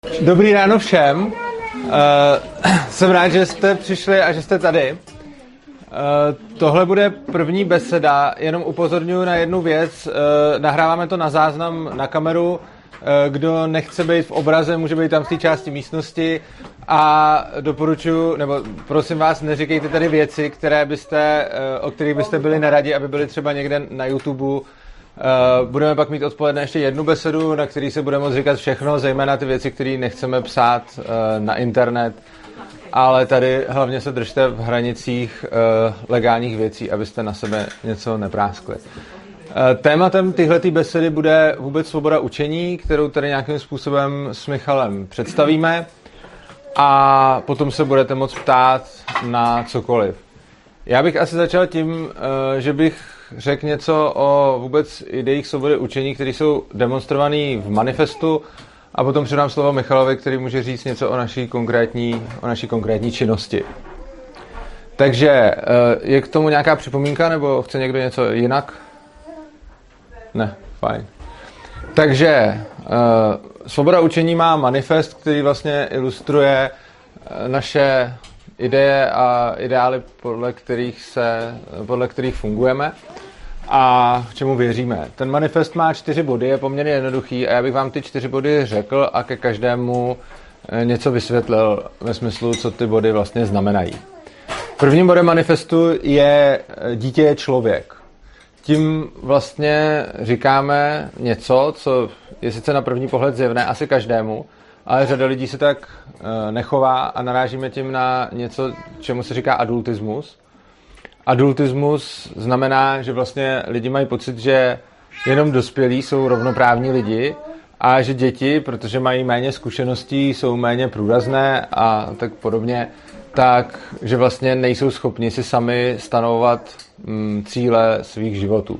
Dobrý ráno všem. Jsem rád, že jste přišli a že jste tady. Tohle bude první beseda, jenom upozorňuji na jednu věc. Nahráváme to na záznam na kameru. Kdo nechce být v obraze, může být tam v té části místnosti. A doporučuji, nebo prosím vás, neříkejte tady věci, o kterých byste byli neradi, aby byly třeba někde na YouTube. Budeme pak mít odpoledne ještě jednu besedu, na který se bude moct říkat všechno, zejména ty věci, které nechceme psát na internet, ale tady hlavně se držte v hranicích legálních věcí, abyste na sebe něco nepráskli. Tématem tyhletý besedy bude vůbec svoboda učení, kterou tady nějakým způsobem s Michalem představíme, a potom se budete moct ptát na cokoliv. Já bych asi začal tím, že bych řekl něco o vůbec ideích svobody učení, které jsou demonstrované v manifestu, a potom předám slovo Michalovi, který může říct něco o naší konkrétní činnosti. Takže je k tomu nějaká připomínka, nebo chce někdo něco jinak? Ne, fajn. Takže svoboda učení má manifest, který vlastně ilustruje naše ideje a ideály, podle kterých fungujeme a k čemu věříme. Ten manifest má 4 body, je poměrně jednoduchý a já bych vám ty 4 body řekl a ke každému něco vysvětlil ve smyslu, co ty body vlastně znamenají. Prvním bodem manifestu je dítě je člověk. Tím vlastně říkáme něco, co je sice na první pohled zjevné asi každému, ale řada lidí se tak nechová a narážíme tím na něco, čemu se říká adultismus. Adultismus znamená, že vlastně lidi mají pocit, že jenom dospělí jsou rovnoprávní lidi a že děti, protože mají méně zkušeností, jsou méně průrazné a tak podobně, tak že vlastně nejsou schopni si sami stanovovat cíle svých životů.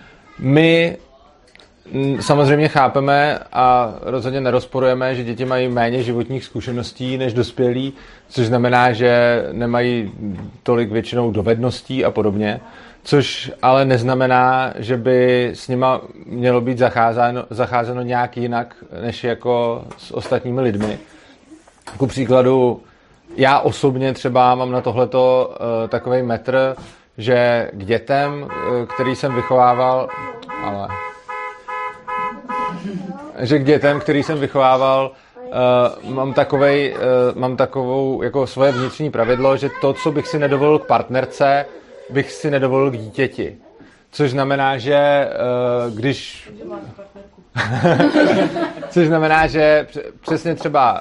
My samozřejmě chápeme a rozhodně nerozporujeme, že děti mají méně životních zkušeností než dospělí, což znamená, že nemají tolik většinou dovedností a podobně, což ale neznamená, že by s nima mělo být zacházeno nějak jinak než jako s ostatními lidmi. Ku příkladu, já osobně třeba mám na tohleto takovej metr, že k dětem, který jsem vychovával, mám takovou jako svoje vnitřní pravidlo, že to, co bych si nedovolil k partnerce, bych si nedovolil k dítěti. Což znamená, že což znamená, že přesně třeba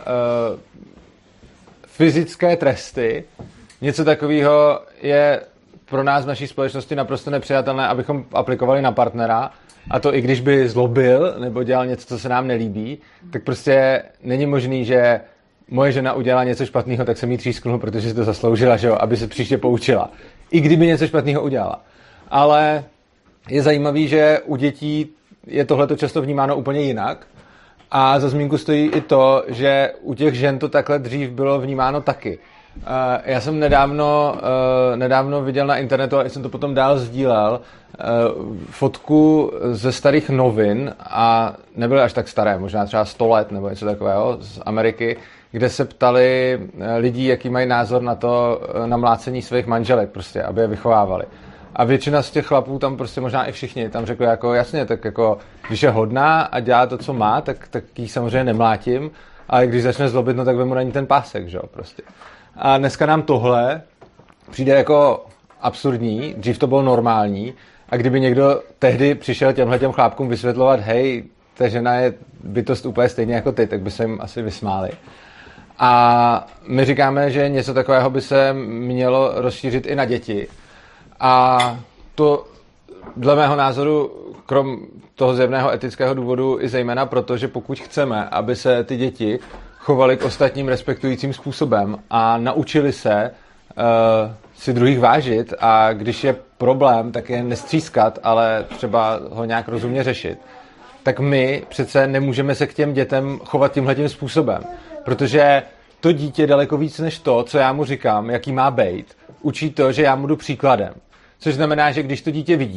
fyzické tresty, něco takového je pro nás v naší společnosti naprosto nepřijatelné, abychom aplikovali na partnera, a to i když by zlobil nebo dělal něco, co se nám nelíbí, tak prostě není možný, že moje žena udělala něco špatného, tak jsem jí třísknul, protože si to zasloužila, že jo, aby se příště poučila. I kdyby něco špatného udělala. Ale je zajímavý, že u dětí je tohleto často vnímáno úplně jinak. A za zmínku stojí i to, že u těch žen to takhle dřív bylo vnímáno taky. Já jsem nedávno viděl na internetu, a jsem to potom dál sdílel, fotku ze starých novin, a nebyly až tak staré, možná třeba 100 let nebo něco takového, z Ameriky, kde se ptali lidí, jaký mají názor na mlácení svých manželek, prostě, aby je vychovávali. A většina z těch chlapů, tam prostě možná i všichni, tam řekli jako jasně, tak jako když je hodná a dělá to, co má, tak jí samozřejmě nemlátím, ale když začne zlobit, no tak vemu na ní ten pásek, že jo, prostě. A dneska nám tohle přijde jako absurdní, dřív to bylo normální, a kdyby někdo tehdy přišel těmhletěm chlápkům vysvětlovat, hej, ta žena je bytost úplně stejně jako ty, tak by se jim asi vysmáli. A my říkáme, že něco takového by se mělo rozšířit i na děti. A to dle mého názoru, krom toho zjevného etického důvodu, i zejména proto, že pokud chceme, aby se ty děti chovaly k ostatním respektujícím způsobem a naučili se si druhých vážit, a když je problém, tak je nestřískat, ale třeba ho nějak rozumně řešit, tak my přece nemůžeme se k těm dětem chovat tímhletím způsobem, protože to dítě daleko víc než to, co já mu říkám, jaký má bejt, učí to, že já mu jdu příkladem. Což znamená, že když to dítě vidí,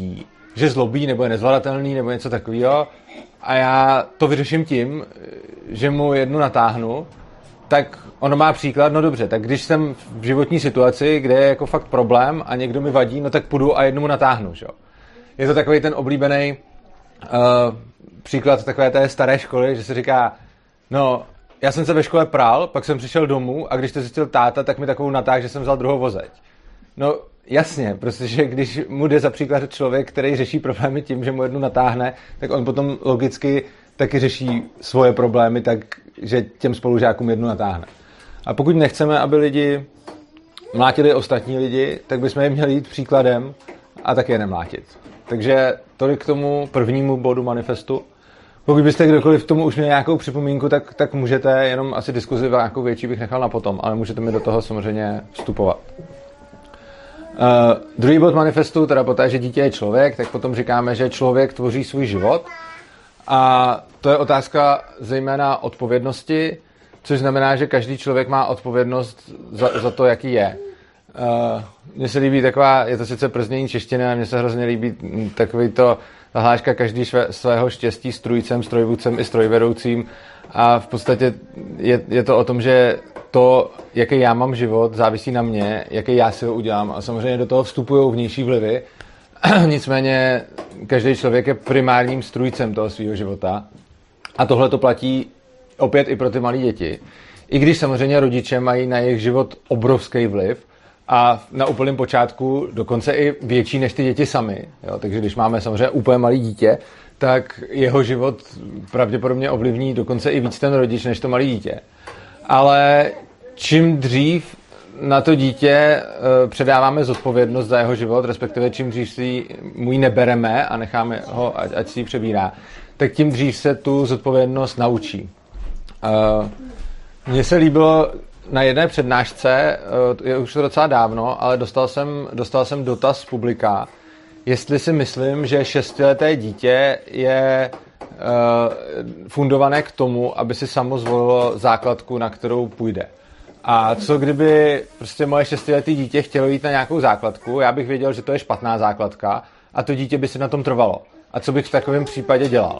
že zlobí, nebo je nezvladatelný, nebo něco takového, a já to vyřeším tím, že mu jednu natáhnu, tak ono má příklad, no dobře, tak když jsem v životní situaci, kde je jako fakt problém a někdo mi vadí, no tak půjdu a jednu mu natáhnu, že jo. Je to takový ten oblíbený příklad takové té staré školy, že se říká, no, já jsem se ve škole pral, pak jsem přišel domů a když to zjistil táta, tak mi takovou natáhl, že jsem vzal druhou vozeď. No, jasně, protože když mu jde za příklad člověk, který řeší problémy tím, že mu jednu natáhne, tak on potom logicky taky řeší svoje problémy, takže těm spolužákům jednu natáhne. A pokud nechceme, aby lidi mlátili ostatní lidi, tak bychom jim měli jít příkladem a taky je nemlátit. Takže tolik k tomu prvnímu bodu manifestu. Pokud byste kdokoliv k tomu už měli nějakou připomínku, tak můžete, jenom asi diskuzi nějakou větší bych nechal na potom, ale můžete mi do toho samozřejmě vstupovat. Druhý bod manifestu, teda poté, že dítě je člověk, tak potom říkáme, že člověk tvoří svůj život a to je otázka zejména odpovědnosti, což znamená, že každý člověk má odpovědnost za to, jaký je. Mně se líbí taková, je to sice prznění češtiny, ale mně se hrozně líbí takový to hláška každý svého štěstí strůjcem, strojvůdcem i strojvedoucím a v podstatě je to o tom, že to, jaký já mám život, závisí na mě, jaký já si ho udělám a samozřejmě do toho vstupují vnější vlivy. Nicméně každý člověk je primárním strůjcem toho svého života a tohle to platí opět i pro ty malé děti. I když samozřejmě rodiče mají na jejich život obrovský vliv a na úplném počátku dokonce i větší než ty děti sami. Jo? Takže když máme samozřejmě úplně malý dítě, tak jeho život pravděpodobně ovlivní dokonce i víc ten rodič než to malé dítě. Ale čím dřív na to dítě předáváme zodpovědnost za jeho život, respektive čím dřív si mu ji nebereme a necháme ho, ať si ji přebírá, tak tím dřív se tu zodpovědnost naučí. Mně se líbilo na jedné přednášce, je už to docela dávno, ale dostal jsem dotaz z publika, jestli si myslím, že 6leté dítě je fundované k tomu, aby si samo zvolilo základku, na kterou půjde. A co kdyby prostě moje 6leté dítě chtělo jít na nějakou základku, já bych věděl, že to je špatná základka a to dítě by si na tom trvalo. A co bych v takovém případě dělal?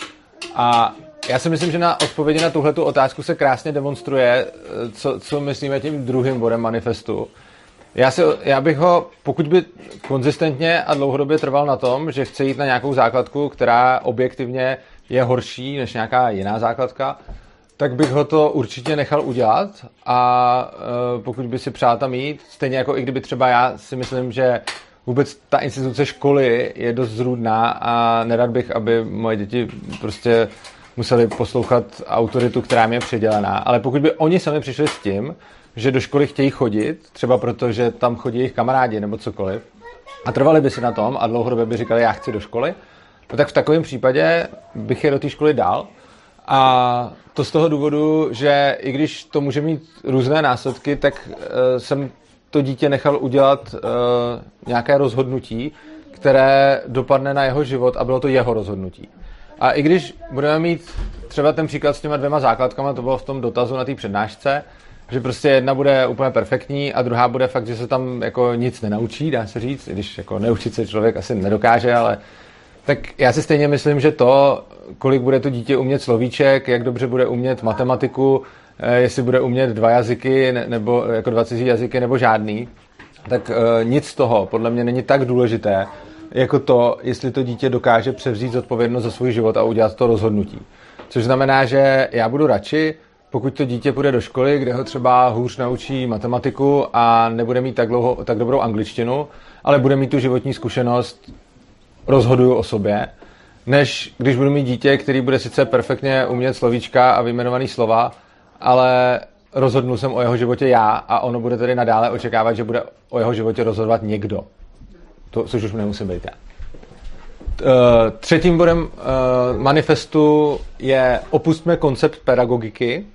A já si myslím, že na odpovědi na tuhletu otázku se krásně demonstruje, co myslíme tím druhým bodem manifestu. Já bych ho, pokud by konzistentně a dlouhodobě trval na tom, že chce jít na nějakou základku, která objektivně je horší než nějaká jiná základka, tak bych ho to určitě nechal udělat a pokud by si přál tam jít, stejně jako i kdyby třeba já si myslím, že vůbec ta instituce školy je dost zrůdná a nerad bych, aby moje děti prostě museli poslouchat autoritu, která mi je přidělená. Ale pokud by oni sami přišli s tím, že do školy chtějí chodit, třeba proto, že tam chodí jejich kamarádi nebo cokoliv, a trvali by si na tom a dlouhodobě by říkali, já chci do školy, no tak v takovém případě bych je do té školy dal. A to z toho důvodu, že i když to může mít různé následky, tak jsem to dítě nechal udělat nějaké rozhodnutí, které dopadne na jeho život a bylo to jeho rozhodnutí. A i když budeme mít třeba ten příklad s těma 2 základkama, to bylo v tom dotazu na té přednášce, že prostě jedna bude úplně perfektní a druhá bude fakt, že se tam jako nic nenaučí, dá se říct, i když jako neučit se člověk asi nedokáže, ale tak já si stejně myslím, že to, kolik bude to dítě umět slovíček, jak dobře bude umět matematiku, jestli bude umět 2 jazyky, nebo jako 2 cizí jazyky, nebo žádný, tak nic z toho podle mě není tak důležité, jako to, jestli to dítě dokáže převzít zodpovědnost za svůj život a udělat to rozhodnutí. Což znamená, že já budu radši, pokud to dítě půjde do školy, kde ho třeba hůř naučí matematiku a nebude mít tak dobrou angličtinu, ale bude mít tu životní zkušenost, rozhoduju o sobě, než když budu mít dítě, který bude sice perfektně umět slovíčka a vyjmenovaný slova, ale rozhodnul jsem o jeho životě já a ono bude tedy nadále očekávat, že bude o jeho životě rozhodovat někdo. To, což už nemusím být já. Třetím bodem manifestu je opustme koncept pedagogiky.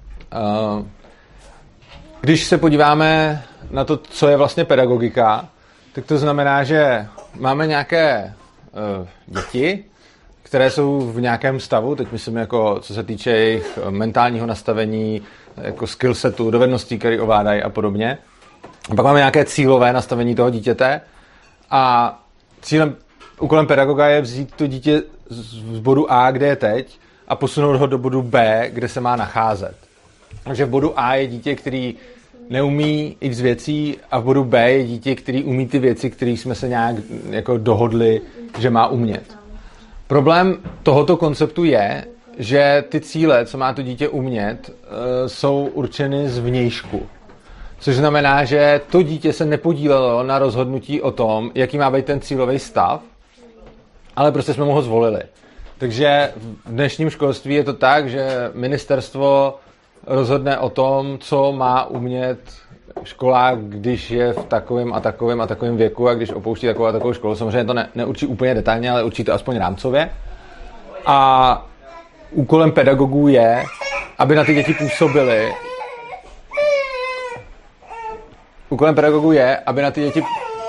Když se podíváme na to, co je vlastně pedagogika, tak to znamená, že máme nějaké děti, které jsou v nějakém stavu, teď myslím, jako co se týče jejich mentálního nastavení, jako skillsetu, dovedností, které ovládají a podobně. A pak máme nějaké cílové nastavení toho dítěte a cílem úkolem pedagoga je vzít to dítě z bodu A, kde je teď, a posunout ho do bodu B, kde se má nacházet. Takže v bodu A je dítě, který neumí x věcí, a v bodu B je dítě, který umí ty věci, které jsme se nějak jako dohodli, že má umět. Problém tohoto konceptu je, že ty cíle, co má to dítě umět, jsou určeny zvnějšku. Což znamená, že to dítě se nepodílelo na rozhodnutí o tom, jaký má být ten cílový stav, ale prostě jsme mu ho zvolili. Takže v dnešním školství je to tak, že ministerstvo rozhodne o tom, co má umět školák, když je v takovém a takovém a takovém věku a když opouští takovou a takovou školu. Samozřejmě to neurčí úplně detailně, ale určí to aspoň rámcově. A úkolem pedagogů je, aby na ty děti působili. Úkolem pedagogů je, aby na ty děti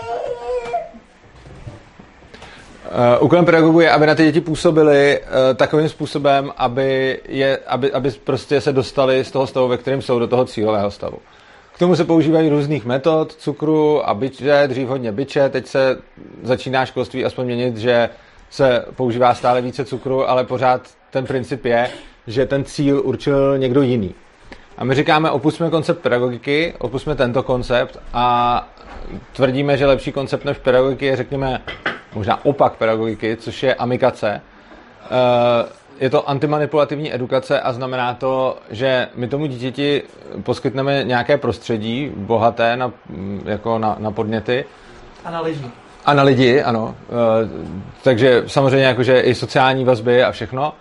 působili takovým způsobem, aby prostě se dostali z toho stavu, ve kterém jsou, do toho cílového stavu. K tomu se používají různých metod, cukru a biče, dřív hodně biče, teď se začíná školství aspoň měnit, že se používá stále více cukru, ale pořád ten princip je, že ten cíl určil někdo jiný. A my říkáme, opusťme koncept pedagogiky, opusťme tento koncept a tvrdíme, že lepší koncept než pedagogiky je, řekněme, možná opak pedagogiky, což je amikace. Je to antimanipulativní edukace a znamená to, že my tomu dítěti poskytneme nějaké prostředí bohaté na podněty. A na lidi, ano. Takže samozřejmě jakože i sociální vazby a všechno.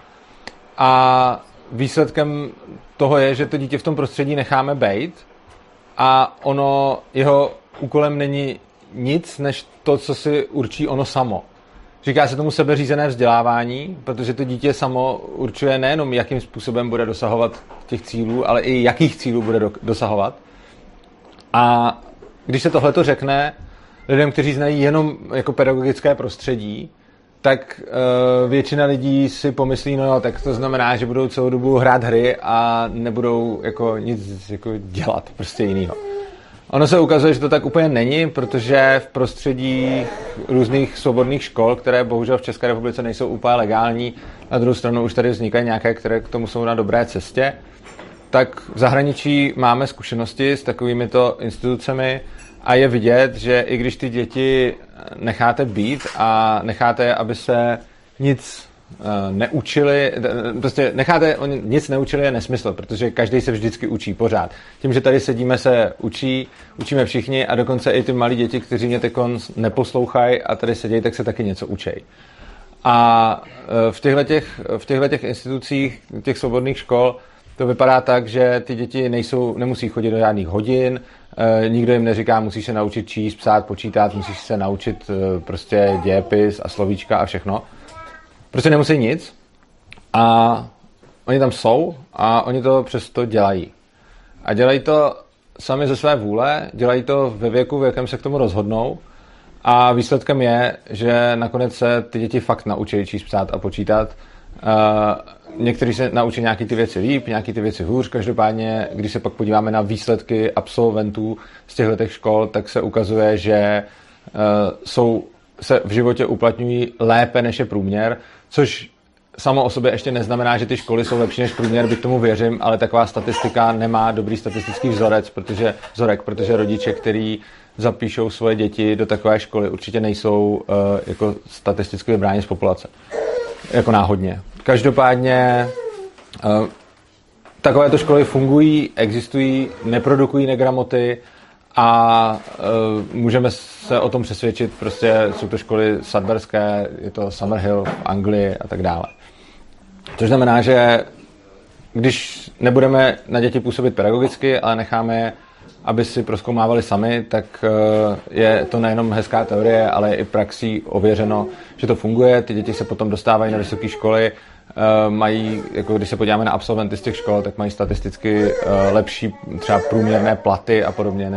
A výsledkem toho je, že to dítě v tom prostředí necháme bejt a jeho úkolem není nic, než to, co si určí ono samo. Říká se tomu sebeřízené vzdělávání, protože to dítě samo určuje nejenom, jakým způsobem bude dosahovat těch cílů, ale i jakých cílů bude dosahovat. A když se tohleto řekne lidem, kteří znají jenom jako pedagogické prostředí, tak většina lidí si pomyslí, no jo, tak to znamená, že budou celou dobu hrát hry a nebudou jako nic jako dělat prostě jinýho. Ono se ukazuje, že to tak úplně není, protože v prostředí různých svobodných škol, které bohužel v České republice nejsou úplně legální, na druhou stranu už tady vznikají nějaké, které k tomu jsou na dobré cestě, tak v zahraničí máme zkušenosti s takovýmito institucemi a je vidět, že i když ty děti necháte být a necháte, aby se nic neučili, prostě necháte, oni nic neučili je nesmysl, protože každý se vždycky učí pořád. Tím, že tady sedíme, se učíme všichni a dokonce i ty malí děti, kteří mě tekon neposlouchají a tady sedějí, tak se taky něco učej. A v těchto institucích, těch svobodných škol, to vypadá tak, že ty děti nemusí chodit do žádných hodin, nikdo jim neříká, musíš se naučit číst, psát, počítat, musíš se naučit prostě dějepis a slovíčka a všechno. Prostě nemusí nic a oni tam jsou a oni to přesto dělají. A dělají to sami ze své vůle, dělají to ve věku, v jakém se k tomu rozhodnou a výsledkem je, že nakonec se ty děti fakt naučí číst, psát a počítat. Někteří se naučí nějaký ty věci líp, nějaký ty věci hůř. Každopádně, když se pak podíváme na výsledky absolventů z těchto škol, tak se ukazuje, že se v životě uplatňují lépe než je průměr, což samo o sobě ještě neznamená, že ty školy jsou lepší než průměr, byť tomu věřím, ale taková statistika nemá dobrý statistický vzorek, protože rodiče, který zapíšou svoje děti do takové školy, určitě nejsou jako statisticky vybráni z populace. Jako náhodně. Každopádně takovéto školy fungují, existují, neprodukují negramoty a můžeme se o tom přesvědčit, prostě jsou to školy sudburské, je to Summerhill v Anglii a tak dále. Což znamená, že když nebudeme na děti působit pedagogicky, ale necháme je, aby si prozkoumávali sami, tak je to nejenom hezká teorie, ale i praxí ověřeno, že to funguje. Ty děti se potom dostávají na vysoké školy, mají, jako když se podíváme na absolventy z těch škol, tak mají statisticky lepší třeba průměrné platy a podobně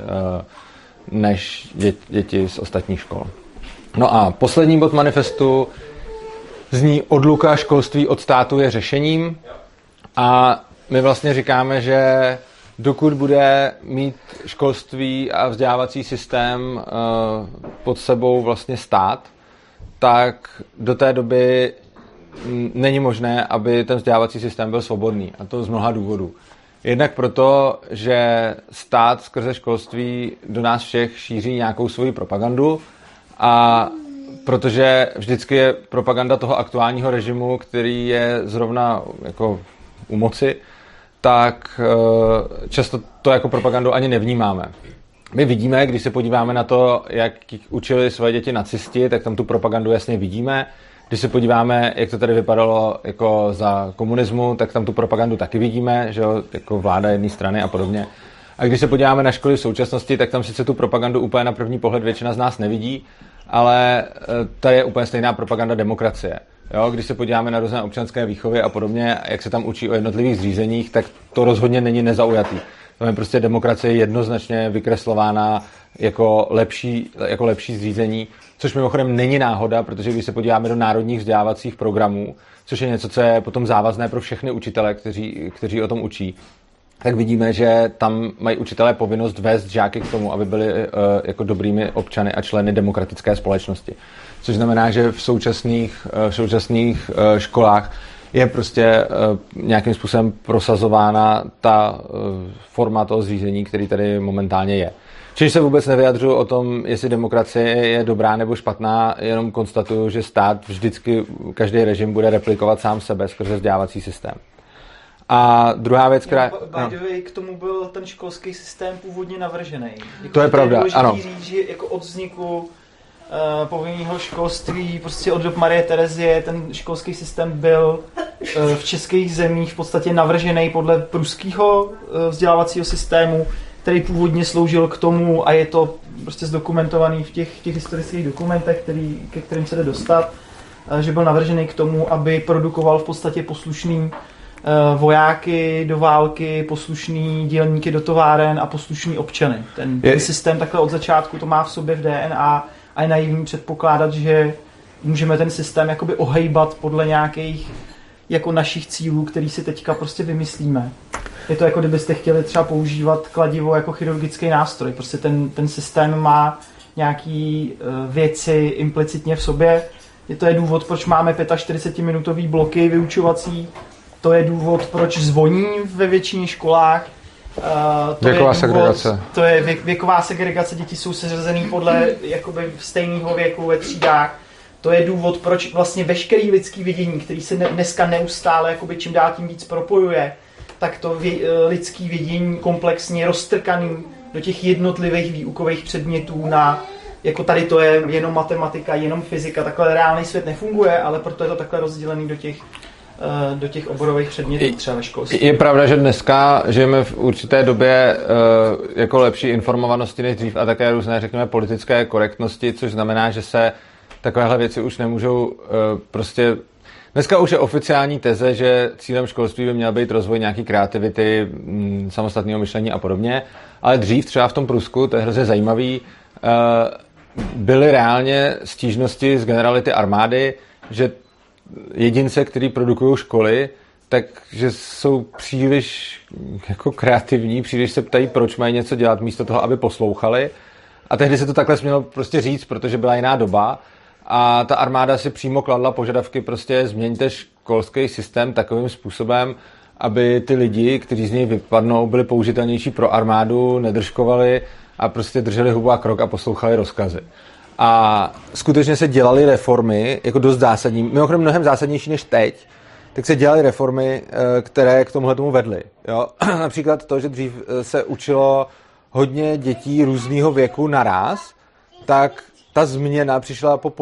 než děti z ostatních škol. No a poslední bod manifestu zní: odluka školství od státu je řešením. A my vlastně říkáme, že dokud bude mít školství a vzdělávací systém pod sebou vlastně stát, tak do té doby není možné, aby ten vzdělávací systém byl svobodný. A to z mnoha důvodů. Jednak proto, že stát skrze školství do nás všech šíří nějakou svoji propagandu a protože vždycky je propaganda toho aktuálního režimu, který je zrovna jako u moci, tak často to jako propagandu ani nevnímáme. My vidíme, když se podíváme na to, jak učili svoje děti nacisti, tak tam tu propagandu jasně vidíme. Když se podíváme, jak to tady vypadalo jako za komunismu, tak tam tu propagandu taky vidíme, že jo, jako vláda jedné strany a podobně. A když se podíváme na školy v současnosti, tak tam sice tu propagandu úplně na první pohled většina z nás nevidí, ale tady je úplně stejná propaganda demokracie. Jo, když se podíváme na různé občanské výchovy a podobně, jak se tam učí o jednotlivých zřízeních, tak to rozhodně není nezaujatý. Tam je prostě demokracie jednoznačně vykreslována jako lepší zřízení, což mimochodem není náhoda, protože když se podíváme do národních vzdělávacích programů, což je něco, co je potom závazné pro všechny učitele, kteří o tom učí, tak vidíme, že tam mají učitelé povinnost vést žáky k tomu, aby byli jako dobrými občany a členy demokratické společnosti. Což znamená, že v současných školách je prostě nějakým způsobem prosazována ta forma toho zřízení, který tady momentálně je. Čiž se vůbec nevyjadřuju o tom, jestli demokracie je dobrá nebo špatná, jenom konstatuju, že stát vždycky, každý režim bude replikovat sám sebe skrze vzdělávací systém. A druhá věc, která... By the way, k tomu byl ten školský systém původně navržený. Jako to je pravda, ano. Říct, že jako od vzniku povinného školství, prostě od dob Marie Terezie, ten školský systém byl v českých zemích v podstatě navržený podle pruského vzdělávacího systému, který původně sloužil k tomu, a je to prostě zdokumentovaný v těch historických dokumentech, ke kterým se jde dostat, že byl navržený k tomu, aby produkoval v podstatě poslušný vojáky do války, poslušný dělníky do továren a poslušný občany. Ten systém takhle od začátku to má v sobě v DNA a je naivní předpokládat, že můžeme ten systém jakoby ohejbat podle nějakých jako našich cílů, který si teďka prostě vymyslíme. Je to jako kdybyste chtěli třeba používat kladivo jako chirurgický nástroj. Prostě ten systém má nějaký věci implicitně v sobě. To je důvod, proč máme 45-minutový bloky vyučovací. To je důvod, proč zvoní ve většině školách. Věková segregace. To je věková segregace, děti jsou seřazený podle jakoby stejného věku ve třídách. To je důvod, proč vlastně veškerý lidský vidění, který se dneska neustále jakoby čím dál tím víc propojuje, tak to lidský vidění komplexně roztrkaný do těch jednotlivých výukových předmětů na, jako tady to je jenom matematika, jenom fyzika, takhle reálný svět nefunguje, ale proto je to takhle rozdělený do těch oborových předmětů třeba ve školství. Je pravda, že dneska žijeme v určité době jako lepší informovanosti než dřív a také různé, řekněme, politické korektnosti, což znamená, že se takovéhle věci už nemůžou prostě... Dneska už je oficiální teze, že cílem školství by měl být rozvoj nějaký kreativity, samostatného myšlení a podobně, ale dřív třeba v tom Prusku, to je hrozně zajímavý, byly reálně stížnosti z generality armády, že jedince, který produkují školy, takže jsou příliš jako kreativní, příliš se ptají, proč mají něco dělat místo toho, aby poslouchali. A tehdy se to takhle smělo prostě říct, protože byla jiná doba a ta armáda si přímo kladla požadavky, prostě změňte školský systém takovým způsobem, aby ty lidi, kteří z něj vypadnou, byli použitelnější pro armádu, nedržkovali a prostě drželi hubu a krok a poslouchali rozkazy. A skutečně se dělaly reformy, jako dost zásadní, mimochodem mnohem zásadnější než teď, tak se dělaly reformy, které k tomuhle tomu vedly. Jo? Například to, že dřív se učilo hodně dětí různého věku naráz, tak ta změna přišla po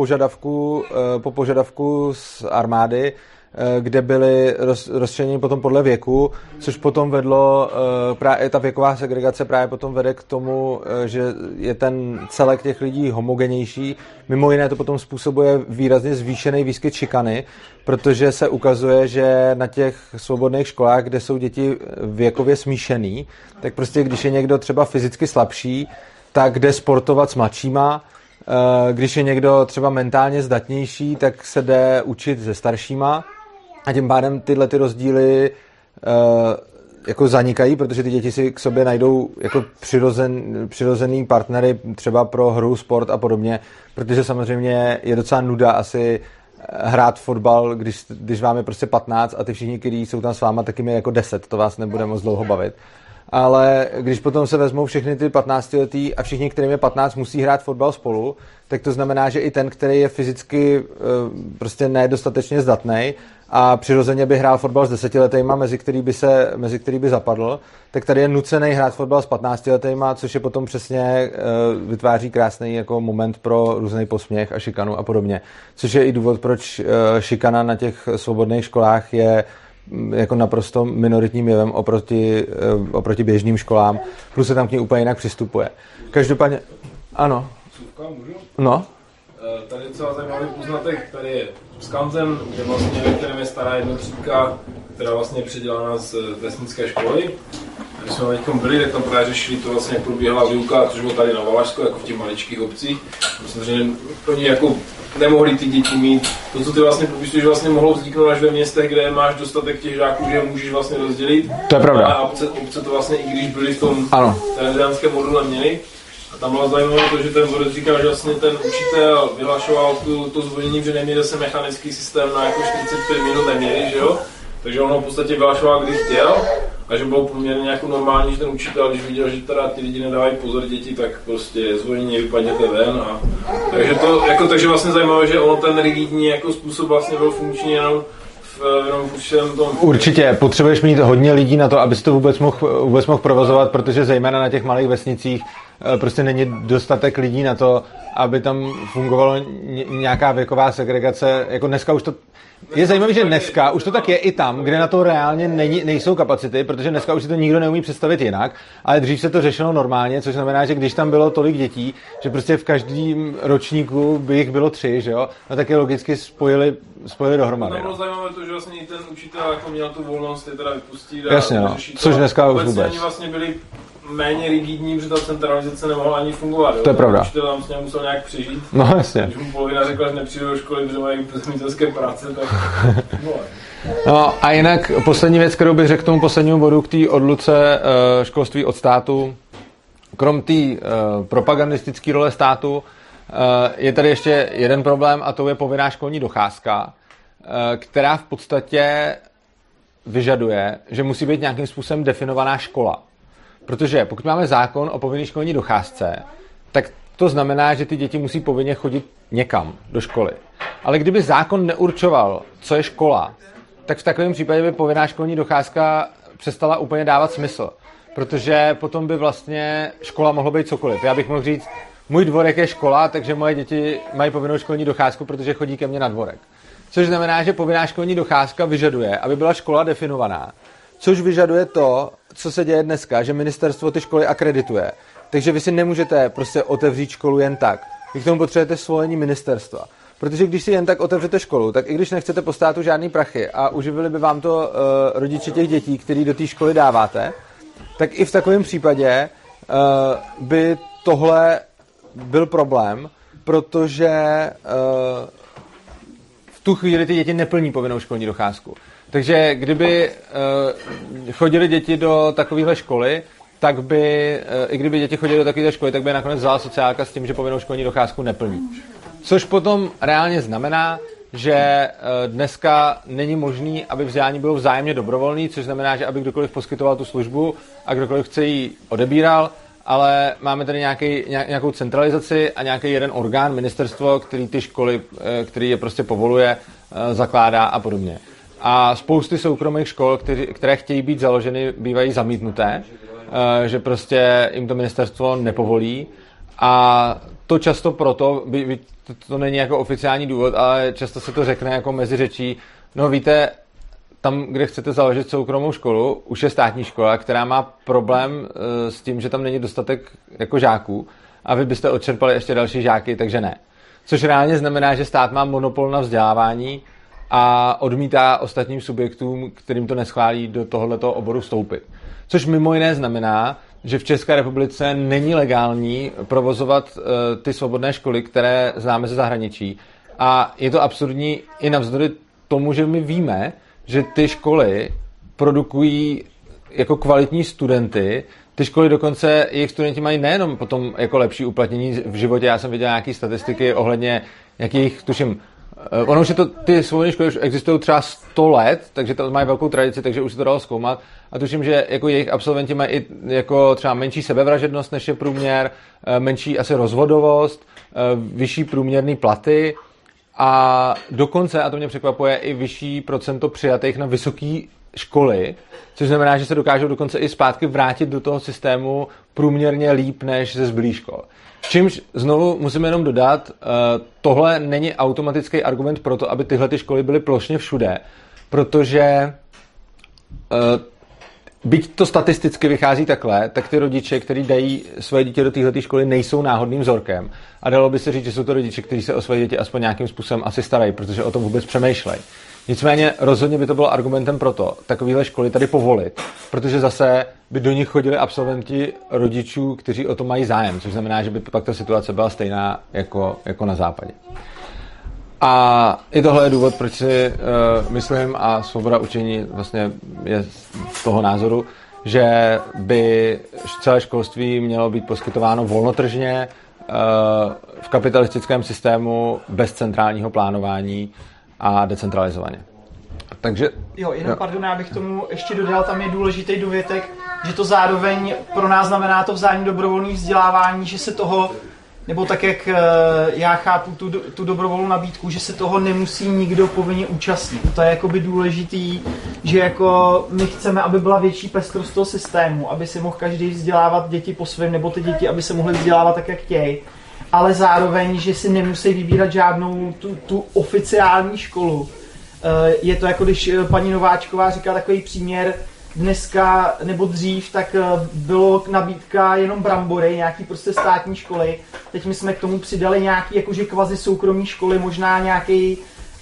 požadavku z armády, kde byly rozčleněny potom podle věku, což potom vedlo, právě ta věková segregace právě potom vede k tomu, že je ten celek těch lidí homogenější. Mimo jiné to potom způsobuje výrazně zvýšený výskyt šikany, protože se ukazuje, že na těch svobodných školách, kde jsou děti věkově smíšený, tak prostě když je někdo třeba fyzicky slabší, tak jde sportovat s mladšíma. Když je někdo třeba mentálně zdatnější, tak se jde učit se staršíma a tím pádem tyhle ty rozdíly jako zanikají, protože ty děti si k sobě najdou jako přirozený partnery třeba pro hru, sport a podobně, protože samozřejmě je docela nuda asi hrát fotbal, když vám je prostě 15 a ty všichni, kteří jsou tam s váma, taky je jako 10, to vás nebude moc dlouho bavit. Ale když potom se vezmou všechny ty 15letý a všichni, kterým je 15, musí hrát fotbal spolu, tak to znamená, že i ten, který je fyzicky prostě nedostatečně zdatnej a přirozeně by hrál fotbal s 10letejma, mezi který by zapadl, tak tady je nucený hrát fotbal s 15letejma, což je potom přesně vytváří krásný jako moment pro různý posměch a šikanu a podobně. Což je i důvod, proč šikana na těch svobodných školách je jako naprosto minoritním jevem oproti běžným školám, plus se tam k ní úplně jinak přistupuje. Každopádně, ano. Můžu? No. Tady je docela zajímavý poznatek, tady je skanzen, kde vlastně, ve kterém je stará jednotřídka, která vlastně je předělána z vesnické školy. A když jsme tam byli, tak tam právě řešili to vlastně, jak probíhala výuka, což bylo tady na Valašsku, jako v těch maličkých obcích. Myslím, že oni jako nemohli ty děti mít. To, co ty vlastně popisuješ, vlastně mohlo vzniknout až ve městech, kde máš dostatek těch žáků, že je můžeš vlastně rozdělit. To je pravda. A obce to vlastně, i když byli v tom tereziánském module, měli. A tam bylo zajímavé to, že ten vodec říkal, že vlastně ten učitel vyhlašoval to zvonění, že neměli se mechanický systém na jako 45 minut neměli, že jo? Takže on ho v podstatě vyhlašoval, kdy chtěl. A že bylo poměrně jako normální, že ten učitel, když viděl, že teda ty lidi nedávají pozor děti, tak prostě zvonění vypadněte ven. Takže vlastně zajímavé, že ono ten rigidní jako způsob vlastně byl funkční jenom v tom. Určitě, potřebuješ mít hodně lidí na to, abys to vůbec mohl provozovat, protože zejména na těch malých vesnicích prostě není dostatek lidí na to, aby tam fungovalo nějaká věková segregace. Jako dneska už to je zajímavé, že dneska už to tak je i tam, kde na to reálně nejsou kapacity, protože dneska už si to nikdo neumí představit jinak, ale dřív se to řešilo normálně, což znamená, že když tam bylo tolik dětí, že prostě v každém ročníku by jich bylo 3, že jo, no tak je logicky spojili dohromady. To bylo zajímavé to, že vlastně i ten učitel jako měl tu volnost je teda vypustit a jasně, no. Což dneska už vůbec. Oni vlastně byli méně rigidní, protože ta centralizace nemohla ani fungovat. To je pravda. Učitel tam s ním musel nějak přežít. No jasně. Když mu polovina řekla, že nepřijde do školy, protože mají zemědělské práce, tak no a jinak poslední věc, kterou bych řekl k tomu poslednímu bodu, k té odluce školství od státu, krom té propagandistické role státu, je tady ještě jeden problém a to je povinná školní docházka, která v podstatě vyžaduje, že musí být nějakým způsobem definovaná škola. Protože pokud máme zákon o povinné školní docházce, tak to znamená, že ty děti musí povinně chodit někam do školy. Ale kdyby zákon neurčoval, co je škola, tak v takovém případě by povinná školní docházka přestala úplně dávat smysl. Protože potom by vlastně škola mohla být cokoliv. Já bych mohl říct, můj dvorek je škola, takže moje děti mají povinnou školní docházku, protože chodí ke mně na dvorek. Což znamená, že povinná školní docházka vyžaduje, aby byla škola definovaná. Což vyžaduje to, co se děje dneska, že ministerstvo ty školy akredituje. Takže vy si nemůžete prostě otevřít školu jen tak. Vy k tomu potřebujete svolení ministerstva. Protože když si jen tak otevřete školu, tak i když nechcete po státu žádný prachy a uživili by vám to rodiče těch dětí, který do té školy dáváte, tak i v takovém případě by tohle byl problém, protože v tu chvíli ty děti neplní povinnou školní docházku. Takže kdyby chodili děti do takovéhle školy, tak by, i kdyby děti chodili do takovéhle školy, tak by nakonec vzala sociálka s tím, že povinnou školní docházku neplní. Což potom reálně znamená, že dneska není možný, aby vzdělání bylo vzájemně dobrovolný, což znamená, že aby kdokoliv poskytoval tu službu a kdokoliv chce ji odebíral, ale máme tady nějakou centralizaci a nějaký jeden orgán, ministerstvo, který ty školy, který je prostě povoluje, zakládá a podobně. A spousty soukromých škol, které chtějí být založeny, bývají zamítnuté, že prostě jim to ministerstvo nepovolí. A to často proto, to není jako oficiální důvod, ale často se to řekne jako mezi řečí, no víte, tam, kde chcete založit soukromou školu, už je státní škola, která má problém s tím, že tam není dostatek jako žáků a vy byste odčerpali ještě další žáky, takže ne. Což reálně znamená, že stát má monopol na vzdělávání a odmítá ostatním subjektům, kterým to neschválí, do tohoto oboru vstoupit. Což mimo jiné znamená, že v České republice není legální provozovat ty svobodné školy, které známe ze zahraničí. A je to absurdní i navzdory tomu, že my víme, že ty školy produkují jako kvalitní studenty. Ty školy dokonce, jejich studenti mají nejenom potom jako lepší uplatnění v životě. Já jsem viděl nějaké statistiky ohledně jakých, tuším, ono už je to, ty svobodné školy už existují třeba 100 let, takže to mají velkou tradici, takže už se to dalo zkoumat. A tuším, že jako jejich absolventi mají i jako třeba menší sebevražednost, než je průměr, menší asi rozvodovost, vyšší průměrný platy a dokonce, a to mě překvapuje, i vyšší procento přijatých na vysoké školy, což znamená, že se dokážou dokonce i zpátky vrátit do toho systému průměrně líp než ze zbylých škol. Čímž znovu musím jenom dodat, tohle není automatický argument pro to, aby tyhle ty školy byly plošně všude, protože byť to statisticky vychází takhle, tak ty rodiče, kteří dají svoje dítě do téhle školy, nejsou náhodným vzorkem. A dalo by se říct, že jsou to rodiče, kteří se o své děti aspoň nějakým způsobem asi starají, protože o tom vůbec přemýšlejí. Nicméně rozhodně by to bylo argumentem pro to, takovéhle školy tady povolit, protože zase by do nich chodili absolventi rodičů, kteří o to mají zájem, což znamená, že by pak ta situace byla stejná jako na západě. A i tohle je důvod, proč si myslím, a svoboda učení vlastně je z toho názoru, že by celé školství mělo být poskytováno volnotržně v kapitalistickém systému bez centrálního plánování a decentralizovaně. Takže... Pardon, já bych tomu ještě dodal, tam je důležitý dovětek, že to zároveň pro nás znamená to vzájemné dobrovolné vzdělávání, že se toho, nebo tak, jak já chápu tu dobrovolnou nabídku, že se toho nemusí nikdo povinně účastnit. To je jakoby důležitý, že jako my chceme, aby byla větší pestrost toho systému, aby si mohl každý vzdělávat děti po svém, nebo ty děti, aby se mohly vzdělávat tak, jak chtějí. Ale zároveň, že si nemusí vybírat žádnou tu oficiální školu. Je to jako když paní Nováčková říká takový příměr, dneska nebo dřív, tak bylo nabídka jenom brambory, nějaký prostě státní školy. Teď my jsme k tomu přidali nějaký jakože kvazi soukromý školy, možná nějaký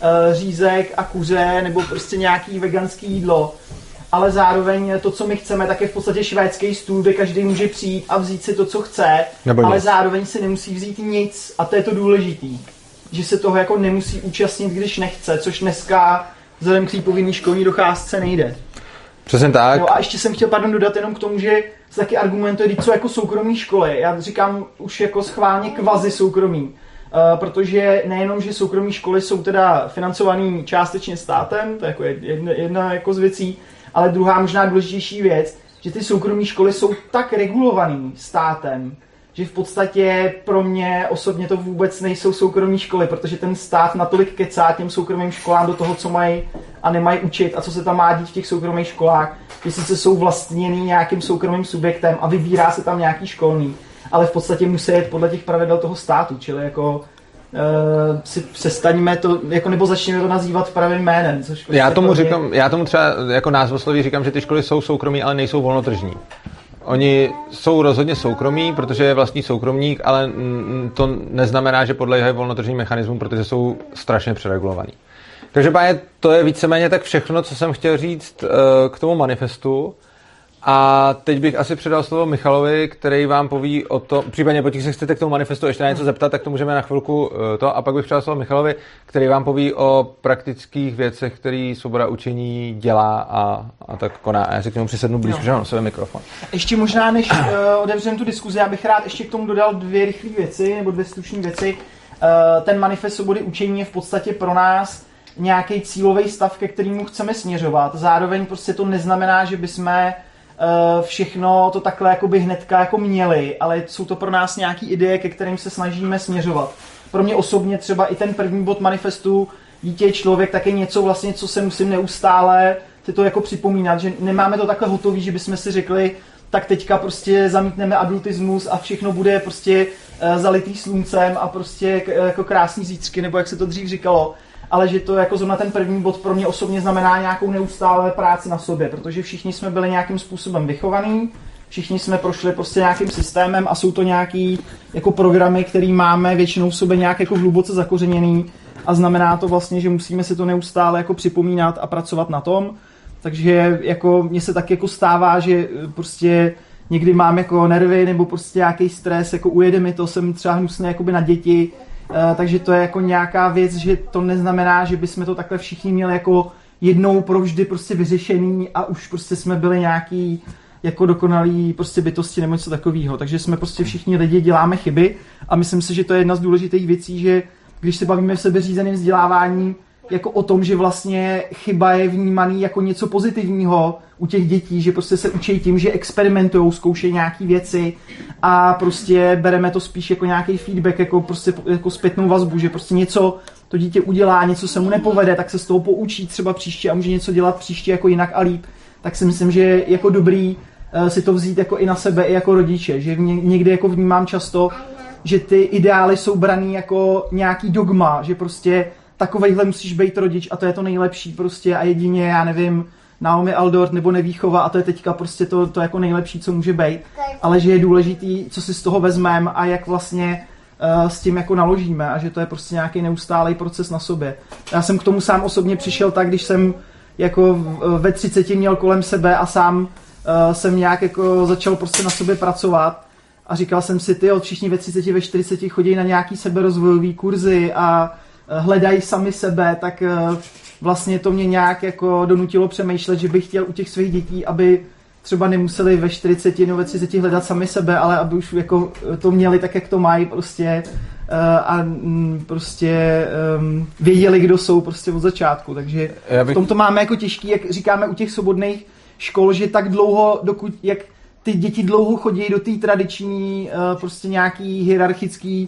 řízek a kuře, nebo prostě nějaký veganský jídlo. Ale zároveň to, co my chceme, tak je v podstatě švédský stůl, kde každý může přijít a vzít si to, co chce, ale zároveň si nemusí vzít nic a to je to důležitý. Že se toho jako nemusí účastnit, když nechce, což dneska vzhledem k té povinné školní docházce nejde. Přesně tak. Jo, a ještě jsem chtěl dodat jenom k tomu, že se taky argumentuje, co jako soukromí školy. Já říkám už jako schválně kvazi soukromí. Protože nejenom, že soukromí školy jsou teda financovaný částečně státem, to je jako jedna jako z věcí, ale druhá možná důležitější věc, že ty soukromí školy jsou tak regulovaný státem, že v podstatě pro mě osobně to vůbec nejsou soukromí školy, protože ten stát natolik kecá těm soukromým školám do toho, co mají a nemají učit a co se tam má dít v těch soukromých školách, že sice jsou vlastněný nějakým soukromým subjektem a vybírá se tam nějaký školní, ale v podstatě musí jet podle těch pravidel toho státu, čili jako si přestaňme to, jako nebo začněme to nazývat pravým jménem. Což já tomu třeba jako názvosloví říkám, že ty školy jsou soukromí, ale nejsou volnotržní. Oni jsou rozhodně soukromí, protože je vlastní soukromník, ale to neznamená, že podléhají volnotržním mechanismům, protože jsou strašně přeregulovaný. Každopádně to je víceméně tak všechno, co jsem chtěl říct k tomu manifestu. A teď bych asi předal slovo Michalovi, který vám poví o tom, případně pokud se chcete k tomu manifestu ještě na něco zeptat, tak to můžeme na chvilku to. A pak bych předal slovo Michalovi, který vám poví o praktických věcech, který svoboda učení dělá a tak koná. A já si k němu přisednu blíž, protože mám na sebe mikrofon. Ještě možná, než otevřeme tu diskuzi, já bych rád ještě k tomu dodal dvě rychlé věci, nebo dvě stručné věci. Ten manifest svobody učení je v podstatě pro nás nějaký cílový stav, ke kterému chceme směřovat. Zároveň prostě to neznamená, že bychom všechno to takhle jakoby hnedka jako měli, ale jsou to pro nás nějaký ideje, ke kterým se snažíme směřovat. Pro mě osobně třeba i ten první bod manifestu Dítě je člověk, tak je něco vlastně, co se musím neustále si to jako připomínat, že nemáme to takhle hotový, že bychom si řekli, tak teďka prostě zamítneme adultismus a všechno bude prostě zalitý sluncem a prostě jako krásný zítřky, nebo jak se to dřív říkalo. Ale že to jako zrovna ten první bod pro mě osobně znamená nějakou neustále práci na sobě, protože všichni jsme byli nějakým způsobem vychovaní, všichni jsme prošli prostě nějakým systémem a jsou to nějaký jako programy, který máme většinou v sobě nějak jako hluboce zakořeněný a znamená to vlastně, že musíme si to neustále jako připomínat a pracovat na tom. Takže jako mně se tak jako stává, že prostě někdy mám jako nervy nebo prostě nějaký stres, jako ujede mi to, jsem třeba hnusný jakoby na děti, takže to je jako nějaká věc, že to neznamená, že bychom to takhle všichni měli jako jednou provždy prostě vyřešený a už prostě jsme byli nějaký jako dokonalý prostě bytosti nebo něco takového. Takže jsme prostě všichni lidi děláme chyby a myslím si, že to je jedna z důležitých věcí, že když se bavíme v sebeřízeném vzdělávání jako o tom, že vlastně chyba je vnímaný jako něco pozitivního u těch dětí, že prostě se učí tím, že experimentujou, zkoušejí nějaký věci a prostě bereme to spíš jako nějaký feedback, jako prostě jako zpětnou vazbu, že prostě něco to dítě udělá, něco se mu nepovede, tak se z toho poučí třeba příště a může něco dělat příště jako jinak a líp. Tak si myslím, že je jako dobrý si to vzít jako i na sebe, i jako rodiče, že někdy jako vnímám často, že ty ideály jsou braný jako nějaký dogma, že prostě takovejhle musíš být rodič a to je to nejlepší prostě a jedině, já nevím, Naomi Aldort nebo Nevýchova a to je teďka prostě to jako nejlepší, co může být, ale že je důležitý, co si z toho vezmeme a jak vlastně s tím jako naložíme a že to je prostě nějaký neustálý proces na sobě. Já jsem k tomu sám osobně přišel tak, když jsem jako ve 30 měl kolem sebe a sám jsem nějak jako začal prostě na sobě pracovat a říkal jsem si, všichni ve 30, ve 40 chodí na nějaký seberozvojový kurzy a hledají sami sebe, tak vlastně to mě nějak jako donutilo přemýšlet, že bych chtěl u těch svých dětí, aby třeba nemuseli ve 40 nebo ve 30 hledat sami sebe, ale aby už jako to měli tak, jak to mají prostě a prostě věděli, kdo jsou prostě od začátku. Takže v tom to máme jako těžký, jak říkáme u těch svobodných škol, že tak dlouho, jak ty děti dlouho chodí do té tradiční prostě nějaký hierarchický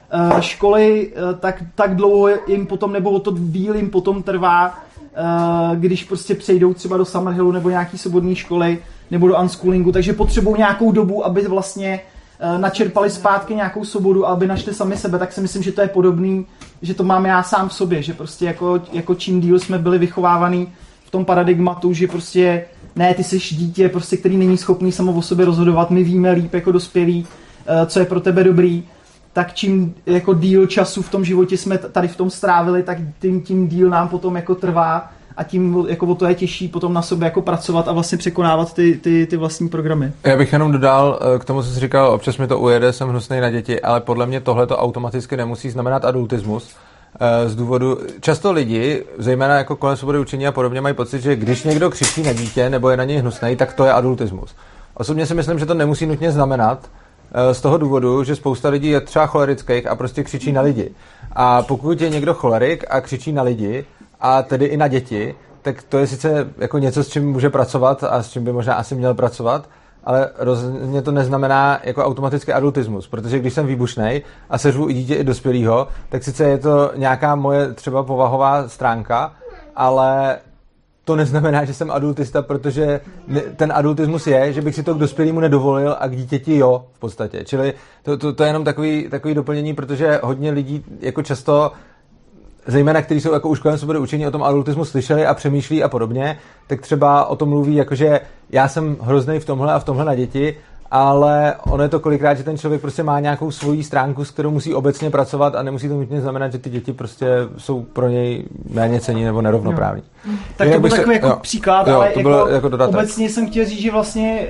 školy, tak dlouho jim potom, nebo o to díl jim potom trvá, když prostě přejdou třeba do Summerhillu nebo nějaký svobodné školy nebo do unschoolingu, takže potřebují nějakou dobu, aby vlastně načerpali zpátky nějakou svobodu, aby našli sami sebe, tak si myslím, že to je podobný, že to mám já sám v sobě, že prostě jako čím díl jsme byli vychovávaný v tom paradigmatu, že prostě ne, ty jsi dítě, prostě, který není schopný samo o sobě rozhodovat, my víme líp jako dospělí, co je pro tebe dobrý, tak čím jako díl času v tom životě jsme tady v tom strávili, tak tím díl nám potom jako trvá a tím jako o to je těžší potom na sobě jako pracovat a vlastně překonávat ty vlastní programy. Já bych jenom dodal k tomu, co jsi říkal, občas mi to ujede, jsem hnusnej na děti, ale podle mě tohle to automaticky nemusí znamenat adultismus. Z důvodu, často lidi, zejména jako kolem svobody učení a podobně, mají pocit, že když někdo křičí na dítě nebo je na něj hnusnej, tak to je adultismus. Osobně si myslím, že to nemusí nutně znamenat, z toho důvodu, že spousta lidí je třeba cholerických a prostě křičí na lidi. A pokud je někdo cholerik a křičí na lidi, a tedy i na děti, tak to je sice jako něco, s čím může pracovat a s čím by možná asi měl pracovat, ale rozhodně to neznamená jako automaticky adultismus, protože když jsem výbušnej a seřvu i dítě, i dospělýho, tak sice je to nějaká moje třeba povahová stránka, ale to neznamená, že jsem adultista, protože ten adultismus je, že bych si to k dospělému nedovolil a k dítěti jo, v podstatě. Čili to je jenom takový doplnění, protože hodně lidí jako často, zejména kteří jsou jako už kolem svobody učení, o tom adultismu slyšeli a přemýšlí a podobně, tak třeba o tom mluví, jakože já jsem hroznej v tomhle a v tomhle na děti, ale ono je to kolikrát, že ten člověk prostě má nějakou svoji stránku, s kterou musí obecně pracovat a nemusí to nutně znamenat, že ty děti prostě jsou pro něj méně cenní nebo nerovnoprávní. Tak to byl takový jako příklad, ale jako obecně jsem chtěl říct, že vlastně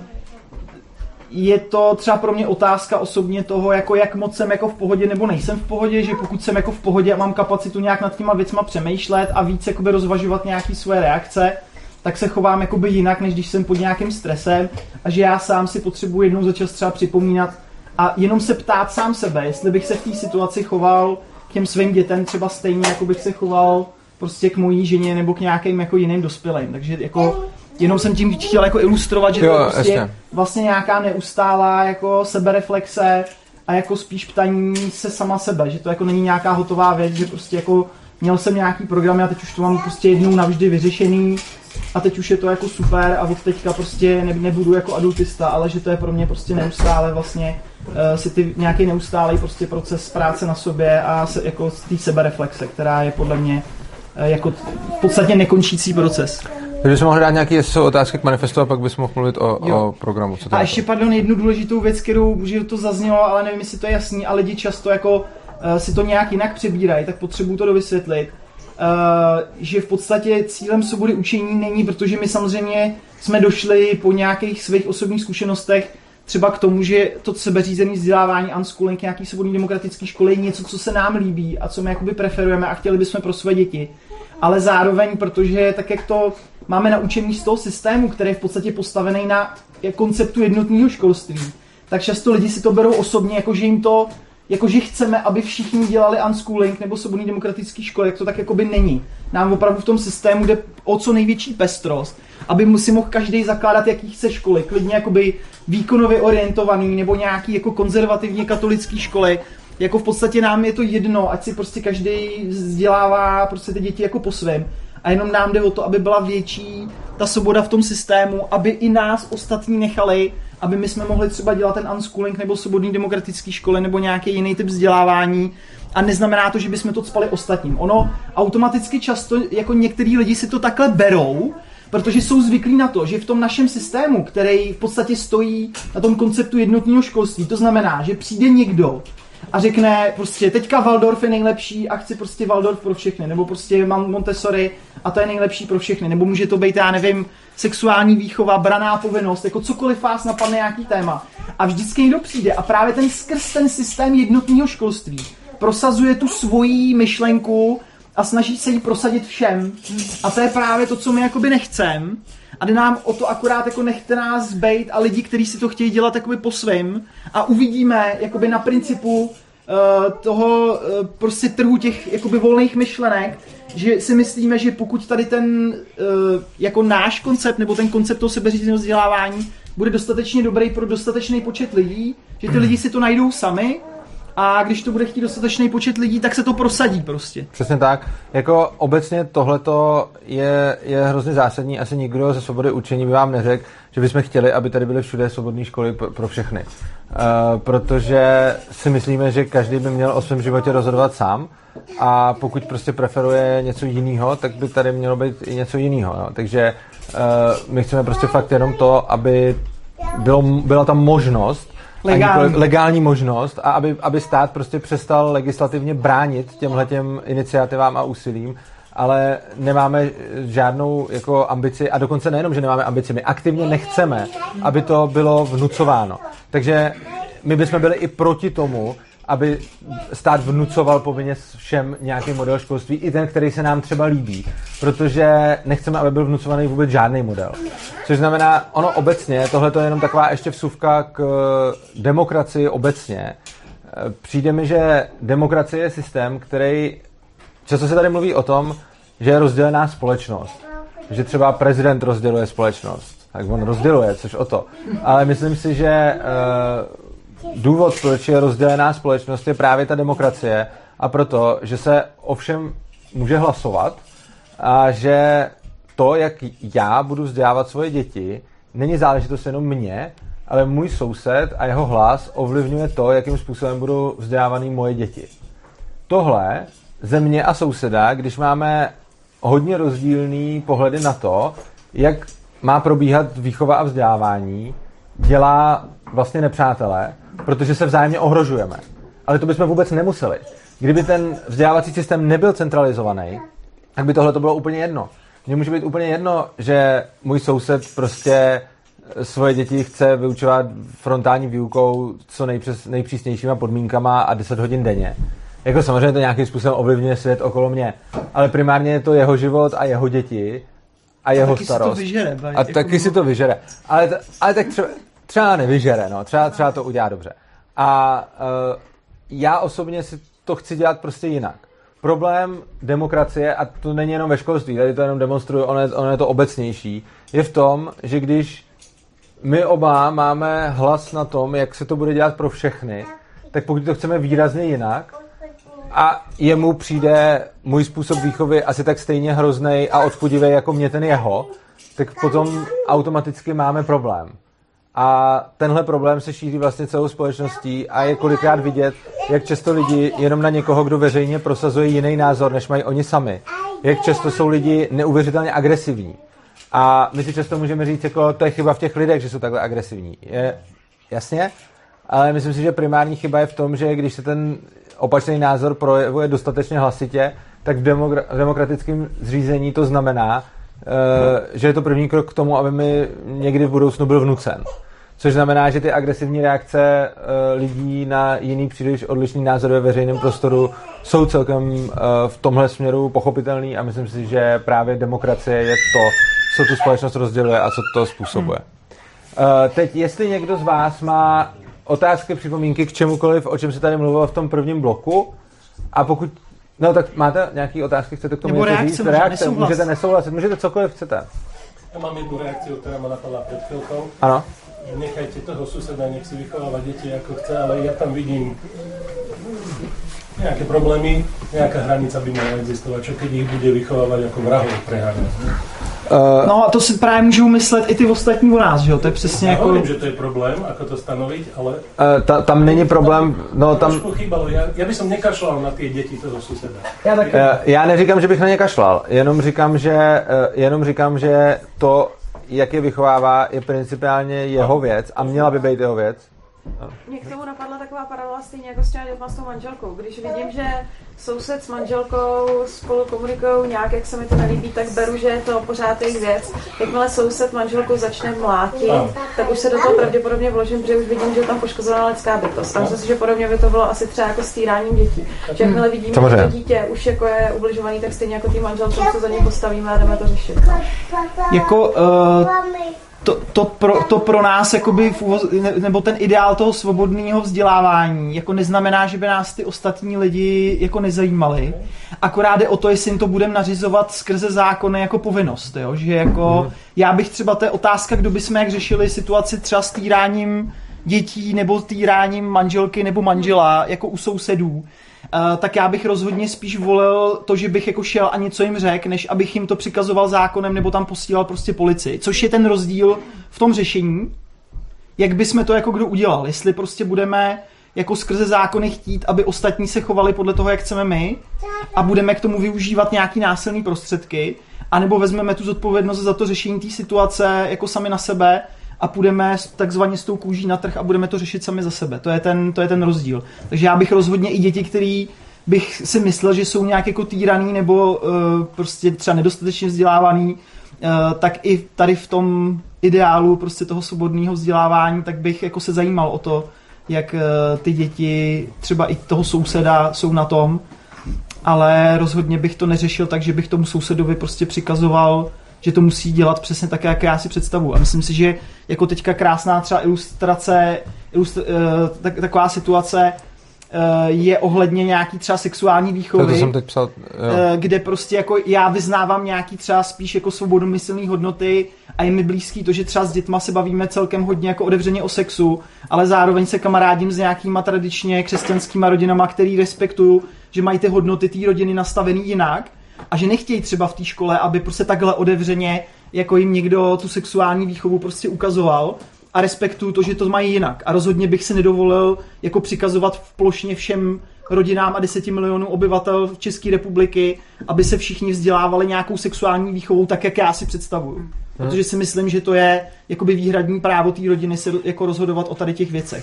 je to třeba pro mě otázka osobně toho, jako jak moc jsem jako v pohodě nebo nejsem v pohodě, že pokud jsem jako v pohodě a mám kapacitu nějak nad těma věcma přemýšlet a víc jakoby rozvažovat nějaký svoje reakce, tak se chovám jakoby jinak, než když jsem pod nějakým stresem a že já sám si potřebuji jednou za čas třeba připomínat a jenom se ptát sám sebe, jestli bych se v té situaci choval k těm svým dětem třeba stejně, jako bych se choval prostě k mojí ženě nebo k nějakým jako jiným dospělým. Takže jako jenom jsem tím chtěl jako ilustrovat, že to je prostě vlastně nějaká neustálá jako sebereflexe a jako spíš ptaní se sama sebe, že to jako není nějaká hotová věc, že prostě jako měl jsem nějaký program a teď už to mám prostě jednou navždy vyřešený a teď už je to jako super a od teďka prostě nebudu jako adultista, ale že to je pro mě prostě neustále vlastně si ty nějaký neustálý prostě proces práce na sobě a jako té sebereflexe, která je podle mě jako podstatně nekončící proces. Takže bychom mohli dát nějaké, jestli jsou otázky k manifestu a pak bychom mohli mluvit o programu. Co to a ještě jednu důležitou věc, kterou že to zaznělo, ale nevím, jestli to je jasný, a lidi často jako si to nějak jinak přebírají, tak potřebuju to dovysvětlit. Že v podstatě cílem svobody učení není, protože my samozřejmě jsme došli po nějakých svých osobních zkušenostech třeba k tomu, že to sebeřízené vzdělávání, unschooling, nějaký svobodný demokratický školy je něco, co se nám líbí a co my jakoby preferujeme a chtěli bychom pro své děti. ale zároveň, protože tak jak to máme naučený z toho systému, který je v podstatě postavený na konceptu jednotného školství, tak často lidi si to berou osobně, jakože jim to, jakože chceme, aby všichni dělali unschooling nebo svobodný demokratický školy, jak to tak jakoby není. Nám opravdu v tom systému jde o co největší pestrost, aby si mohl každý zakládat, jaký chce školy, klidně jakoby výkonově orientovaný nebo nějaký jako konzervativně katolický školy. Jako v podstatě nám je to jedno, ať si prostě každý vzdělává prostě ty děti jako po svém. A jenom nám jde o to, aby byla větší ta svoboda v tom systému, aby i nás ostatní nechali, aby my jsme mohli třeba dělat ten unschooling nebo svobodný demokratický školy nebo nějaký jiný typ vzdělávání. A neznamená to, že bychom to cpali ostatním. Ono automaticky často, jako některý lidi si to takhle berou, protože jsou zvyklí na to, že v tom našem systému, který v podstatě stojí na tom konceptu jednotného školství, to znamená, že přijde někdo a řekne prostě teďka Waldorf je nejlepší a chci prostě Waldorf pro všechny, nebo prostě mám Montessori a to je nejlepší pro všechny, nebo může to být, já nevím, sexuální výchova, branná povinnost, jako cokoliv vás napadne nějaký téma. A vždycky někdo přijde a právě skrz ten systém jednotného školství prosazuje tu svoji myšlenku a snaží se jí prosadit všem. A to je právě to, co my jakoby nechcem. A jde nám o to akorát, jako nechte nás bejt a lidi, kteří si to chtějí dělat jakoby po svým. A uvidíme jakoby na principu toho prostě trhu těch jakoby volných myšlenek, že si myslíme, že pokud tady ten jako náš koncept nebo ten koncept toho sebeřízeného vzdělávání bude dostatečně dobrý pro dostatečný počet lidí, že ty lidi si to najdou sami, a když to bude chtít dostatečný počet lidí, tak se to prosadí prostě. Přesně tak. Jako obecně tohleto je hrozně zásadní. Asi nikdo ze svobody učení by vám neřekl, že bychom chtěli, aby tady byly všude svobodné školy pro všechny. Protože si myslíme, že každý by měl o svém životě rozhodovat sám a pokud prostě preferuje něco jiného, tak by tady mělo být i něco jiného. No. Takže my chceme prostě fakt jenom to, aby byla tam možnost, legální možnost a aby stát prostě přestal legislativně bránit těmhletěm iniciativám a úsilím, ale nemáme žádnou jako ambici a dokonce nejenom, že nemáme ambici, my aktivně nechceme, aby to bylo vnucováno. Takže my bychom byli i proti tomu, aby stát vnucoval povinně všem nějaký model školství, i ten, který se nám třeba líbí, protože nechceme, aby byl vnucovaný vůbec žádný model. Což znamená, ono obecně, tohle je jenom taková ještě vsuvka k demokracii obecně. Přijde mi, že demokracie je systém, který, často se tady mluví o tom, že je rozdělená společnost. Že třeba prezident rozděluje společnost. Tak on rozděluje, což o to. Ale myslím si, že důvod, proč je rozdělená společnost, je právě ta demokracie a proto, že se ovšem může hlasovat a že to, jak já budu vzdělávat svoje děti, není záležitost jenom mě, ale můj soused a jeho hlas ovlivňuje to, jakým způsobem budou vzdělávaný moje děti. Tohle ze mě a souseda, když máme hodně rozdílný pohledy na to, jak má probíhat výchova a vzdělávání, dělá vlastně nepřátelé, protože se vzájemně ohrožujeme. Ale to bychom vůbec nemuseli. Kdyby ten vzdělávací systém nebyl centralizovaný, tak by tohle to bylo úplně jedno. Mně může být úplně jedno, že můj soused prostě svoje děti chce vyučovat frontální výukou co nejpřísnějšíma podmínkama a 10 hodin denně. Jako samozřejmě to nějakým způsobem ovlivňuje svět okolo mě, ale primárně je to jeho život a jeho děti a jeho starost. A taky si to vyžere. Ale tak třeba nevyžere, no. Třeba to udělá dobře. A já osobně si to chci dělat prostě jinak. Problém demokracie, a to není jenom ve školství, tady to jenom demonstruju, ono je to obecnější, je v tom, že když my oba máme hlas na tom, jak se to bude dělat pro všechny, tak pokud to chceme výrazně jinak a jemu přijde můj způsob výchovy asi tak stejně hroznej a odpudivý jako mě ten jeho, tak potom automaticky máme problém. A tenhle problém se šíří vlastně celou společností a je kolikrát vidět, jak často lidi jenom na někoho, kdo veřejně prosazuje jiný názor, než mají oni sami. Jak často jsou lidi neuvěřitelně agresivní. A my si často můžeme říct, jako to je chyba v těch lidech, že jsou takhle agresivní. Jasně? Ale myslím si, že primární chyba je v tom, že když se ten opačný názor projevuje dostatečně hlasitě, tak v demokratickém zřízení to znamená, že je to první krok k tomu, aby mi někdy v budoucnu byl vnucen. Což znamená, že ty agresivní reakce lidí na jiný příliš odlišný názor ve veřejném prostoru jsou celkem v tomhle směru pochopitelný a myslím si, že právě demokracie je to, co tu společnost rozděluje a co to způsobuje. Teď, jestli někdo z vás má otázky, připomínky k čemukoliv, o čem se tady mluvilo v tom prvním bloku, a pokud... No tak máte nějaké otázky, chcete k tomu něco říct? Reakce, můžete nesouhlasit, můžete cokoliv chcete. Ja mám jednu reakciu, ktorá ma napadla pred chvíľkou. Áno. Nechajte toho suseda, nech si vychováva deti ako chce, ale ja tam vidím nejaké problémy, nejaká hranica by mala existovať, čo keď ich bude vychovávať ako vrahov preháňať. No a to si právě můžou myslet i ty ostatní u nás, že jo? To je přesně ja jako... hovorím, že to je problém, ako to stanoviť, ale... Tam není problém, no tam... Trošku chýbalo, ja by som nekašlal na tie deti toho suseda. Já neříkám, že bych na ně kašlal, jenom říkám, že to, jak je vychovává, je principiálně jeho věc a měla by být jeho věc. Mě k tomu napadla taková paralela stejně jako s těma dětma s tou manželkou. Když vidím, že soused s manželkou spolu komunikují nějak, jak se mi to nelíbí, tak beru, že je to pořád jejich věc. Jakmile soused manželku začne mlátit, tak už se do toho pravděpodobně vložím, protože už vidím, že je tam poškozená lidská bytost. A myslím si, že podobně by to bylo asi třeba jako s týráním dětí. Že jakmile vidím, že to dítě už jako je ubližovaný, tak stejně jako tým manželcům se za něj postavíme a jdeme to řešit. Jako... To pro nás jakoby, nebo ten ideál toho svobodného vzdělávání jako neznamená, že by nás ty ostatní lidi jako nezajímali. Akorát jde o to, jestli jim to budeme nařizovat skrze zákony jako povinnost. Jo? Že jako, já bych třeba, to je otázka, kdo bychom jak řešili situaci třeba s týráním dětí nebo týráním manželky nebo manžela jako u sousedů. Tak já bych rozhodně spíš volil to, že bych jako šel a něco jim řekl, než abych jim to přikazoval zákonem nebo tam posílal prostě policii. Což je ten rozdíl v tom řešení, jak bychom to jako kdo udělal. Jestli prostě budeme jako skrze zákony chtít, aby ostatní se chovali podle toho, jak chceme my a budeme k tomu využívat nějaký násilný prostředky, anebo vezmeme tu zodpovědnost za to řešení té situace jako sami na sebe a půjdeme takzvaně s tou kůží na trh a budeme to řešit sami za sebe. To je ten rozdíl. Takže já bych rozhodně i děti, který bych si myslel, že jsou nějak jako týraný nebo prostě třeba nedostatečně vzdělávaný, tak i tady v tom ideálu prostě toho svobodného vzdělávání, tak bych jako se zajímal o to, jak ty děti, třeba i toho souseda jsou na tom, ale rozhodně bych to neřešil tak, že bych tomu sousedovi prostě přikazoval, že to musí dělat přesně tak, jak já si představuji. A myslím si, že jako teďka krásná třeba taková situace je ohledně nějaký třeba sexuální výchovy, to jsem teď psal, kde prostě jako já vyznávám nějaký třeba spíš jako svobodomyslný hodnoty a je mi blízký to, že třeba s dětma se bavíme celkem hodně jako otevřeně o sexu, ale zároveň se kamarádím s nějakýma tradičně křesťanskýma rodinama, který respektuju, že mají ty hodnoty té rodiny nastavený jinak a že nechtějí třeba v té škole, aby prostě takhle otevřeně jako jim někdo tu sexuální výchovu prostě ukazoval a respektuju to, že to mají jinak. A rozhodně bych si nedovolil jako přikazovat plošně všem rodinám a 10 milionů obyvatel České republiky, aby se všichni vzdělávali nějakou sexuální výchovou tak, jak já si představuju. Protože si myslím, že to je jakoby výhradní právo té rodiny se jako rozhodovat o tady těch věcech.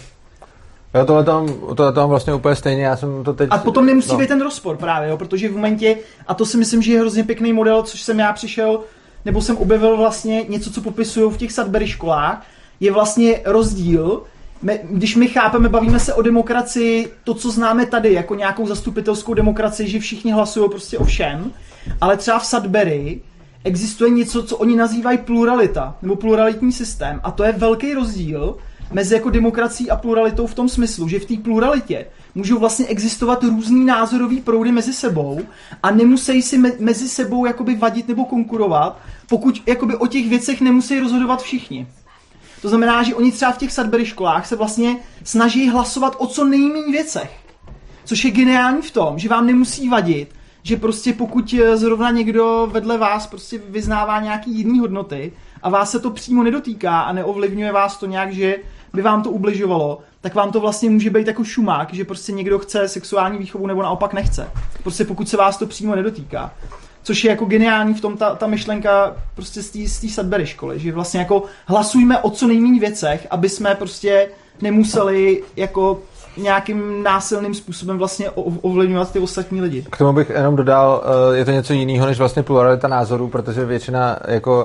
Já tohle tam vlastně úplně stejně, já jsem to teď... A potom nemusí být ten rozpor právě, jo, protože v momentě, a to si myslím, že je hrozně pěkný model, což jsem já přišel, nebo jsem objevil vlastně něco, co popisují v těch Sudbury školách, je vlastně rozdíl, když my chápeme, bavíme se o demokracii, to, co známe tady, jako nějakou zastupitelskou demokracii, že všichni hlasují prostě o všem, ale třeba v Sudbury existuje něco, co oni nazývají pluralita, nebo pluralitní systém, a to je velký rozdíl mezi jako demokracií a pluralitou v tom smyslu, že v té pluralitě můžou vlastně existovat různý názorový proudy mezi sebou a nemusí si mezi sebou jakoby vadit nebo konkurovat, pokud jakoby o těch věcech nemusí rozhodovat všichni. To znamená, že oni třeba v těch Sudbury školách se vlastně snaží hlasovat o co nejméně věcech. Což je geniální v tom, že vám nemusí vadit, že prostě pokud zrovna někdo vedle vás prostě vyznává nějaký jiný hodnoty a vás se to přímo nedotýká a neovlivňuje vás to nějak, že by vám to ubližovalo, tak vám to vlastně může být jako šumák, že prostě někdo chce sexuální výchovu nebo naopak nechce. Prostě pokud se vás to přímo nedotýká. Což je jako geniální v tom ta myšlenka prostě z té Sudbury školy, že vlastně jako hlasujme o co nejméně věcech, aby jsme prostě nemuseli jako nějakým násilným způsobem vlastně ovlivňovat ty ostatní lidi. K tomu bych jenom dodal, je to něco jiného než vlastně pluralita názorů, protože většina jako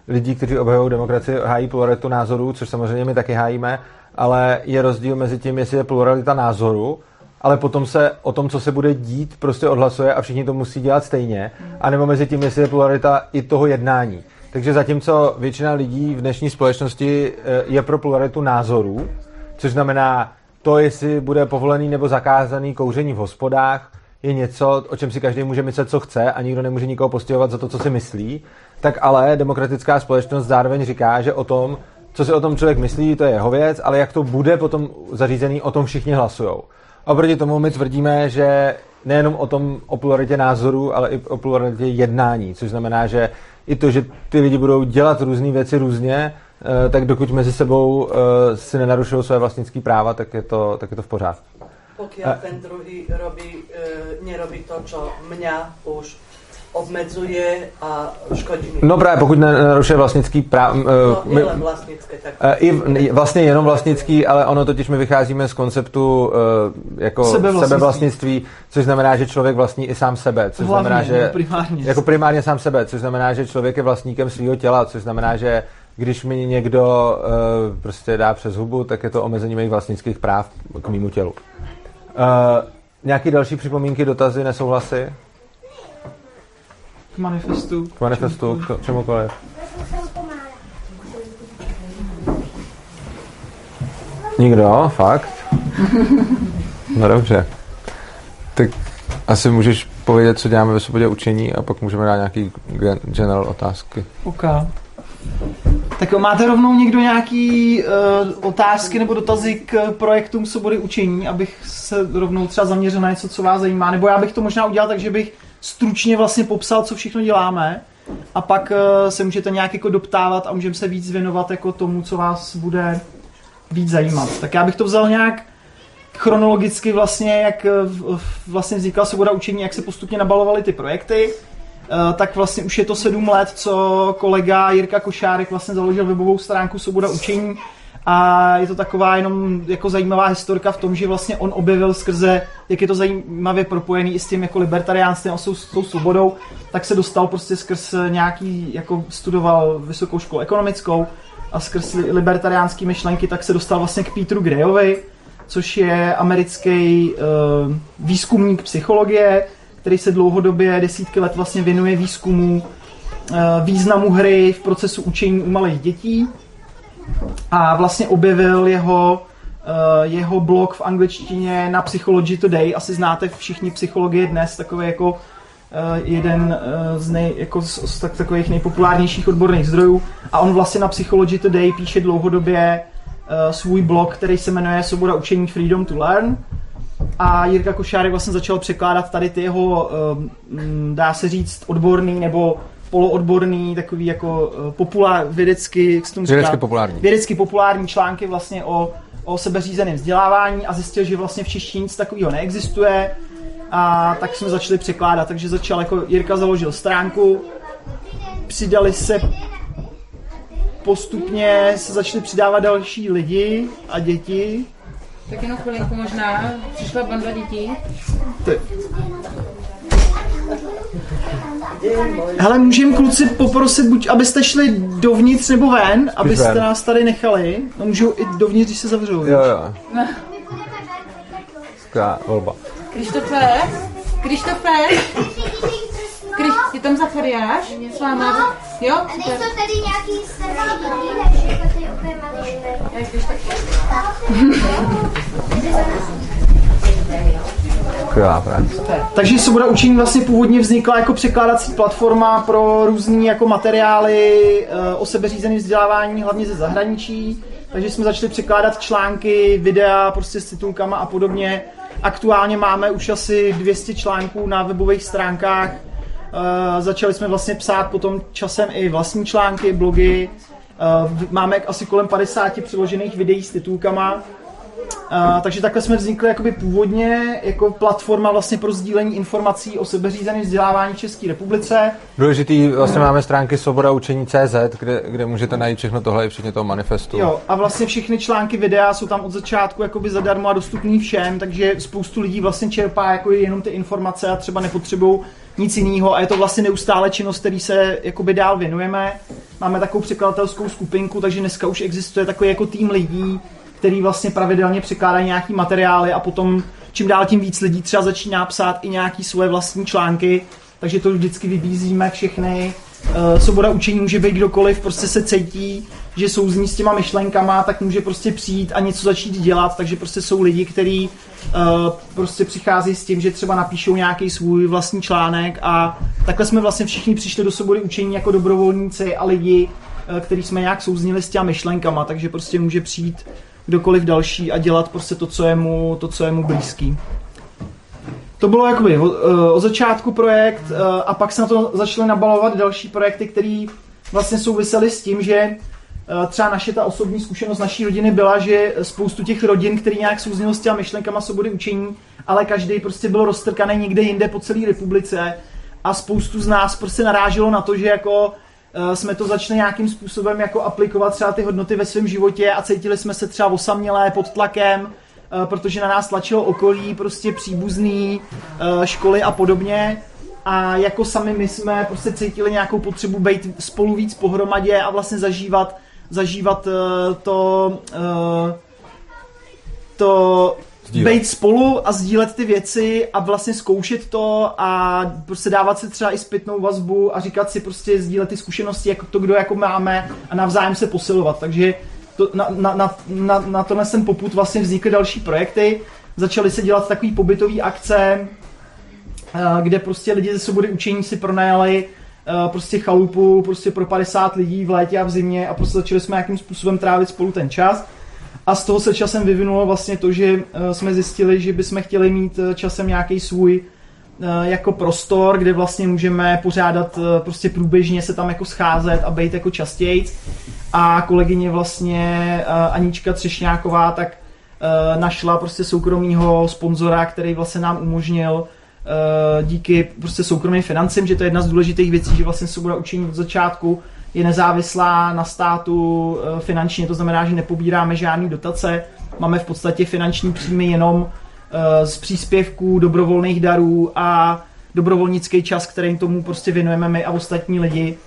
lidí, kteří obhajují demokracii, hájí pluralitu názorů, což samozřejmě my taky hájíme, ale je rozdíl mezi tím, jestli je pluralita názoru, ale potom se o tom, co se bude dít, prostě odhlasuje a všichni to musí dělat stejně, anebo mezi tím, jestli je pluralita i toho jednání. Takže zatímco většina lidí v dnešní společnosti je pro pluralitu názorů, což znamená to, jestli bude povolený nebo zakázaný kouření v hospodách, je něco, o čem si každý může myslet, co chce a nikdo nemůže nikoho postihovat za to, co si myslí, tak ale demokratická společnost zároveň říká, že o tom, co si o tom člověk myslí, to je jeho věc, ale jak to bude potom zařízený, o tom všichni hlasujou. Oproti tomu my tvrdíme, že nejenom o pluralitě názorů, ale i o pluralitě jednání, což znamená, že i to, že ty lidi budou dělat různé věci různě, tak dokud mezi sebou si nenarušují své vlastnické práva, tak je to v pořádku. Pokiaľ ten druhý nerobí to, čo mňa už obmedzuje a škodí mi. No právě, pokud nenarušuje vlastnický práv... Nielen vlastnické, tak... Vlastně jenom vlastnický, ale ono totiž my vycházíme z konceptu jako sebevlastnictví, což znamená, že člověk vlastní i sám sebe, což hlavně, znamená, že... Primárně sám sebe, což znamená, že člověk je vlastníkem svého těla, což znamená, že když mi někdo prostě dá přes hubu, tak je to omezení mých vlastnických práv k mému tělu. Nějaký další připomínky, dotazy, nesouhlasy? K manifestu, k čemukoliv. Nikdo? Fakt? No dobře. Tak asi můžeš povědět, co děláme ve svobodě učení a pak můžeme dát nějaký general otázky. OK. Tak máte rovnou někdo nějaký otázky nebo dotazy k projektům svobody učení, abych se rovnou třeba zaměřil na něco, co vás zajímá, nebo já bych to možná udělal tak, že bych stručně vlastně popsal, co všechno děláme a pak se můžete nějak jako doptávat a můžeme se víc věnovat jako tomu, co vás bude víc zajímat. Tak já bych to vzal nějak chronologicky vlastně, jak vlastně vznikla svoboda učení, jak se postupně nabalovaly ty projekty. Tak vlastně už je to 7 let, co kolega Jirka Košárek vlastně založil webovou stránku Svoboda učení a je to taková jenom jako zajímavá historka v tom, že vlastně on objevil skrze, jak je to zajímavě propojený i s tím jako libertariánstvím a s tou svobodou, tak se dostal prostě skrz nějaký, jako studoval vysokou školu ekonomickou a skrz libertariánský myšlenky, tak se dostal vlastně k Peteru Grayovi, což je americký výzkumník psychologie, který se dlouhodobě desítky let vlastně věnuje výzkumu významu hry v procesu učení u malých dětí a vlastně objevil jeho blog v angličtině na Psychology Today. Asi znáte všichni Psychologie dnes, takový jako jeden z takových nejpopulárnějších odborných zdrojů a on vlastně na Psychology Today píše dlouhodobě svůj blog, který se jmenuje Svoboda učení Freedom to Learn. A Jirka Košárek vlastně začal překládat tady ty jeho, dá se říct, odborný nebo poloodborný, takový jako vědecky populární články vlastně o sebeřízeném vzdělávání a zjistil, že vlastně v češtině nic takového neexistuje a tak jsme začali překládat, takže Jirka založil stránku, přidali se postupně, se začali přidávat další lidi a děti. Tak jenom chvilinku možná, přišla banda dětí. Hele, můžeme kluci poprosit, buď abyste šli dovnitř nebo ven, abyste nás tady nechali. No můžou i dovnitř, když se zavřou. Jo. Skvělá volba. Krištofe, je tam Zachariáš s váma? Jo? A nejsou tady nějaký starší lidi, než jako ty úplně malý Takže Svoboda učení vlastně původně vznikla jako překládací platforma pro různý jako materiály o sebeřízeném vzdělávání, hlavně ze zahraničí. Takže jsme začali překládat články, videa prostě s titulkama a podobně. Aktuálně máme už asi 200 článků na webových stránkách. Začali jsme vlastně psát potom časem i vlastní články, blogy. Máme asi kolem 50 přiložených videí s titulkama. Takže takhle jsme vznikli jakoby původně jako platforma vlastně pro sdílení informací o sebeřízeném vzdělávání v České republice. Důležitý, vlastně máme stránky svobodaučení.cz, kde můžete najít všechno tohle i včetně toho manifestu. Jo, a vlastně všechny články videa jsou tam od začátku jakoby zadarmo a dostupný všem, takže spoustu lidí vlastně čerpá jako jenom ty informace a třeba nepotřebují nic jiného a je to vlastně neustále činnost, který se jakoby dál věnujeme. Máme takovou překladatelskou skupinku, takže dneska už existuje takový jako tým lidí, který vlastně pravidelně překládají nějaký materiály a potom čím dál tím víc lidí třeba začíná psát i nějaký svoje vlastní články, takže to vždycky vybízíme všechny. Svoboda učení může být kdokoliv, prostě se cítí, že souzní s těma myšlenkama, tak může prostě přijít a něco začít dělat, takže prostě jsou lidi, kteří prostě přichází s tím, že třeba napíšou nějaký svůj vlastní článek a takhle jsme vlastně všichni přišli do svobody učení jako dobrovolníci a lidi, kteří jsme nějak souznili s těma myšlenkama, takže prostě může přijít kdokoliv další a dělat prostě to, co je mu blízký. To bylo jakoby od začátku projekt a pak se na to začaly nabalovat další projekty, které vlastně souvisely s tím, že třeba ta osobní zkušenost naší rodiny byla, že spoustu těch rodin, který nějak souznilo s těma myšlenkama svobody učení, ale každý prostě byl roztrkaný někde jinde po celé republice a spoustu z nás prostě naráželo na to, že jako jsme to začali nějakým způsobem jako aplikovat třeba ty hodnoty ve svém životě a cítili jsme se třeba osamělé, pod tlakem, protože na nás tlačilo okolí, prostě příbuzný, školy a podobně. A jako sami my jsme prostě cítili nějakou potřebu být spolu víc pohromadě a vlastně zažívat to být spolu a sdílet ty věci a vlastně zkoušet to a prostě dávat si třeba i zpětnou vazbu a říkat si prostě sdílet ty zkušenosti, jako to, kdo jako máme a navzájem se posilovat. Takže to, na tenhle ten popud vlastně vznikly další projekty. Začaly se dělat takový pobytový akce, kde prostě lidi ze svobody učení si pronajali prostě chalupu prostě pro 50 lidí v létě a v zimě a prostě začali jsme nějakým způsobem trávit spolu ten čas. A z toho se časem vyvinulo vlastně to, že jsme zjistili, že bychom chtěli mít časem nějaký svůj jako prostor, kde vlastně můžeme pořádat prostě průběžně se tam jako scházet a být jako častěji. A kolegyně vlastně Anička Třešňáková tak našla prostě soukromýho sponzora, který vlastně nám umožnil díky prostě soukromým financím, že to je jedna z důležitých věcí, že vlastně svoboda učení od začátku je nezávislá na státu finančně, to znamená, že nepobíráme žádný dotace, máme v podstatě finanční příjmy jenom z příspěvků, dobrovolných darů a dobrovolnický čas, kterým tomu prostě věnujeme my a ostatní lidi.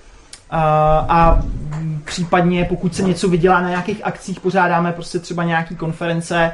A případně, pokud se něco vydělá na nějakých akcích, pořádáme prostě třeba nějaký konference,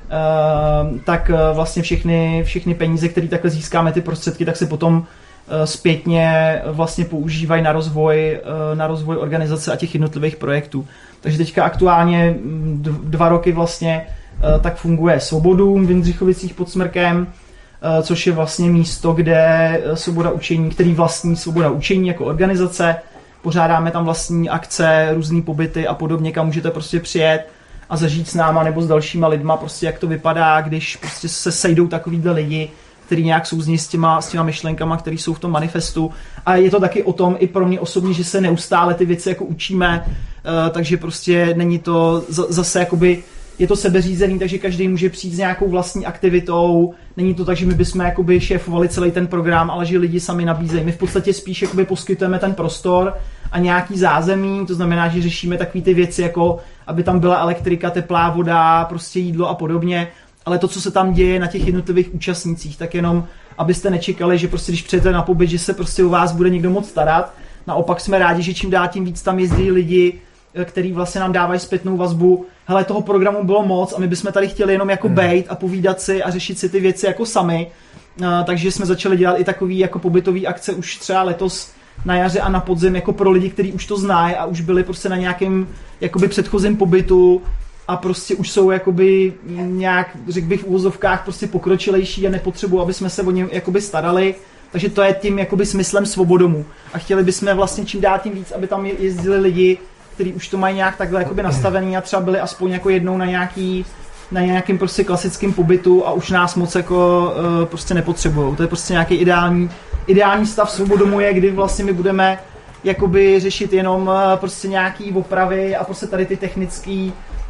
tak vlastně všechny peníze, které takhle získáme, ty prostředky, tak se potom zpětně vlastně používají na rozvoj organizace a těch jednotlivých projektů. Takže teďka aktuálně 2 roky vlastně tak funguje Svobodům v Jindřichovicích pod Smrkem, což je vlastně místo, kde Svoboda učení, který vlastní Svoboda učení jako organizace. Pořádáme tam vlastní akce, různý pobyty a podobně, kam můžete prostě přijet a zažít s náma nebo s dalšíma lidma, prostě jak to vypadá, když prostě se sejdou takovýhle lidi, který nějak souzní s těma myšlenkama, které jsou v tom manifestu. A je to taky o tom i pro mě osobně, že se neustále ty věci jako učíme, takže prostě není to zase jakoby, je to sebeřízený, takže každý může přijít s nějakou vlastní aktivitou. Není to tak, že my bychom jakoby šéfovali celý ten program, ale že lidi sami nabízejí. My v podstatě spíš jakoby poskytujeme ten prostor a nějaký zázemí, to znamená, že řešíme takové ty věci, jako aby tam byla elektrika, teplá voda, prostě jídlo a podobně. Ale to, co se tam děje na těch jednotlivých účastnících, tak jenom, abyste nečekali, že prostě když přijete na pobyt, že se prostě o vás bude někdo moc starat. Naopak jsme rádi, že čím dál tím víc tam jezdí lidi, který vlastně nám dávají zpětnou vazbu. Hele, toho programu bylo moc a my bychom tady chtěli jenom jako bejt a povídat si a řešit si ty věci jako sami. Takže jsme začali dělat i takový jako pobytový akce už třeba letos na jaře a na podzim jako pro lidi, kteří už to znají a už byli prostě na nějakém jakoby předchozím pobytu a prostě už jsou jakoby nějak, řekl bych v úvozovkách, prostě pokročilejší a nepotřebují, aby jsme se o ně jakoby starali. Takže to je tím jakoby smyslem Svobodomu. A chtěli bychom vlastně čím dál tím víc, aby tam jezdili lidi, kteří už to mají nějak takhle jakoby nastavený a třeba byli aspoň jako jednou na nějakým prostě klasickým pobytu a už nás moc jako prostě nepotřebujou. To je prostě nějaký ideální stav Svobodomu je, kdy vlastně my budeme jakoby řešit jenom prostě nějaký opravy a prostě tady ty technické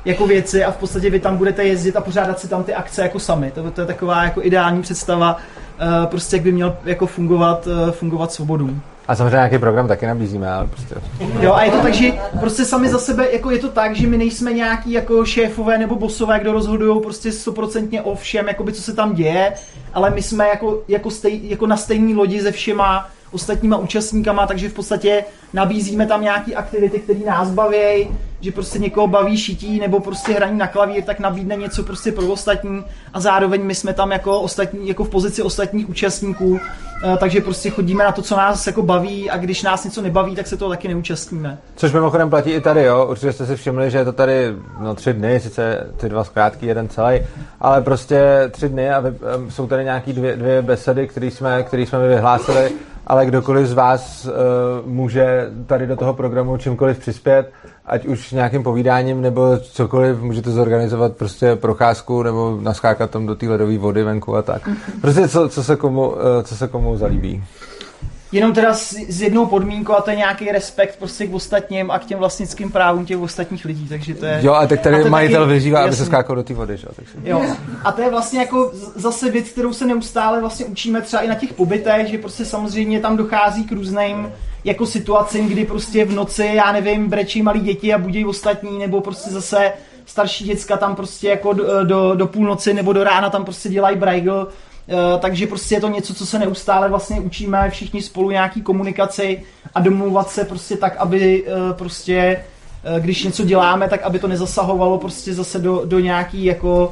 jako věci a v podstatě vy tam budete jezdit a pořádat si tam ty akce jako sami. To je taková jako ideální představa, prostě jak by měl jako fungovat Svobodům. A samozřejmě nějaký program taky nabízíme, ale prostě... Jo, a je to tak, že prostě sami za sebe, jako je to tak, že my nejsme nějaký jako šéfové nebo bosové, kdo rozhodujou prostě 100% o všem, jakoby co se tam děje, ale my jsme jako na stejné lodi se všema ostatníma účastníkama, takže v podstatě nabízíme tam nějaký aktivity, které nás baví, že prostě někoho baví šití nebo prostě hraní na klavír, tak nabídne něco prostě pro ostatní a zároveň my jsme tam jako ostatní, jako v pozici ostatních účastníků, takže prostě chodíme na to, co nás jako baví a když nás něco nebaví, tak se toho taky neúčastníme. Což mimochodem platí i tady, jo, určitě jste si všimli, že je to tady 3 dny, sice ty 2 zkrátký, 1 celý, ale prostě 3 dny a jsou tady nějaký dvě besedy, které jsme my vyhlásili, ale kdokoliv z vás může tady do toho programu čímkoliv přispět, ať už nějakým povídáním nebo cokoliv, můžete zorganizovat prostě procházku nebo naskákat tam do té ledové vody venku a tak. Prostě co se komu zalíbí. Jenom teda s jednou podmínkou a to je nějaký respekt prostě k ostatním a k těm vlastnickým právům těch ostatních lidí, takže to je... Jo, a tak tady majitel vyzývá, aby se skákal do té vody, že? Jo, a to je vlastně jako zase věc, kterou se neustále vlastně učíme třeba i na těch pobytech, že prostě samozřejmě tam dochází k různým jako situacím, kdy prostě v noci, já nevím, brečí malí děti a budí ostatní, nebo prostě zase starší děcka tam prostě jako do půlnoci nebo do rána tam prostě dělají brajgl. Takže prostě je to něco, co se neustále vlastně učíme všichni spolu nějaký komunikaci a domluvat se prostě tak, aby prostě když něco děláme, tak aby to nezasahovalo prostě zase do nějaký jako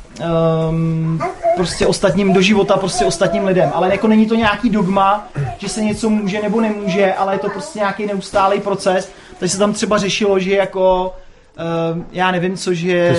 prostě ostatním do života prostě ostatním lidem, ale jako není to nějaký dogma, že se něco může nebo nemůže, ale je to prostě nějaký neustálý proces, takže se tam třeba řešilo, že jako já nevím, což je...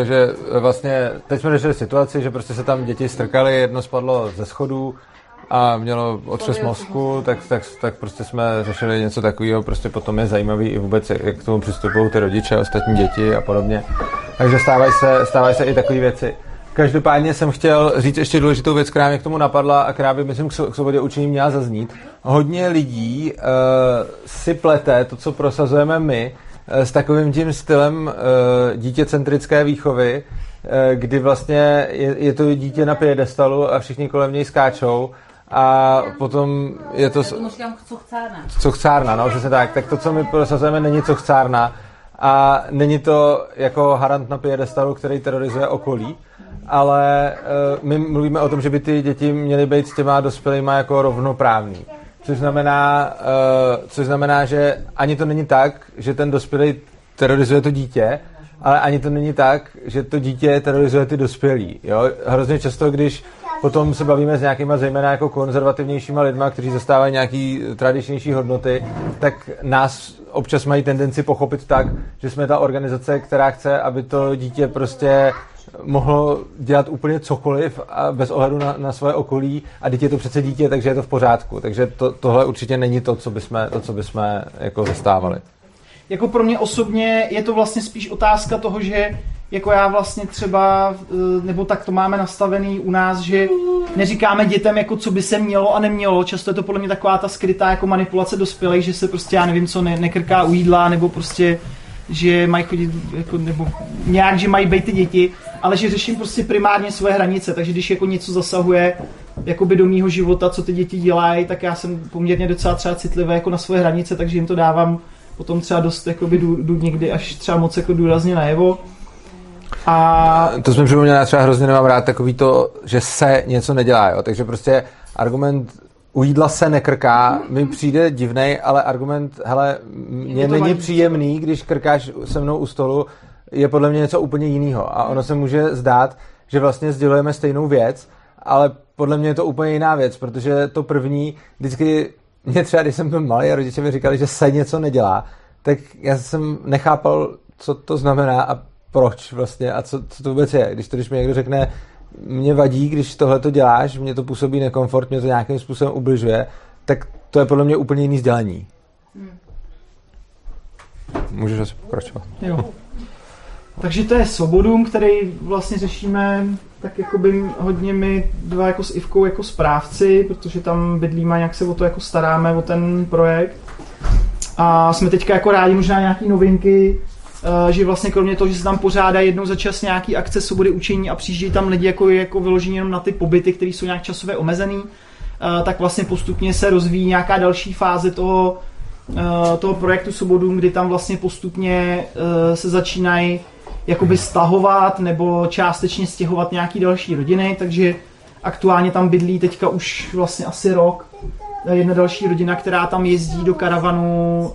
Teď jsme řešili situaci, že prostě se tam děti strkaly, jedno spadlo ze schodů a mělo otřes mozku, tak prostě jsme řešili něco takového, prostě potom je zajímavý i vůbec, jak k tomu přistupují ty rodiče, ostatní děti a podobně. Takže stávají se i takové věci. Každopádně jsem chtěl říct ještě důležitou věc, která mě k tomu napadla a která by, myslím, k svobodě učení měla zaznít. Hodně lidí si plete to, co prosazujeme my, s takovým tím stylem dítěcentrické výchovy, kdy vlastně je to dítě na piedestalu a všichni kolem něj skáčou a potom je to... Cochcárna, no, přesně tak. Tak to, co my prosazujeme, není cochcárna a není to jako harant na piedestalu, který terorizuje okolí, ale my mluvíme o tom, že by ty děti měly být s těma dospělýma jako rovnoprávný. Což znamená, že ani to není tak, že ten dospělý terorizuje to dítě, ale ani to není tak, že to dítě terorizuje ty dospělí. Jo? Hrozně často, když potom se bavíme s nějakýma zejména jako konzervativnějšíma lidma, kteří zastávají nějaký tradičnější hodnoty, tak nás občas mají tendenci pochopit tak, že jsme ta organizace, která chce, aby to dítě prostě mohlo dělat úplně cokoliv a bez ohledu na svoje okolí a dítě je to přece dítě, takže je to v pořádku. Takže tohle určitě není to, co bychom jako zastávali. Jako pro mě osobně je to vlastně spíš otázka toho, že jako já vlastně třeba, nebo tak to máme nastavený u nás, že neříkáme dětem, jako co by se mělo a nemělo. Často je to podle mě taková ta skrytá jako manipulace dospělých, že se prostě, já nevím co, nekrká u jídla, nebo prostě že mají chodit, jako, nebo nějak, že mají být ty děti, ale že řeším prostě primárně svoje hranice, takže když jako něco zasahuje jakoby do mýho života, co ty děti dělají, tak já jsem poměrně docela třeba citlivý jako na svoje hranice, takže jim to dávám potom třeba dost, jakoby jdu někdy až třeba moc jako důrazně najevo. A... To jsme připomněli, já třeba hrozně nemám rád takový to, že se něco nedělá, jo? Takže prostě argument u jídla se nekrká, mi přijde divnej, ale argument, hele, mně není příjemný, když krkáš se mnou u stolu, je podle mě něco úplně jiného. A ono se může zdát, že vlastně sdělujeme stejnou věc, ale podle mě je to úplně jiná věc, protože to první, vždycky mě třeba, když jsem byl malý a rodiče mi říkali, že se něco nedělá, tak já jsem nechápal, co to znamená a proč vlastně a co to vůbec je. Když mi někdo řekne, mě vadí, když tohle to děláš, mě to působí nekomfort, mě to nějakým způsobem ubližuje, tak to je podle mě úplně jiný sdělení. Můžeš asi pokračovat. Jo. Takže to je Svobodům, který vlastně řešíme tak jakoby hodně my dva jako s Ivkou jako správci, protože tam bydlíme a nějak se o to jako staráme, o ten projekt. A jsme teďka jako rádi možná nějaký novinky, že vlastně kromě toho, že se tam pořádá jednou za čas nějaký akce svobody učení a přijíždějí tam lidi jako vyložení jenom na ty pobyty, které jsou nějak časově omezený, tak vlastně postupně se rozvíjí nějaká další fáze toho projektu Svobodům, kdy tam vlastně postupně se začínají jakoby stahovat nebo částečně stěhovat nějaký další rodiny, takže aktuálně tam bydlí teďka už vlastně asi rok jedna další rodina, která tam jezdí do karavanu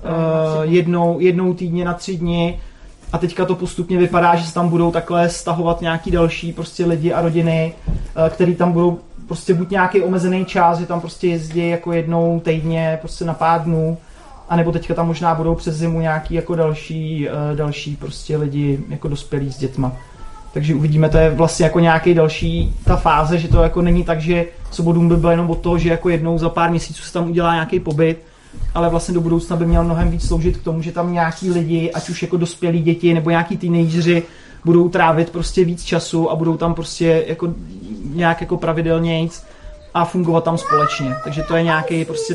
jednou týdně na 3 dny a teďka to postupně vypadá, že se tam budou takhle stahovat nějaký další prostě lidi a rodiny, který tam budou prostě buď nějaký omezený čas, že tam prostě jezdí jako jednou týdně prostě na pár dnů, anebo teďka tam možná budou přes zimu nějaký jako další prostě lidi jako dospělí s dětma. Takže uvidíme, to je vlastně jako nějaký další ta fáze, že to jako není tak, že Svobodům by bylo jenom od toho, že jako jednou za pár měsíců se tam udělá nějaký pobyt, ale vlastně do budoucna by měl mnohem víc sloužit k tomu, že tam nějaký lidi, ať už jako dospělí děti nebo nějaký teenageři, budou trávit prostě víc času a budou tam prostě jako nějak jako pravidelnějc a fungovat tam společně. Takže to je nějaký prostě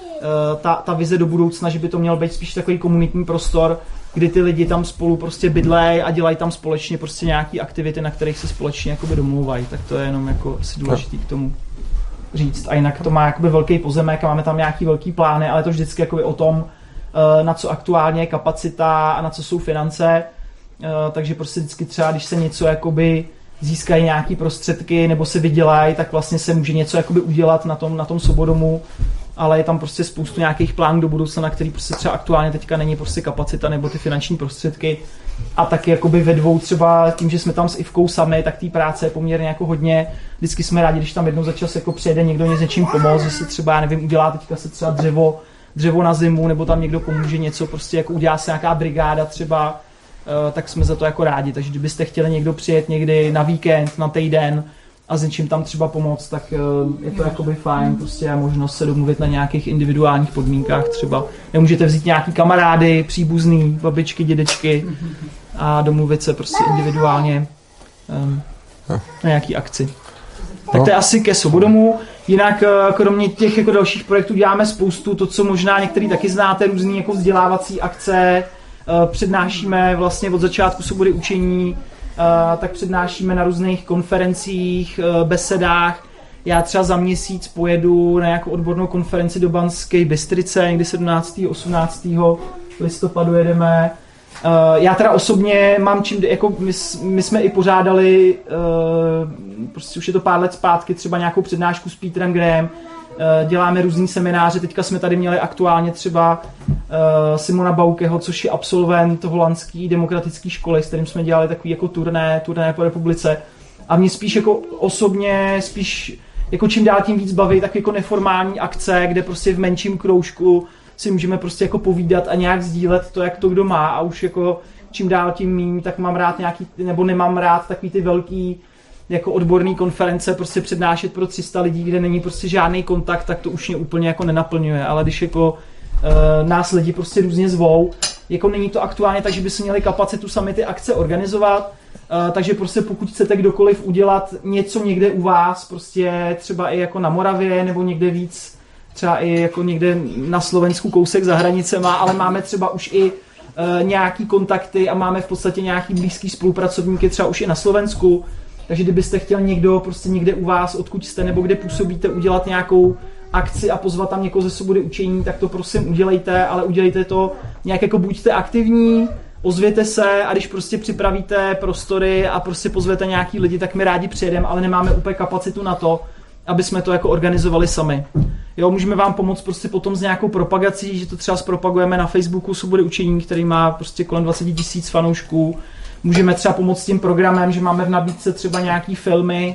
ta vize do budoucna, že by to měl být spíš takový komunitní prostor, kdy ty lidi tam spolu prostě bydlejí a dělají tam společně prostě nějaký aktivity, na kterých se společně jakoby domlouvají. Tak to je jenom jako asi důležitý k tomu říct. A jinak to má jakoby velký pozemek a máme tam nějaký velký plány, ale to vždycky jakoby o tom, na co aktuálně je kapacita a na co jsou finance. Takže prostě vždycky třeba, když se něco jakoby získají nějaký prostředky nebo se vydělají, tak vlastně se může něco jakoby udělat na tom Svobodomu, ale je tam prostě spoustu nějakých plánů do budoucna, na který prostě třeba aktuálně teďka není prostě kapacita nebo ty finanční prostředky. A taky jakoby ve dvou třeba tím, že jsme tam s Ivkou sami, tak té práce je poměrně jako hodně. Vždycky jsme rádi, když tam jednou za čas jako přijede někdo s něčím pomoct, že se třeba, já nevím, udělá teďka se třeba dřevo na zimu, nebo tam někdo pomůže něco, prostě jako udělá se nějaká brigáda třeba, tak jsme za to jako rádi. Takže kdybyste chtěli někdo přijet někdy na víkend, na týden a s něčím tam třeba pomoct, tak je to jakoby fajn, prostě je možnost se domluvit na nějakých individuálních podmínkách třeba. Nemůžete vzít nějaký kamarády, příbuzný, babičky, dědečky a domluvit se prostě individuálně na nějaký akci. Tak to je asi ke Svobodomu. Jinak kromě těch jako dalších projektů děláme spoustu, to, co možná některý taky znáte, různý jako vzdělávací akce, přednášíme vlastně od začátku Svobody učení, tak přednášíme na různých konferencích, besedách. Já třeba za měsíc pojedu na nějakou odbornou konferenci do Banské Bystrice, někdy 17. 18. listopadu jedeme. Já teda osobně mám jako my jsme i pořádali, prostě už je to pár let zpátky, třeba nějakou přednášku s Petrem Graham, děláme různý semináře, teďka jsme tady měli aktuálně třeba Simona Baukeho, což je absolvent holandský demokratické školy, s kterým jsme dělali takový jako turné po republice. A mě spíš jako osobně, spíš jako čím dál tím víc baví, tak jako neformální akce, kde prostě v menším kroužku si můžeme prostě jako povídat a nějak sdílet to, jak to kdo má, a už jako čím dál tím míň, tak mám rád nějaký, nebo nemám rád takový ty velký jako odborný konference, prostě přednášet pro 300 lidí, kde není prostě žádný kontakt, tak to už mě úplně jako nenaplňuje, ale když jako nás lidi prostě různě zvou, jako není to aktuálně tak, že by si měli kapacitu sami ty akce organizovat, takže prostě pokud chcete kdokoliv udělat něco někde u vás, prostě třeba i jako na Moravě, nebo někde víc, třeba i jako někde na Slovensku kousek za hranicema, ale máme třeba už i nějaký kontakty a máme v podstatě nějaký blízký spolupracovníky třeba už i na Slovensku, takže kdybyste chtěl někdo prostě někde u vás, odkud jste nebo kde působíte, udělat nějakou akci a pozvat tam někoho ze Svobody učení, tak to prosím udělejte, ale udělejte to nějak jako buďte aktivní, ozvěte se, a když prostě připravíte prostory a prostě pozvete nějaký lidi, tak my rádi přijedeme, ale nemáme úplně kapacitu na to, aby jsme to jako organizovali sami. Jo, můžeme vám pomoct prostě potom s nějakou propagací, že to třeba zpropagujeme na Facebooku Svobody učení, který má prostě kolem 20 000 fanoušků. Můžeme třeba pomoct s tím programem, že máme v nabídce třeba nějaký filmy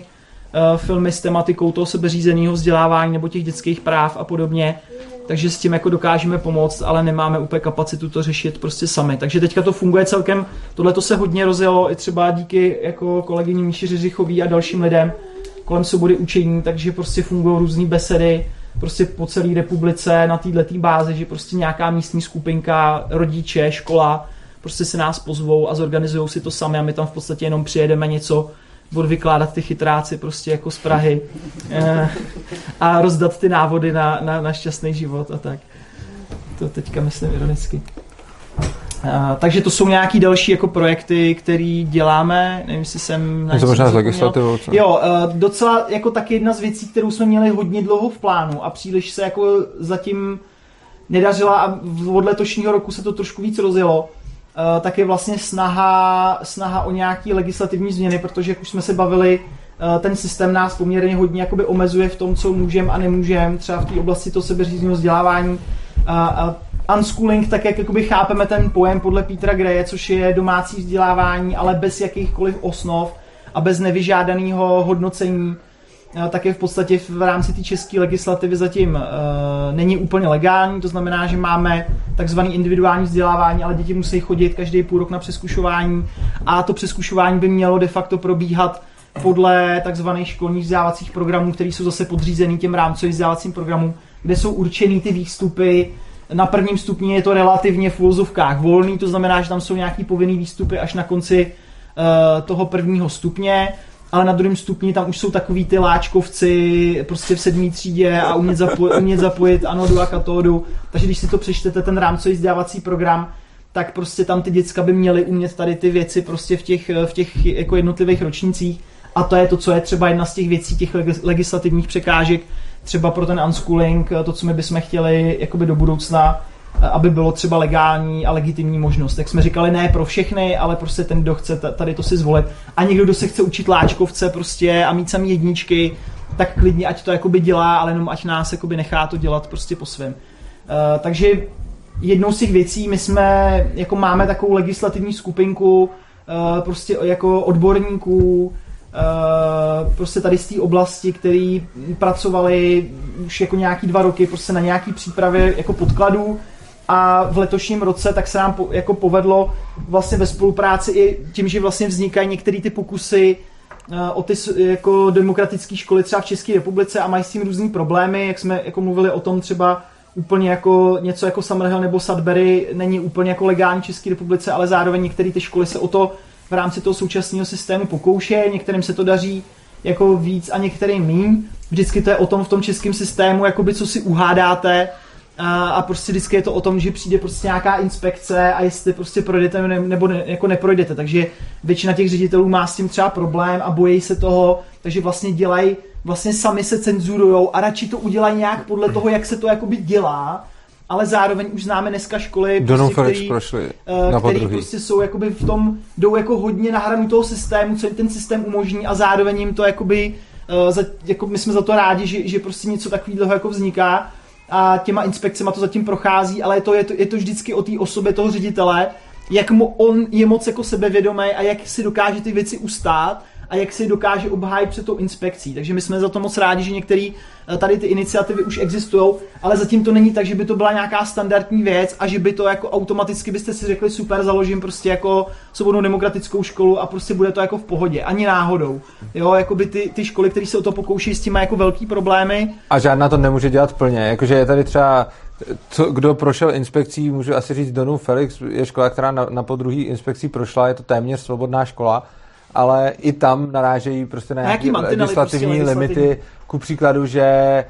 s tematikou toho sebeřízeného vzdělávání nebo těch dětských práv a podobně. Takže s tím jako dokážeme pomoct, ale nemáme úplně kapacitu to řešit prostě sami. Takže teďka to funguje celkem, tohleto se hodně rozjelo i třeba díky jako kolegyni Míši Řeřichový a dalším lidem kolem Svobody učení, takže prostě fungují různý besedy prostě po celé republice na této bázi, že prostě nějaká místní skupinka, rodiče, škola prostě se nás pozvou a zorganizujou si to sami a my tam v podstatě jenom přijedeme něco odvykládat ty chytráci prostě jako z Prahy a rozdat ty návody na šťastný život a tak. To teďka myslím ironicky. Takže to jsou nějaký další jako projekty, které děláme, nevím, jestli jsem... To možná s legislativou, co? Jo, docela jako taky jedna z věcí, kterou jsme měli hodně dlouho v plánu a příliš se jako zatím nedařila a od letošního roku se to trošku víc rozjelo, tak je vlastně snaha o nějaký legislativní změny, protože jak už jsme se bavili, ten systém nás poměrně hodně jakoby omezuje v tom, co můžeme a nemůžeme, třeba v té oblasti toho sebeřízeného vzdělávání. Unschooling, tak jak jakoby chápeme ten pojem podle Petera Greje, což je domácí vzdělávání, ale bez jakýchkoliv osnov a bez nevyžádaného hodnocení, tak je v podstatě v rámci té české legislativy zatím není úplně legální, to znamená, že máme takzvaný individuální vzdělávání, ale děti musí chodit každý půl rok na přezkušování a to přezkušování by mělo de facto probíhat podle takzvaných školních vzdělávacích programů, které jsou zase podřízený těm rámcovým vzdělávacím programům, kde jsou určený ty výstupy. Na prvním stupni je to relativně v uvozovkách volný, to znamená, že tam jsou nějaký povinný výstupy až na konci toho prvního stupně, ale na druhém stupni tam už jsou takový ty láčkovci prostě v 7. třídě a umět zapojit anodu a katodu. Takže když si to přečtete, ten rámcový vzdělávací program, tak prostě tam ty děcka by měly umět tady ty věci prostě v těch jako jednotlivých ročnících. A to je to, co je třeba jedna z těch věcí, těch legislativních překážek, třeba pro ten unschooling, to, co my bychom chtěli jakoby do budoucna, aby bylo třeba legální a legitimní možnost. Jak jsme říkali, ne pro všechny, ale prostě ten, kdo chce tady to si zvolit. A někdo, kdo se chce učit láčkovce prostě a mít samý jedničky, tak klidně ať to jakoby dělá, ale jenom ať nás jakoby nechá to dělat prostě po svém. Takže jednou z těch věcí, my jsme, jako máme takovou legislativní skupinku prostě jako odborníků, prostě tady z té oblasti, který pracovali už jako nějaký 2 roky prostě na nějaký přípravě jako podkladů a v letošním roce tak se nám jako povedlo vlastně ve spolupráci i tím, že vlastně vznikají některé ty pokusy o ty jako demokratické školy třeba v České republice a mají s tím různý problémy, jak jsme jako mluvili o tom třeba úplně jako něco jako Summerhill nebo Sudbury není úplně jako legální v České republice, ale zároveň některé ty školy se o to v rámci toho současného systému pokoušejí, některým se to daří jako víc a některým míň. Vždycky to je o tom v tom českém systému, jakoby co si uhádáte a prostě vždycky je to o tom, že přijde prostě nějaká inspekce a jestli prostě projdete nebo jako neprojdete. Takže většina těch ředitelů má s tím třeba problém a bojí se toho, takže vlastně dělají, vlastně sami se cenzurujou a radši to udělají nějak podle toho, jak se to jakoby dělá, ale zároveň už známe dneska školy, prostě, který prostě jsou jakoby v tom, jdou jako hodně na hranu toho systému, co jim ten systém umožní a zároveň jim to jakoby, jako my jsme za to rádi, že prostě něco takového jako vzniká a těma inspekcema to zatím prochází, ale je to vždycky o té osobě toho ředitele, jak on je moc jako sebevědomý a jak si dokáže ty věci ustát a jak si dokáže obhájit před tou inspekcí. Takže my jsme za to moc rádi, že některé tady ty iniciativy už existují, ale zatím to není tak, že by to byla nějaká standardní věc a že by to jako automaticky byste si řekli super, založím prostě jako svobodnou demokratickou školu a prostě bude to jako v pohodě. Ani náhodou. Jo, jakoby ty školy, které se o to pokouší, s tím mají jako velký problémy. A žádná to nemůže dělat plně. Jakože je tady třeba kdo prošel inspekcí, můžu asi říct Donu Felix, je škola, která na podruhý inspekcí prošla, je to téměř svobodná škola, ale i tam narážejí prostě na nějaké legislativní limity, ku příkladu, že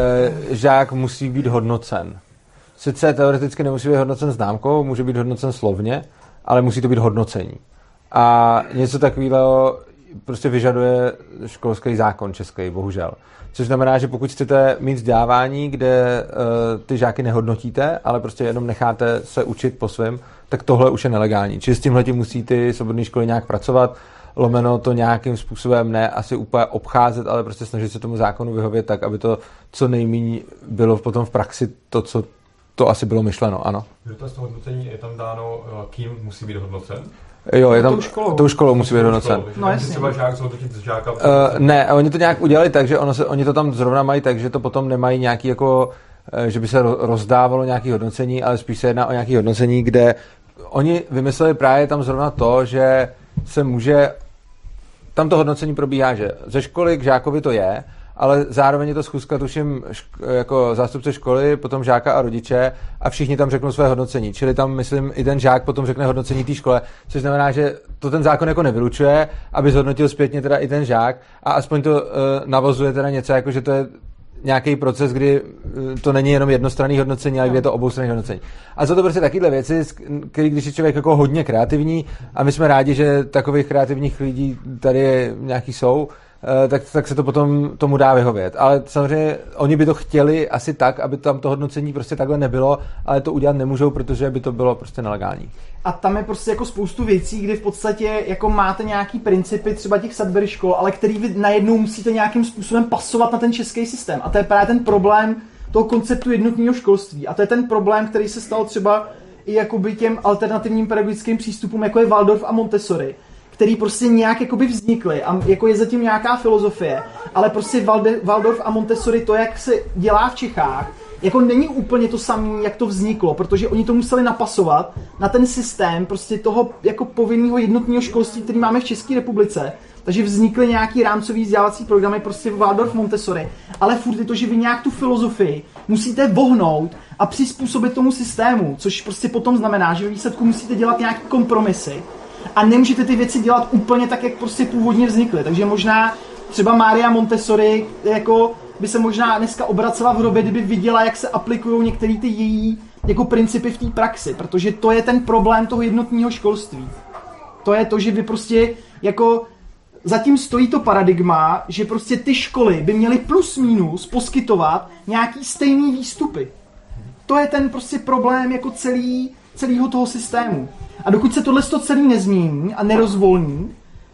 žák musí být hodnocen. Sice teoreticky nemusí být hodnocen známkou, může být hodnocen slovně, ale musí to být hodnocení. A něco takového prostě vyžaduje školský zákon český, bohužel. Což znamená, že pokud chcete mít vzdělávání, kde ty žáky nehodnotíte, ale prostě jenom necháte se učit po svém, tak tohle už je nelegální. Čiže s tímhletím musí ty svobodné školy nějak pracovat, lomeno to nějakým způsobem ne asi úplně obcházet, ale prostě snažit se tomu zákonu vyhovět tak, aby to co nejméně bylo potom v praxi to, co to asi bylo myšleno, ano. Že to hodnocení je tam dáno, kým musí být hodnocen? Jo, je tam, tou školou musí být hodnocen. No jasně. Třeba žák zhodnotit z žáka? Ne, oni to nějak udělali tak, že oni to tam zrovna mají tak, že to potom nemají nějaký jako, že by se rozdávalo nějaký hodnocení, ale spíš se jedná o nějaký hodnocení, kde oni vymysleli právě tam zrovna to, že se může, tam to hodnocení probíhá, že ze školy k žákovi to je, ale zároveň je to schůzka, tuším, jako zástupce školy, potom žáka a rodiče a všichni tam řeknou své hodnocení. Čili tam, myslím, i ten žák potom řekne hodnocení té škole, což znamená, že to ten zákon jako nevylučuje, aby zhodnotil zpětně teda i ten žák a aspoň to navozuje teda něco, jako že to je nějaký proces, kdy to není jenom jednostranný hodnocení, ale kdy je to oboustranný hodnocení. A jsou to prostě takovéhle věci, které když je člověk jako hodně kreativní, a my jsme rádi, že takových kreativních lidí tady nějaký jsou, tak se to potom tomu dá vyhovět. Ale samozřejmě oni by to chtěli asi tak, aby tam to hodnocení prostě takhle nebylo, ale to udělat nemůžou, protože by to bylo prostě nelegální. A tam je prostě jako spoustu věcí, kdy v podstatě jako máte nějaký principy třeba těch Sudbury škol, ale který vy najednou musíte nějakým způsobem pasovat na ten český systém. A to je právě ten problém toho konceptu jednotného školství. A to je ten problém, který se stal třeba i jakoby těm alternativním pedagogickým přístupům, jako je Waldorf a Montessori, který prostě nějak jakoby vznikly a jako je zatím nějaká filozofie, ale prostě Waldorf a Montessori, to, jak se dělá v Čechách, jako není úplně to samé, jak to vzniklo, protože oni to museli napasovat na ten systém prostě toho jako povinného jednotného školství, který máme v České republice. Takže vznikly nějaký rámcový vzdělávací programy, prostě Waldorf, Montessori, ale furt je to, že vy nějak tu filozofii musíte vohnout a přizpůsobit tomu systému, což prostě potom znamená, že ve výsledku musíte dělat nějaké kompromisy a nemůžete ty věci dělat úplně tak, jak prostě původně vznikly. Takže možná třeba Maria Montessori jako by se možná dneska obracela v hrobě, kdyby viděla, jak se aplikují některé ty její jako principy v té praxi, protože to je ten problém toho jednotného školství. To je to, že vy prostě jako zatím stojí to paradigma, že prostě ty školy by měly plus minus poskytovat nějaký stejný výstupy. To je ten prostě problém jako celého toho systému. A dokud se tohle celý nezmění a nerozvolní,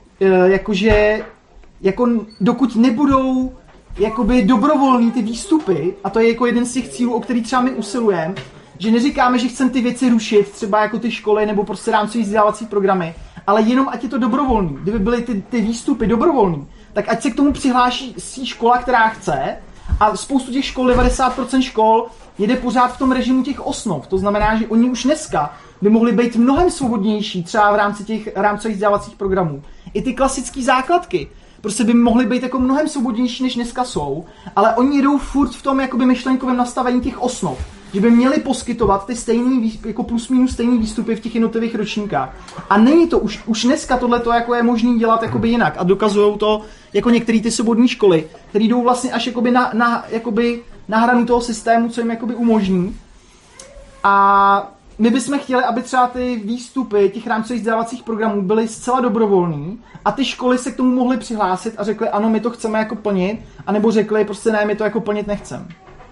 jakože jako dokud nebudou jakoby dobrovolný ty výstupy, a to je jako jeden z těch cílů, o který třeba my usilujeme, že neříkáme, že chceme ty věci rušit, třeba jako ty školy nebo prostě rámcový vzdělávací programy, ale jenom ať je to dobrovolný. Kdyby byly ty výstupy dobrovolný, tak ať se k tomu přihlásí škola, která chce, a spoustu těch škol, 90% škol, jede pořád v tom režimu těch osnov. To znamená, že oni už dneska by mohli být mnohem svobodnější, třeba v rámci těch rámcových vzdělávacích programů. I ty klasické základky prostě by mohly být jako mnohem svobodnější, než dneska jsou, ale oni jdou furt v tom jakoby myšlenkovém nastavení těch osnov, že by měli poskytovat ty stejný, jako plus minus stejný výstupy v těch jednotlivých ročníkách. A není to, už dneska tohleto jako je možný dělat jakoby jinak a dokazujou to jako některé ty svobodné školy, které jdou vlastně až jakoby na hranu toho systému, co jim jakoby umožní. A my bychom chtěli, aby třeba ty výstupy těch rámcových vzdělávacích programů byly zcela dobrovolný a ty školy se k tomu mohly přihlásit a řekly, ano, my to chceme jako plnit, anebo řekli, prostě ne, my to jako plnit nechceme.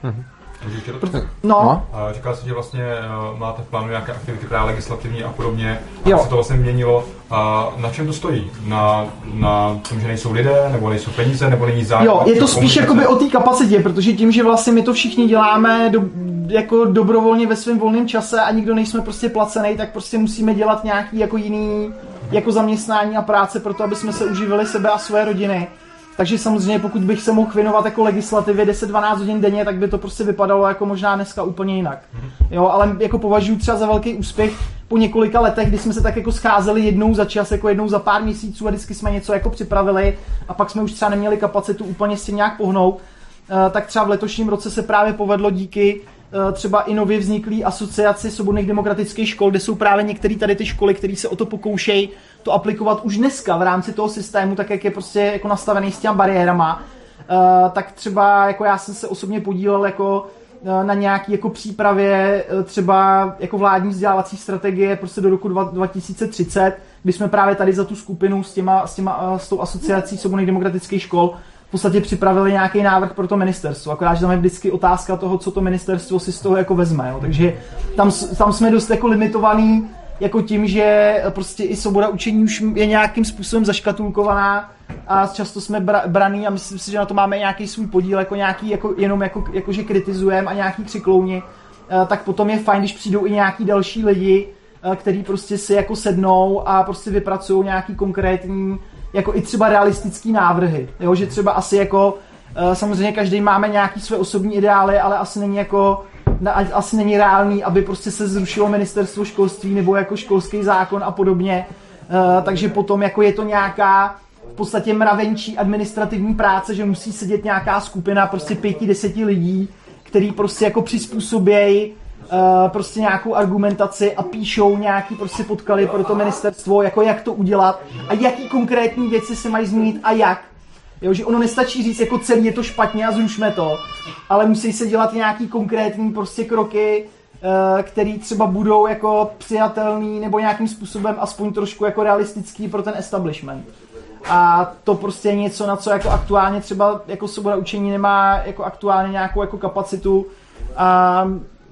No. Říkal jsi, že vlastně máte v plánu nějaké aktivity právě legislativní a podobně, a se to vlastně měnilo. Na čem to stojí? Na tom, že nejsou lidé, nebo nejsou peníze, nebo není zájem? Jo, je to spíš jakoby o té kapacitě, protože tím, že vlastně my to všichni děláme jako dobrovolně ve svém volném čase a nikdo nejsme prostě placený, tak prostě musíme dělat nějaký jako jiný jako zaměstnání a práce pro to, aby jsme se uživili sebe a své rodiny. Takže samozřejmě, pokud bych se mohl věnovat jako legislativě 10-12 hodin denně, tak by to prostě vypadalo jako možná dneska úplně jinak. Jo, ale jako považuji třeba za velký úspěch po několika letech, kdy jsme se tak jako scházeli jednou za čas, jako jednou za pár měsíců a vždycky jsme něco jako připravili a pak jsme už třeba neměli kapacitu úplně s tím nějak pohnout, tak třeba v letošním roce se právě povedlo díky třeba i nově vzniklý asociaci svobodných demokratických škol, kde jsou právě některé tady ty školy, které se o to pokoušejí to aplikovat už dneska v rámci toho systému, tak jak je prostě jako nastavený s těma bariérama, tak třeba jako já jsem se osobně podílel jako na nějaký jako přípravě třeba jako vládní vzdělávací strategie prostě do roku 2030, kdy jsme právě tady za tu skupinu s tou asociací svobodných demokratických škol v podstatě připravili nějaký návrh pro to ministerstvo. Akorát, že tam je vždycky otázka toho, co to ministerstvo si z toho jako vezme. Jo. Takže tam jsme dost jako limitovaný jako tím, že prostě i svoboda učení už je nějakým způsobem zaškatulkovaná a často jsme braný a myslím si, že na to máme nějaký svůj podíl, jako nějaký, jako, jenom jako že kritizujeme a nějaký křiklouni, tak potom je fajn, když přijdou i nějaký další lidi, který prostě si jako sednou a prostě vypracují nějaký konkrétní, jako i třeba realistický návrhy, jo, že třeba asi jako samozřejmě každý máme nějaký své osobní ideály, ale asi není reálný, aby prostě se zrušilo ministerstvo školství nebo jako školský zákon a podobně, takže potom jako je to nějaká v podstatě mravenčí administrativní práce, že musí sedět nějaká skupina prostě 5-10 lidí, který prostě jako přizpůsobějí prostě nějakou argumentaci a píšou nějaký prostě podklady pro to ministerstvo, jako jak to udělat a jaký konkrétní věci se mají změnit a jak. Jo, že ono nestačí říct, jako celý je to špatně a zrušme to, ale musí se dělat nějaký konkrétní prostě kroky, který třeba budou jako přijatelný nebo nějakým způsobem aspoň trošku jako realistický pro ten establishment. A to prostě je něco, na co jako aktuálně třeba jako svoboda učení nemá jako aktuálně nějakou jako kapacitu a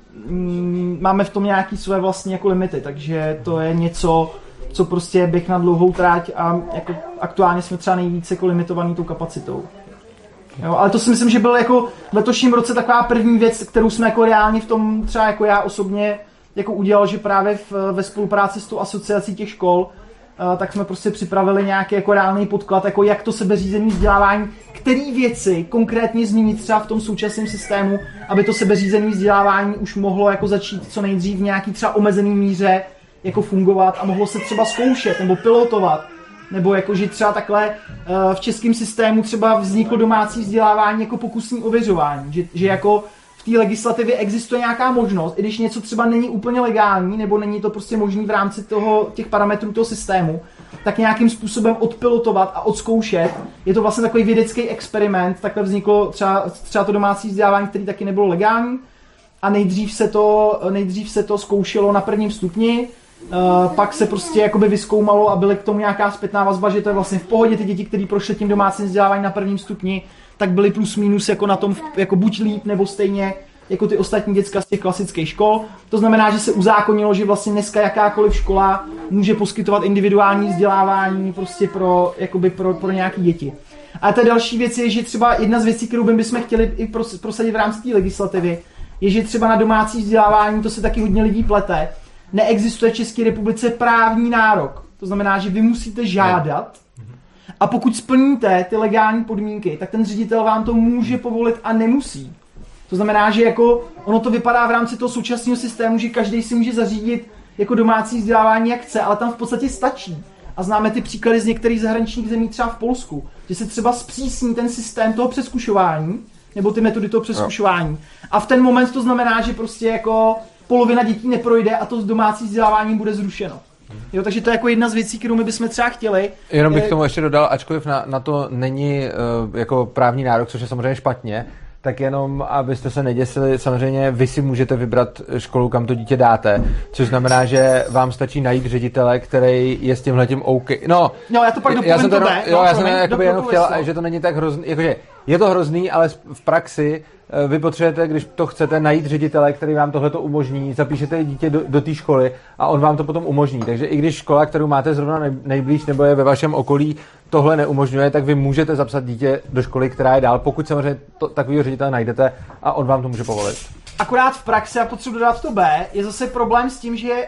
máme v tom nějaký své vlastní jako limity, takže to je něco, co prostě běh na dlouhou tráť a jako aktuálně jsme třeba nejvíce jako limitovaný tou kapacitou. Jo, ale to si myslím, že byl jako v letošním roce taková první věc, kterou jsme jako reálně v tom třeba jako já osobně jako udělal, že právě ve spolupráci s tou asociací těch škol, tak jsme prostě připravili nějaký jako reálný podklad, jako jak to sebeřízený vzdělávání, který věci konkrétně změnit třeba v tom současném systému, aby to sebeřízený vzdělávání už mohlo jako začít co nejdřív v nějaký třeba omezený míře jako fungovat a mohlo se třeba zkoušet nebo pilotovat. Nebo jako, že třeba takhle v českém systému třeba vzniklo domácí vzdělávání jako pokusní ověřování, že jako v té legislativě existuje nějaká možnost, i když něco třeba není úplně legální, nebo není to prostě možný v rámci těch parametrů toho systému, tak nějakým způsobem odpilotovat a odzkoušet. Je to vlastně takový vědecký experiment, takhle vzniklo třeba to domácí vzdělávání, který taky nebylo legální a nejdřív se to zkoušelo na prvním stupni, pak se prostě jakoby vyzkoumalo a byly k tomu nějaká zpětná vazba, že to je vlastně v pohodě, ty děti, kteří prošly tím domácím vzděláváním na prvním stupni, tak byly plus minus jako na tom jako buď líp nebo stejně jako ty ostatní děcka z těch klasických škol. To znamená, že se uzákonilo, že vlastně dneska jakákoliv škola může poskytovat individuální vzdělávání prostě pro nějaké děti. A ta další věc je, že třeba jedna z věcí, kterou bychom chtěli i prosadit v rámci té legislativy, je, že třeba na domácí vzdělávání, to se taky hodně lidí plete, neexistuje v České republice právní nárok. To znamená, že vy musíte žádat a pokud splníte ty legální podmínky, tak ten ředitel vám to může povolit a nemusí. To znamená, že jako ono to vypadá v rámci toho současného systému, že každý si může zařídit jako domácí vzdělávání jak chce, ale tam v podstatě stačí. A známe ty příklady z některých zahraničních zemí, třeba v Polsku, že se třeba zpřísní ten systém toho přezkušování, nebo ty metody toho přezkušování. A v ten moment to znamená, že prostě jako polovina dětí neprojde a to domácí vzdělávání bude zrušeno. Jo, takže to je jako jedna z věcí, kterou my bychom třeba chtěli. Jenom bych tomu ještě dodal, ačkoliv na to není jako právní nárok, což je samozřejmě špatně, tak jenom, abyste se neděsili, samozřejmě vy si můžete vybrat školu, kam to dítě dáte, což znamená, že vám stačí najít ředitele, který je s tímhletím OK. No, já to pak dopovím tebe. Já jsem jenom chtěl, že to není tak hrozný, jakože je to hrozný, ale v praxi vy potřebujete, když to chcete, najít ředitele, který vám tohleto umožní, zapíšete dítě do té školy a on vám to potom umožní. Takže i když škola, kterou máte zrovna nejblíž nebo je ve vašem okolí, tohle neumožňuje, tak vy můžete zapsat dítě do školy, která je dál, pokud samozřejmě takovýho ředitele najdete a on vám to může povolit. Akorát v praxi, a potřebuji dodat to B, je zase problém s tím, že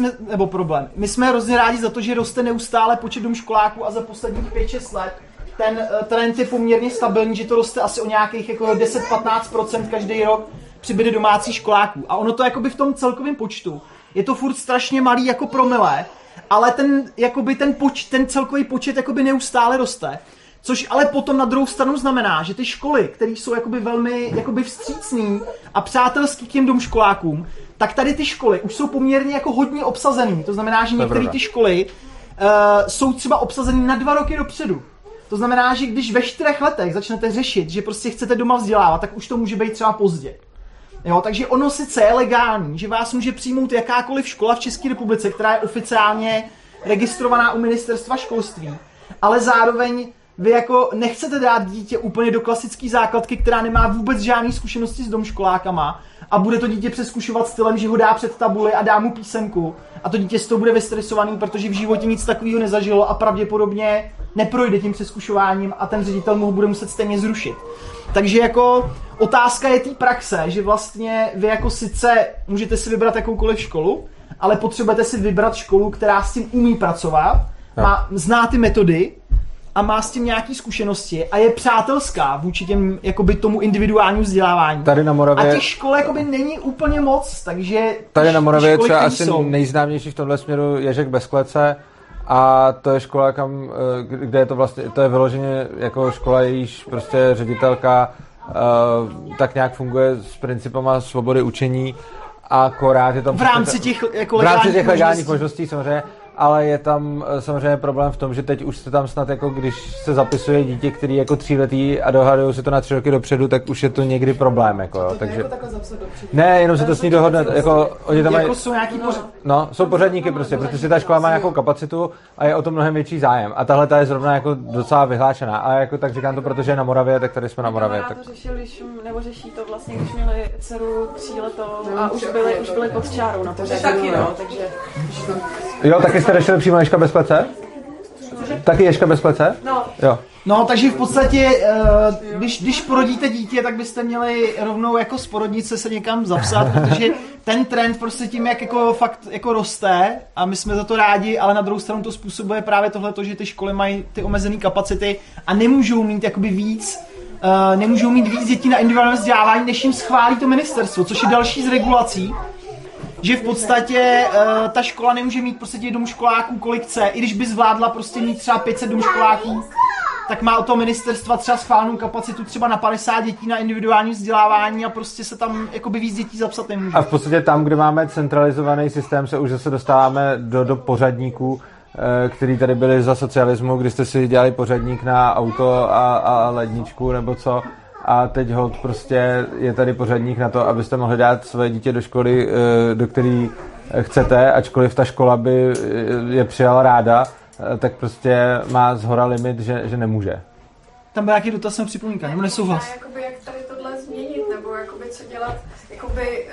my jsme hrozně rádi za to, že roste neustále počet domškoláků a za posledních 5-6 let ten trend je poměrně stabilní, že to roste asi o nějakých jako 10-15% každý rok přibyde domácích školáků. A ono to jakoby v tom celkovém počtu je to furt strašně malý jako promile, ale ten celkový počet jakoby neustále roste. Což ale potom na druhou stranu znamená, že ty školy, které jsou jakoby velmi jakoby vstřícný a přátelský k těm domškolákům, tak tady ty školy už jsou poměrně jako hodně obsazený. To znamená, že některé ty školy jsou třeba obsazený na 2 roky dopředu. To znamená, že když ve 4 letech začnete řešit, že prostě chcete doma vzdělávat, tak už to může být třeba pozdě. Jo, takže ono sice je legální, že vás může přijmout jakákoliv škola v České republice, která je oficiálně registrovaná u ministerstva školství, ale zároveň vy jako nechcete dát dítě úplně do klasické základky, která nemá vůbec žádné zkušenosti s domškolákama a bude to dítě přezkušovat stylem, že ho dá před tabuli a dá mu písemku a to dítě z toho bude vystresovaný, protože v životě nic takového nezažilo a pravděpodobně neprojde tím přezkušováním a ten ředitel mu ho bude muset stejně zrušit. Takže jako otázka je té praxe, že vlastně vy jako sice můžete si vybrat jakoukoliv školu, ale potřebujete si vybrat školu, která s tím umí pracovat, zná ty metody a má s tím nějaký zkušenosti a je přátelská vůči těm jakoby tomu individuálnímu vzdělávání. Tady na Moravě a těch škol jakoby není úplně moc, takže tady na Moravě je třeba asi nejznámější v tomhle směru Ježek bez klece a to je škola, kde je to vlastně, to je vyloženě jako škola, jejíž prostě ředitelka tak nějak funguje s principama svobody učení a akorát je tam v rámci těch, jako legálních možností samozřejmě ale je tam samozřejmě problém v tom, že teď už se tam snad jako když se zapisuje dítě, který jako 3letý a dohadují se to na 3 roky dopředu, tak už je to někdy problém, jako jo, takže... Jako takhle zapsat dopředu. Ne, jenom se to s ní dohodne, jako oni tam mají... Jako jsou nějaký No, jsou pořadníky prostě, protože ta škola má nějakou kapacitu a je o to mnohem větší zájem. A tahle ta je zrovna jako docela vyhlášená. A jako tak říkám to, protože je na Moravě, tak tady jsme na Moravě. Tak... to řešili, nebo řeší to vlastně, když měli dceru 3letou a už byli pod čárou na to taky, no, takže... Jo, taky jste řešili přímo Ježka bez plece? Taky Ježka bez plece? No. Jo. No, takže v podstatě, když porodíte dítě, tak byste měli rovnou jako z porodnice se někam zapsat, protože ten trend prostě tím, jak jako fakt jako roste a my jsme za to rádi, ale na druhou stranu to způsobuje právě tohleto, že ty školy mají ty omezené kapacity a nemůžou mít jakoby víc dětí na individuálním vzdělávání, než jim schválí to ministerstvo, což je další z regulací. Že v podstatě ta škola nemůže mít prostě těch domoškoláků kolik chce, i když by zvládla prostě mít třeba 500 domoškoláků, tak má od toho ministerstva třeba schválenou kapacitu třeba na 50 dětí na individuální vzdělávání a prostě se tam jakoby víc dětí zapsat nemůže. A v podstatě tam, kde máme centralizovaný systém, se už zase dostáváme do pořadníků, který tady byli za socialismu, kdy jste si dělali pořadník na auto a ledničku nebo co. A teď holt prostě je tady pořadník na to, abyste mohli dát své dítě do školy, do které chcete, ačkoliv ta škola by je přijala ráda, tak prostě má zhora limit, že nemůže. Tam byl nějaký dotaz na připomínka, nebo nesouhlas? Jakoby jak tady tohle změnit, nebo jakoby co dělat, jakoby,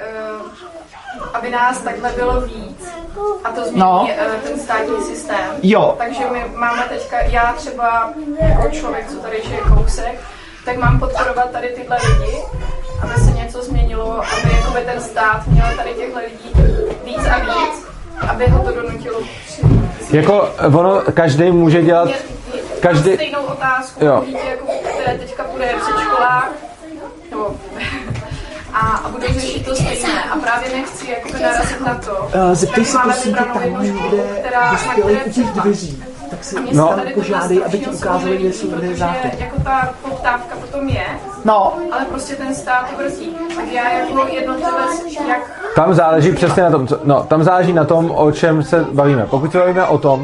aby nás takhle bylo víc a to změní ten státní systém. Jo. Takže my máme teďka, já třeba jako člověk, co tady žije kousek, tak mám podporovat tady tyhle lidi, aby se něco změnilo, aby jakoby ten stát měl tady těchto lidí víc a víc, aby ho to donutilo přijít. Jako ono, každý může dělat... Každý... stejnou otázku, dítě, jako, které teďka bude předškolák, nebo... a budu řešit to stejné. A právě nechci jakoby narazit na to, zeptej se prosím tě tam někde dospělej u těch dveří. Tak si tam požádej, aby ti ukázali, kde jsou záchod. Jako ta poptávka potom je, ale prostě ten stát brzdí. Tak já jako jednotlivec, jak... Tam záleží přesně na tom, tam záleží na tom, o čem se bavíme. Pokud se bavíme o tom,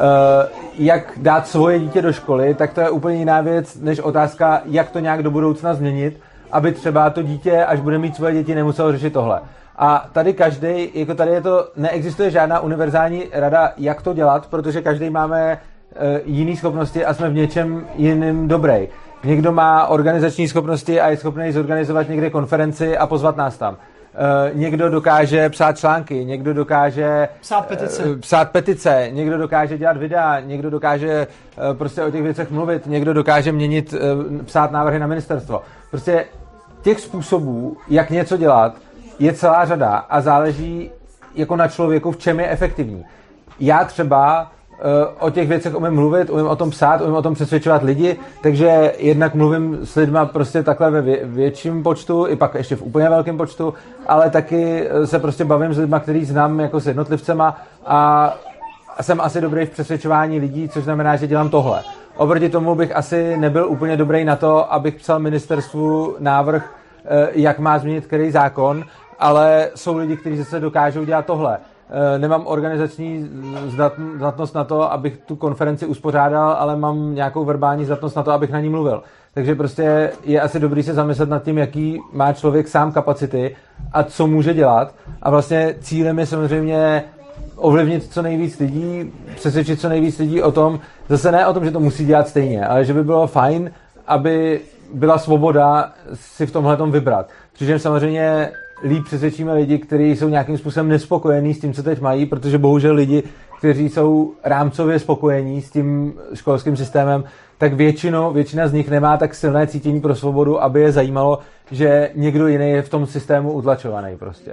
jak dát svoje dítě do školy, tak to je úplně jiná věc, než otázka, jak to nějak do budoucna změnit, aby třeba to dítě, až bude mít svoje děti, nemuselo řešit tohle. A tady každý, jako tady je to, neexistuje žádná univerzální rada, jak to dělat, protože každý máme jiné schopnosti a jsme v něčem jiným dobrý. Někdo má organizační schopnosti a je schopný zorganizovat někde konferenci a pozvat nás tam. Někdo dokáže psát články, někdo dokáže psát petice, někdo dokáže dělat videa, někdo dokáže prostě o těch věcech mluvit, někdo dokáže psát návrhy na ministerstvo. Prostě těch způsobů, jak něco dělat, je celá řada a záleží jako na člověku, v čem je efektivní. Já třeba o těch věcech umím mluvit, umím o tom psát, umím o tom přesvědčovat lidi, takže jednak mluvím s lidma prostě takhle ve větším počtu, i pak ještě v úplně velkém počtu, ale taky se prostě bavím s lidma, který znám jako s jednotlivcema a jsem asi dobrý v přesvědčování lidí, což znamená, že dělám tohle. Oproti tomu bych asi nebyl úplně dobrý na to, abych psal ministerstvu návrh, jak má změnit který zákon, ale jsou lidi, kteří zase dokážou dělat tohle. Nemám organizační zdatnost na to, abych tu konferenci uspořádal, ale mám nějakou verbální zdatnost na to, abych na ní mluvil. Takže prostě je asi dobrý se zamyslet nad tím, jaký má člověk sám kapacity a co může dělat. A vlastně cílem je samozřejmě ovlivnit co nejvíc lidí, přesvědčit co nejvíc lidí o tom, zase ne o tom, že to musí dělat stejně, ale že by bylo fajn, aby byla svoboda si v tomhletom vybrat. Přičemž samozřejmě líp přesvědčíme lidi, kteří jsou nějakým způsobem nespokojení s tím, co teď mají, protože bohužel lidi, kteří jsou rámcově spokojení s tím školským systémem, tak většina z nich nemá tak silné cítění pro svobodu, aby je zajímalo, že někdo jiný je v tom systému utlačovaný prostě.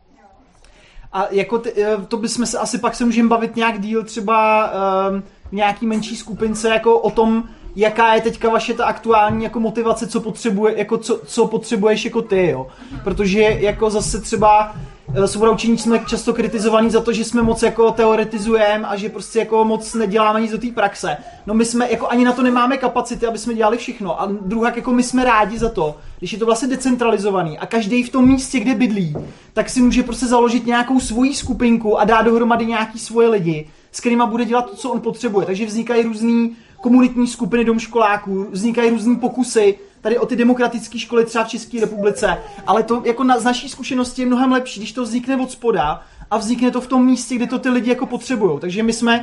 A jako to bychom se asi pak se můžeme bavit nějak díl třeba v nějaký menší skupince jako o tom, jaká je teďka vaše ta aktuální jako motivace, co potřebuješ jako ty, jo. Protože jako zase třeba svoboda učení jsme často kritizovaní za to, že jsme moc jako teoretizujeme a že prostě jako moc neděláme nic do té praxe. No my jsme jako ani na to nemáme kapacity, aby jsme dělali všechno. A druhá jako my jsme rádi za to, když je to vlastně decentralizovaný a každý v tom místě, kde bydlí, tak si může prostě založit nějakou svoji skupinku a dát dohromady nějaký svoje lidi s kterýma bude dělat to, co on potřebuje. Takže vznikají různý komunitní skupiny domškoláků, vznikají různý pokusy tady o ty demokratické školy třeba v České republice, ale to jako z naší zkušenosti je mnohem lepší, když to vznikne od spoda a vznikne to v tom místě, kde to ty lidi jako potřebujou. Takže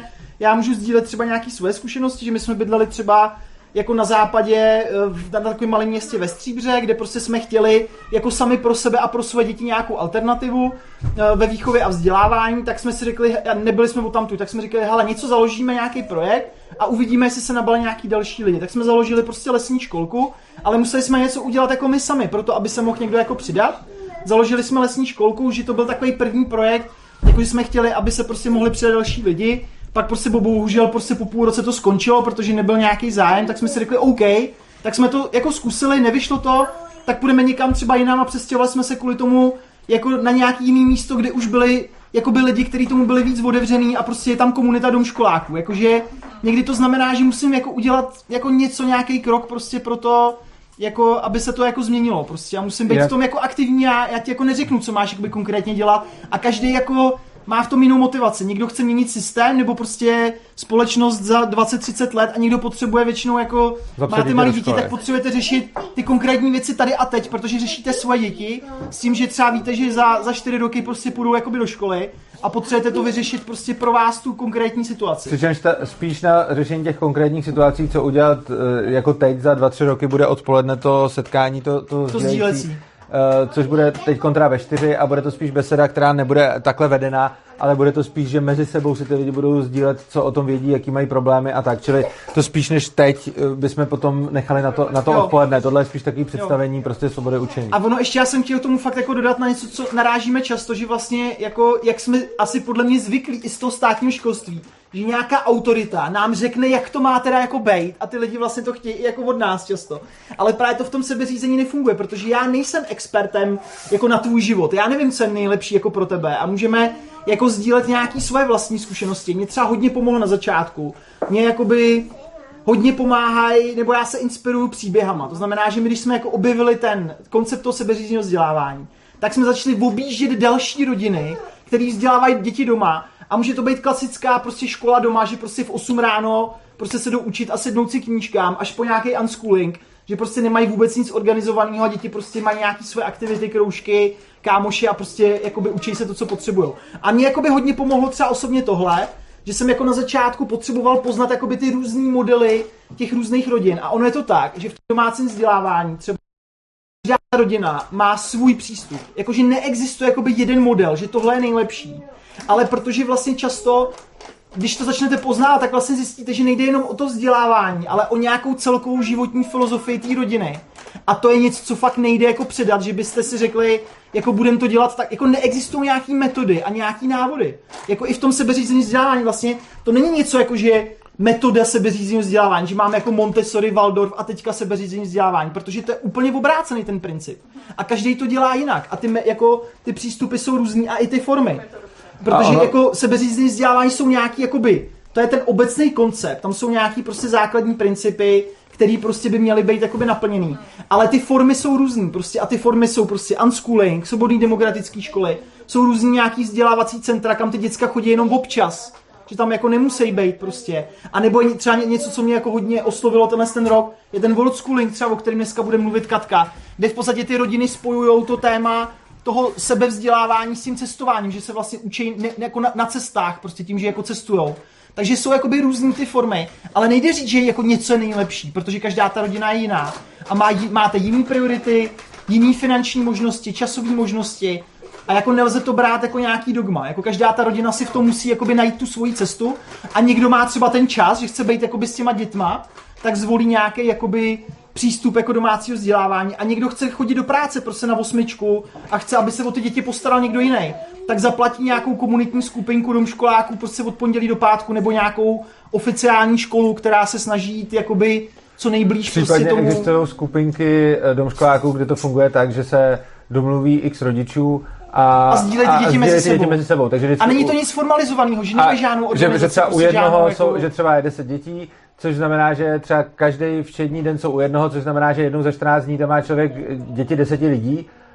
já můžu sdílet třeba nějaké své zkušenosti, že my jsme bydleli třeba jako na západě, na takovém malém městě ve Stříbře, kde prostě jsme chtěli jako sami pro sebe a pro své děti nějakou alternativu ve výchově a vzdělávání, tak jsme si řekli, nebyli jsme odtamtud, tak jsme řekli, hele, něco založíme, nějaký projekt a uvidíme, jestli se nabalí nějaký další lidi. Tak jsme založili prostě lesní školku, ale museli jsme něco udělat jako my sami, proto aby se mohl někdo jako přidat. Založili jsme lesní školku, že to byl takový první projekt, jako jsme chtěli, aby se prostě mohli přidat další lidi. Pak prostě bohužel prostě po půl roce to skončilo, protože nebyl nějaký zájem, tak jsme si řekli OK, tak jsme to jako zkusili, nevyšlo to, tak půjdeme někam třeba jinam a přestěhovali jsme se kvůli tomu jako na nějaký jiný místo, kde už byli jakoby lidi, kteří tomu byli víc otevřený a prostě je tam komunita domškoláků. Jakože někdy to znamená, že musím jako udělat jako něco, nějaký krok prostě pro to, jako aby se to jako změnilo prostě. Já musím být v tom jako aktivní, já ti jako neřeknu, co máš jakoby konkrétně dělat a každý jako má v tom jinou motivaci. Někdo chce měnit systém, nebo prostě společnost za 20-30 let a někdo potřebuje většinou jako máte malé děti, tak potřebujete řešit ty konkrétní věci tady a teď, protože řešíte svoje děti s tím, že třeba víte, že za 4 roky prostě půjdou jakoby do školy a potřebujete to vyřešit prostě pro vás tu konkrétní situaci. Přičemž spíš na řešení těch konkrétních situací, co udělat jako teď za 2-3 roky bude odpoledne to setkání, to sdílecí. Což bude teď kontra ve 4 a bude to spíš beseda, která nebude takhle vedená, ale bude to spíš, že mezi sebou si ty lidi budou sdílet, co o tom vědí, jaký mají problémy a tak. Čili to spíš než teď bychom potom nechali na to odpoledne. Tohle je spíš takový představení prostě svobody učení. A ono ještě já jsem chtěl tomu fakt jako dodat na něco, co narážíme často, že vlastně jako jak jsme asi podle mě zvyklí i z toho státního školství, že nějaká autorita nám řekne, jak to má teda jako bejt a ty lidi vlastně to chtějí jako od nás často. Ale právě to v tom sebeřízení nefunguje, protože já nejsem expertem jako na tvůj život. Já nevím, co je nejlepší jako pro tebe a můžeme jako sdílet nějaký svoje vlastní zkušenosti. Mě třeba hodně pomohlo na začátku. Mě jakoby hodně pomáhají, nebo já se inspiruju příběhama. To znamená, že my když jsme jako objevili ten koncept toho sebeřízeného vzdělávání, tak jsme začali objíždět další rodiny, které vzdělávají děti doma. A může to být klasická prostě škola doma, že prostě v 8 ráno prostě se jdou učit a sednout si knížkám, až po nějaký unschooling, že prostě nemají vůbec nic organizovaného a děti prostě mají nějaké své aktivity, kroužky, kámoši a prostě jakoby učí se to, co potřebují. A mě jakoby hodně pomohlo třeba osobně tohle, že jsem jako na začátku potřeboval poznat jakoby ty různý modely těch různých rodin. A ono je to tak, že v domácím vzdělávání třeba každá rodina má svůj přístup. Jakože neexistuje jakoby jeden model, že tohle je nejlepší. Ale protože vlastně často, když to začnete poznávat, tak vlastně zjistíte, že nejde jenom o to vzdělávání, ale o nějakou celkovou životní filozofii té rodiny. A to je něco, co fakt nejde jako předat, že byste si řekli, jako budeme to dělat tak, jako neexistují nějaký metody a nějaký návody. Jako i v tom sebeřízení vzdělávání vlastně, to není něco jako, že metoda sebeřízení vzdělávání, že máme jako Montessori, Waldorf a teďka sebeřízení vzdělávání, protože to je úplně obrácený ten princip. A každý to dělá jinak a ty přístupy jsou různý a i ty formy. Protože jako sebeřízení vzdělávání jsou nějaký jakoby, to je ten obecný koncept, tam jsou nějaký prostě základní principy, který prostě by měly být jakoby naplněný. Ale ty formy jsou různý prostě a ty formy jsou prostě unschooling, svobodný demokratický školy, jsou různý nějaký vzdělávací centra, kam ty děcka chodí jenom občas, že tam jako nemusí být prostě. A nebo třeba něco, co mě jako hodně oslovilo ten rok, je ten world schooling třeba, o kterém dneska bude mluvit Katka, kde v podstatě ty rodiny spojujou to téma toho sebevzdělávání s tím cestováním, že se vlastně učí jako na cestách, prostě tím, že jako cestujou. Takže jsou jakoby různý ty formy, ale nejde říct, že jako něco je nejlepší, protože každá ta rodina je jiná a máte jiný priority, jiný finanční možnosti, časové možnosti a jako nelze to brát jako nějaký dogma. Jako každá ta rodina si v tom musí jakoby najít tu svoji cestu a někdo má třeba ten čas, že chce být jakoby s těma dětma, tak zvolí nějaký jakoby přístup jako domácího vzdělávání a někdo chce chodit do práce prostě na 8 a chce, aby se o ty děti postaral někdo jiný, tak zaplatí nějakou komunitní skupinku domškoláků prostě od pondělí do pátku nebo nějakou oficiální školu, která se snaží jít jakoby co nejblíž prostě tomu. Existují skupinky domškoláků, kde to funguje tak, že se domluví x rodičů a sdílejí ty děti mezi sebou. Takže a není to nic formalizovaného, že nemají žádnou organizaci. Že třeba u jednoho jsou, že třeba je 10 dětí, což znamená, že třeba každý všední den jsou u jednoho, což znamená, že jednou za 14 dní tam má člověk děti 10 lidí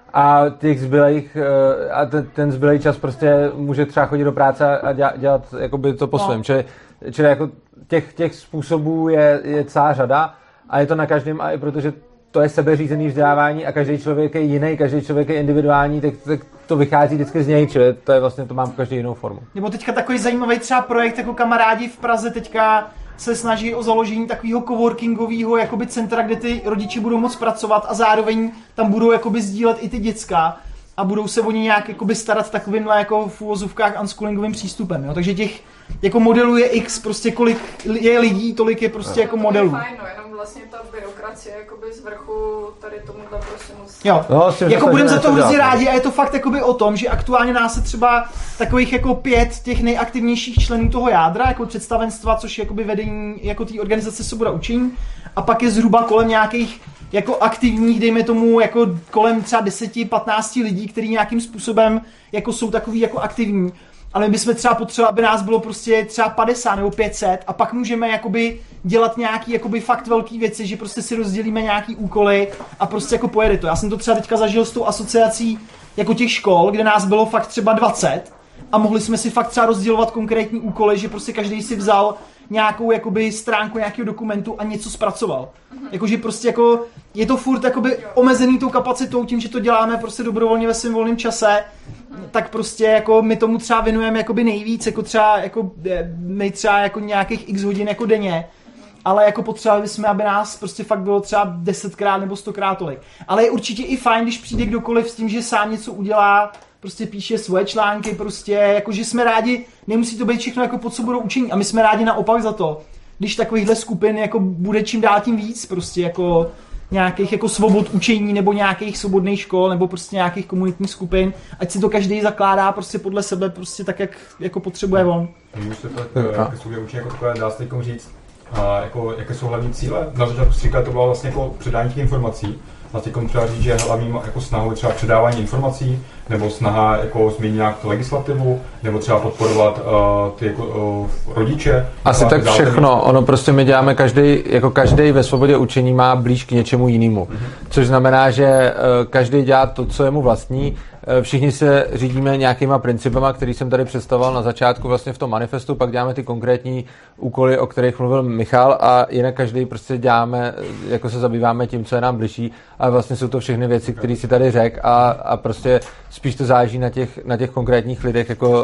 a těch zbylejch, a ten zbylej čas prostě může třeba chodit do práce a dělat jakoby to po svém. Čili jako těch způsobů je celá řada a je to na každém, a i protože to je sebeřízený vzdělávání a každý člověk je jiný, každý člověk je individuální, tak to vychází vždycky z něj, čili to je vlastně, to mám každý jinou formu. Nebo teďka takový zajímavý třeba projekt, jako kamarádi v Praze teďka se snaží o založení takového coworkingového jakoby centra, kde ty rodiče budou moct pracovat a zároveň tam budou jakoby sdílet i ty děcka a budou se o ně nějak jakoby starat takovýmhle jako v uvozovkách unschoolingovým přístupem, jo? Takže těch jako modelů je x, prostě kolik je lidí, tolik je prostě jako modelů. Fajn, no, jenom vlastně ta byrokracie jakoby z vrchu tady tomuhle prostě musí. Jo, jako budeme za to hrozně rádi a je to fakt jakoby o tom, že aktuálně nás je třeba takových jako 5 těch nejaktivnějších členů toho jádra, jako představenstva, což je jakoby vedení jako té organizace Svoboda učení, a pak je zhruba kolem nějakých jako aktivních, dejme tomu, jako kolem třeba 10-15 lidí, kteří nějakým způsobem jako jsou takový jako aktivní. Ale my bychom třeba potřebovali, aby nás bylo prostě třeba 50 nebo 500 a pak můžeme jakoby dělat nějaký jakoby fakt velký věci, že prostě si rozdělíme nějaký úkoly a prostě jako pojede to. Já jsem to třeba teďka zažil s tou asociací jako těch škol, kde nás bylo fakt třeba 20 a mohli jsme si fakt třeba rozdělovat konkrétní úkoly, že prostě každý si vzal nějakou jakoby stránku nějakého dokumentu a něco zpracoval. Jakože prostě jako je to furt jakoby omezený tou kapacitou, tím, že to děláme prostě dobrovolně ve svém volném čase, tak prostě jako my tomu třeba věnujeme jakoby nejvíc, jako třeba jako my třeba jako nějakých x hodin jako denně, ale jako potřebovali bychom, aby nás prostě fakt bylo třeba 10krát nebo 100krát tolik. Ale je určitě i fajn, když přijde kdokoliv s tím, že sám něco udělá, prostě píše svoje články, prostě jakože jsme rádi, nemusí to být všechno jako pod Svobodou učení a my jsme rádi naopak za to, když takovýchhle skupin jako bude čím dál tím víc, prostě jako nějakých jako svobod učení nebo nějakých svobodných škol nebo prostě nějakých komunitních skupin, ať si to každý zakládá prostě podle sebe, prostě tak, jak jako potřebuje on. Můžu se tak ke svobodě učení jako takové dá se teď říct, jako, jaké jsou hlavní cíle? Na začátku říkala, to bylo vlastně jako předání těch informací. A teď třeba říct, že hlavním jako snahou je třeba předávání informací, nebo snaha jako změnit nějak legislativu, nebo třeba podporovat ty jako rodiče. Asi tak všechno. Ono prostě my děláme každý ve svobodě učení má blíž k něčemu jinému. Což znamená, že každý dělá to, co je mu vlastní. Všichni se řídíme nějakýma principama, který jsem tady představoval na začátku vlastně v tom manifestu, pak děláme ty konkrétní úkoly, o kterých mluvil Michal, a jinak každý prostě děláme, jako se zabýváme tím, co je nám bližší, ale vlastně jsou to všechny věci, které si tady řekl, a prostě spíš to záleží na těch konkrétních lidech, jako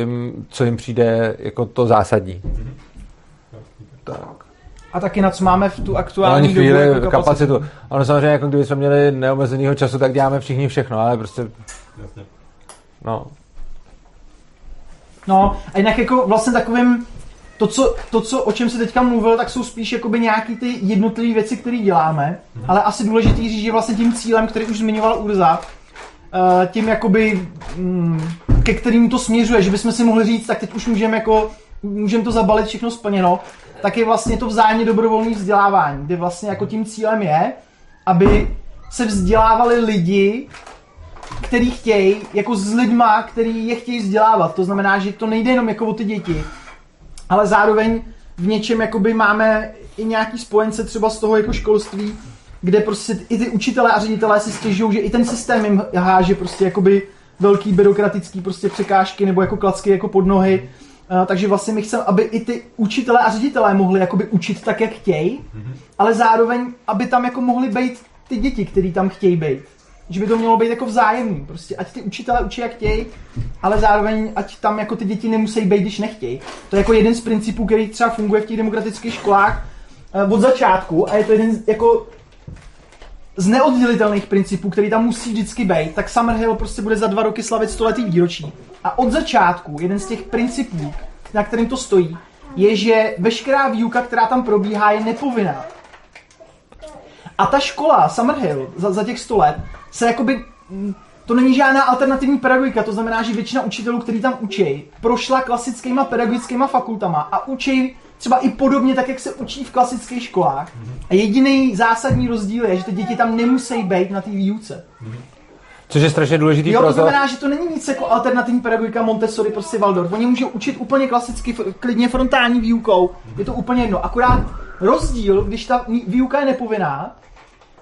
co jim přijde jako to zásadní. Tak. A taky na co máme v tu aktuální dobu jako kapacitu. Ono samozřejmě, jako kdyby jsme měli neomezenýho času, tak děláme všichni všechno, ale prostě... No, a jinak jako vlastně takovým... o čem se teďka mluvil, tak jsou spíš jakoby nějaký ty jednotlivé věci, které děláme, ale asi důležitý říct, že vlastně tím cílem, který už zmiňoval Urza, tím jakoby, ke kterým to směřuje, že bychom si mohli říct, tak teď už můžeme to zabalit všechno splněno, tak je vlastně to vzájemně dobrovolné vzdělávání, kde vlastně jako tím cílem je, aby se vzdělávali lidi, který chtějí, jako s lidma, který je chtějí vzdělávat. To znamená, že to nejde jenom jako o ty děti, ale zároveň v něčem jakoby máme i nějaký spojence třeba z toho jako školství, kde prostě i ty učitelé a ředitelé si stěžují, že i ten systém jim háže prostě jakoby velký byrokratický prostě překážky nebo jako klacky jako pod nohy. Takže vlastně my chceme, aby i ty učitelé a ředitelé mohli jakoby učit tak, jak chtějí, ale zároveň, aby tam jako mohly být ty děti, který tam chtějí být. Že by to mělo být jako vzájemný. Prostě ať ty učitelé učí, jak chtějí, ale zároveň ať tam jako ty děti nemusí být, když nechtějí. To je jako jeden z principů, který třeba funguje v těch demokratických školách od začátku, a je to jeden jako z neoddělitelných principů, který tam musí vždycky být. Tak Summerhill prostě bude za 2 roky slavit 100letý výročí. A od začátku jeden z těch principů, na kterým to stojí, je, že veškerá výuka, která tam probíhá, je nepovinná. A ta škola Summerhill za těch 100 let se jakoby, to není žádná alternativní pedagogika, to znamená, že většina učitelů, kteří tam učí, prošla klasickýma pedagogickýma fakultama a učí třeba i podobně tak, jak se učí v klasických školách. A jediný zásadní rozdíl je, že ty děti tam nemusí být na té výuce. Což je strašně důležitý to znamená, že to není nic jako alternativní pedagogika Montessori, prostě Waldorf. Oni můžou učit úplně klasicky, klidně frontální výukou, je to úplně jedno. Akorát rozdíl, když ta výuka je nepovinná,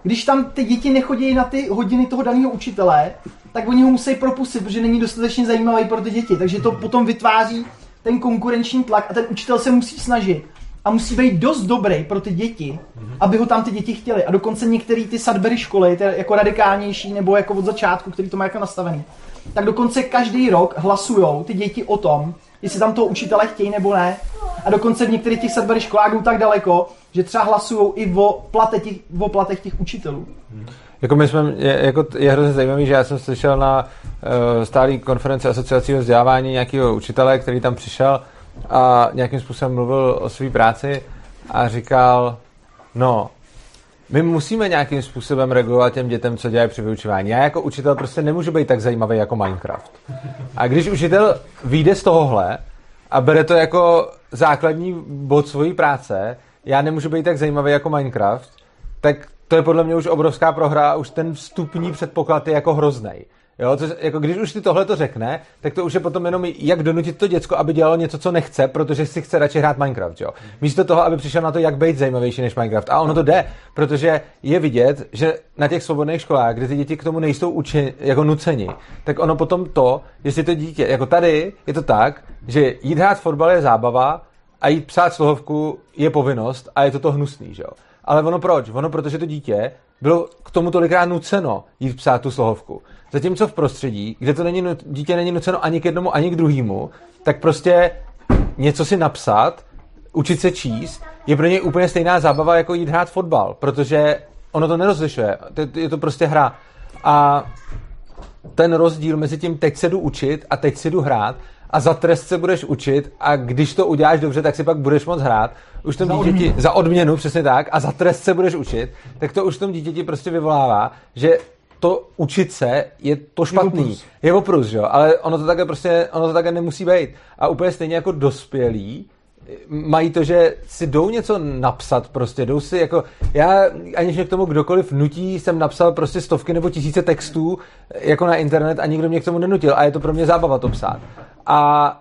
když tam ty děti nechodí na ty hodiny toho daného učitele, tak oni ho musí propustit, protože není dostatečně zajímavý pro ty děti. Takže to potom vytváří ten konkurenční tlak a ten učitel se musí snažit. A musí být dost dobrý pro ty děti, aby ho tam ty děti chtěli. A dokonce některé ty Sudbury školy, ty jako radikálnější nebo jako od začátku, který to má jako nastavený, tak dokonce každý rok hlasujou ty děti o tom, jestli tam toho učitele chtějí nebo ne. A dokonce v některých těch Sudbury školách jdou tak daleko, že třeba hlasujou i o platech těch učitelů. Jako je hrozně zajímavý, že já jsem slyšel na stálé konferenci asociace vzdělávání nějakého učitele, který tam přišel a nějakým způsobem mluvil o své práci a říkal, no, my musíme nějakým způsobem regulovat těm dětem, co dělají při vyučování. Já jako učitel prostě nemůžu být tak zajímavý jako Minecraft. A když učitel vyjde z tohohle a bere to jako základní bod svojí práce, já nemůžu být tak zajímavý jako Minecraft, tak to je podle mě už obrovská prohra a už ten vstupní předpoklad je jako hroznej. Jo, jako když už ty tohle to řekne, tak to už je potom jenom jak donutit to děcko, aby dělalo něco, co nechce, protože si chce radši hrát Minecraft, jo. Místo toho, aby přišel na to, jak být zajímavější než Minecraft. A ono to jde, protože je vidět, že na těch svobodných školách, kde ty děti k tomu nejsou jako nuceni, tak ono potom to, jestli to dítě, jako tady je to tak, že jít hrát fotbal je zábava a jít psát slohovku je povinnost a je to hnusný, že jo. Ale ono proč? Ono protože to dítě bylo k tomu tolikrát nuceno jít psát tu slohovku. Zatímco v prostředí, kde to dítě není nuceno ani k jednomu, ani k druhému, tak prostě něco si napsat, učit se číst, je pro něj úplně stejná zábava, jako jít hrát fotbal, protože ono to nerozlišuje. Je to prostě hra. A ten rozdíl mezi tím teď se jdu učit a teď si jdu hrát a za trest se budeš učit a když to uděláš dobře, tak si pak budeš moc hrát. Už tom dítěti za odměnu, přesně tak, a za trest se budeš učit, tak to už v tom dítěti prostě vyvolává, že to učit se je to špatný. Je oprus, jo, ale ono to také nemusí být. A úplně stejně jako dospělí mají to, že si jdou něco napsat prostě, jdou si jako, já aniž mě k tomu kdokoliv nutí, jsem napsal prostě stovky nebo tisíce textů jako na internet a nikdo mě k tomu nenutil a je to pro mě zábava to psát. A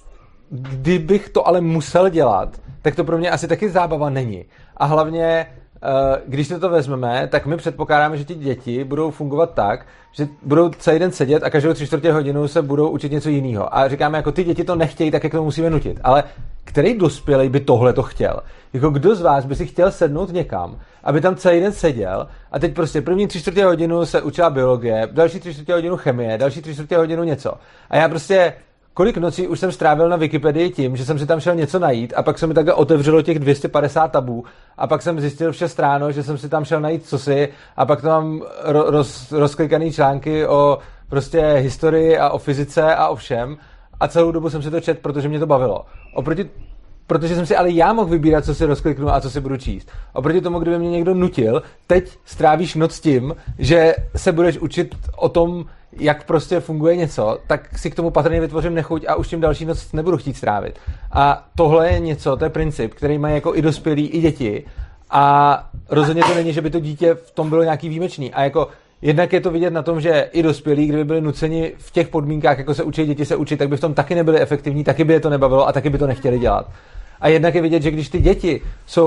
kdybych to ale musel dělat, tak to pro mě asi taky zábava není. A hlavně, když se to vezmeme, tak my předpokládáme, že ti děti budou fungovat tak, že budou celý den sedět a každou 3/4 hodinu se budou učit něco jiného. A říkáme, jako ty děti to nechtějí, tak jak to musíme nutit. Ale který dospělej by tohle to chtěl? Jako kdo z vás by si chtěl sednout někam, aby tam celý den seděl a teď prostě první 3/4 hodinu se učila biologie, další 3/4 hodinu chemie, další 3/4 hodinu něco. A já prostě kolik nocí už jsem strávil na Wikipedii tím, že jsem si tam šel něco najít a pak se mi takhle otevřelo těch 250 tabů a pak jsem zjistil v 6 ráno, že jsem si tam šel najít cosi a pak to mám rozklikaný články o prostě historii a o fyzice a o všem a celou dobu jsem si to četl, protože mě to bavilo. Protože jsem si ale já mohl vybírat, co si rozkliknu a co si budu číst. Oproti tomu, kdyby mě někdo nutil, teď strávíš noc tím, že se budeš učit o tom, jak prostě funguje něco, tak si k tomu patrně vytvořím nechuť a už tím další noc nebudu chtít strávit. A tohle je něco, to je princip, který mají jako i dospělí, i děti. A rozhodně to není, že by to dítě v tom bylo nějaký výjimečný. A jako jednak je to vidět na tom, že i dospělí, kdyby byli nuceni v těch podmínkách, jako se učí děti se učit, tak by v tom taky nebyli efektivní, taky by je to nebavilo a taky by to nechtěli dělat. A jednak je vidět, že když ty děti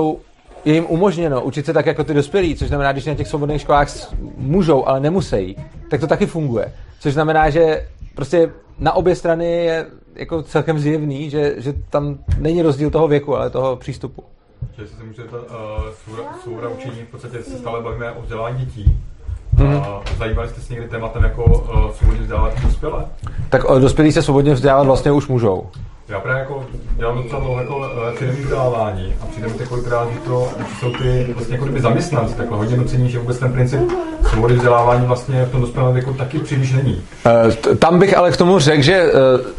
je jim umožněno učit se tak jako ty dospělí, což znamená, když na těch svobodných školách můžou, ale nemusí, tak to taky funguje. Což znamená, že prostě na obě strany je jako celkem zjevný, že tam není rozdíl toho věku, ale toho přístupu. Že se můžete svoboda učení, v podstatě se stále bavíme o vzdělání dětí. Zajímali jste se někdy tématem jako svobodně vzdělávat dospělé? Tak dospělí se svobodně vzdělávat vlastně už můžou. Já právě jako dělám docela dlouho jako firemní vzdělávání a přijde mi kolikrát, že to jsou ty vlastně jako kdyby zaměstnanci takhle hodně nucení, že vůbec ten princip svobody vzdělávání vlastně v tom dospělém věku taky příliš není. Tam bych ale k tomu řekl, že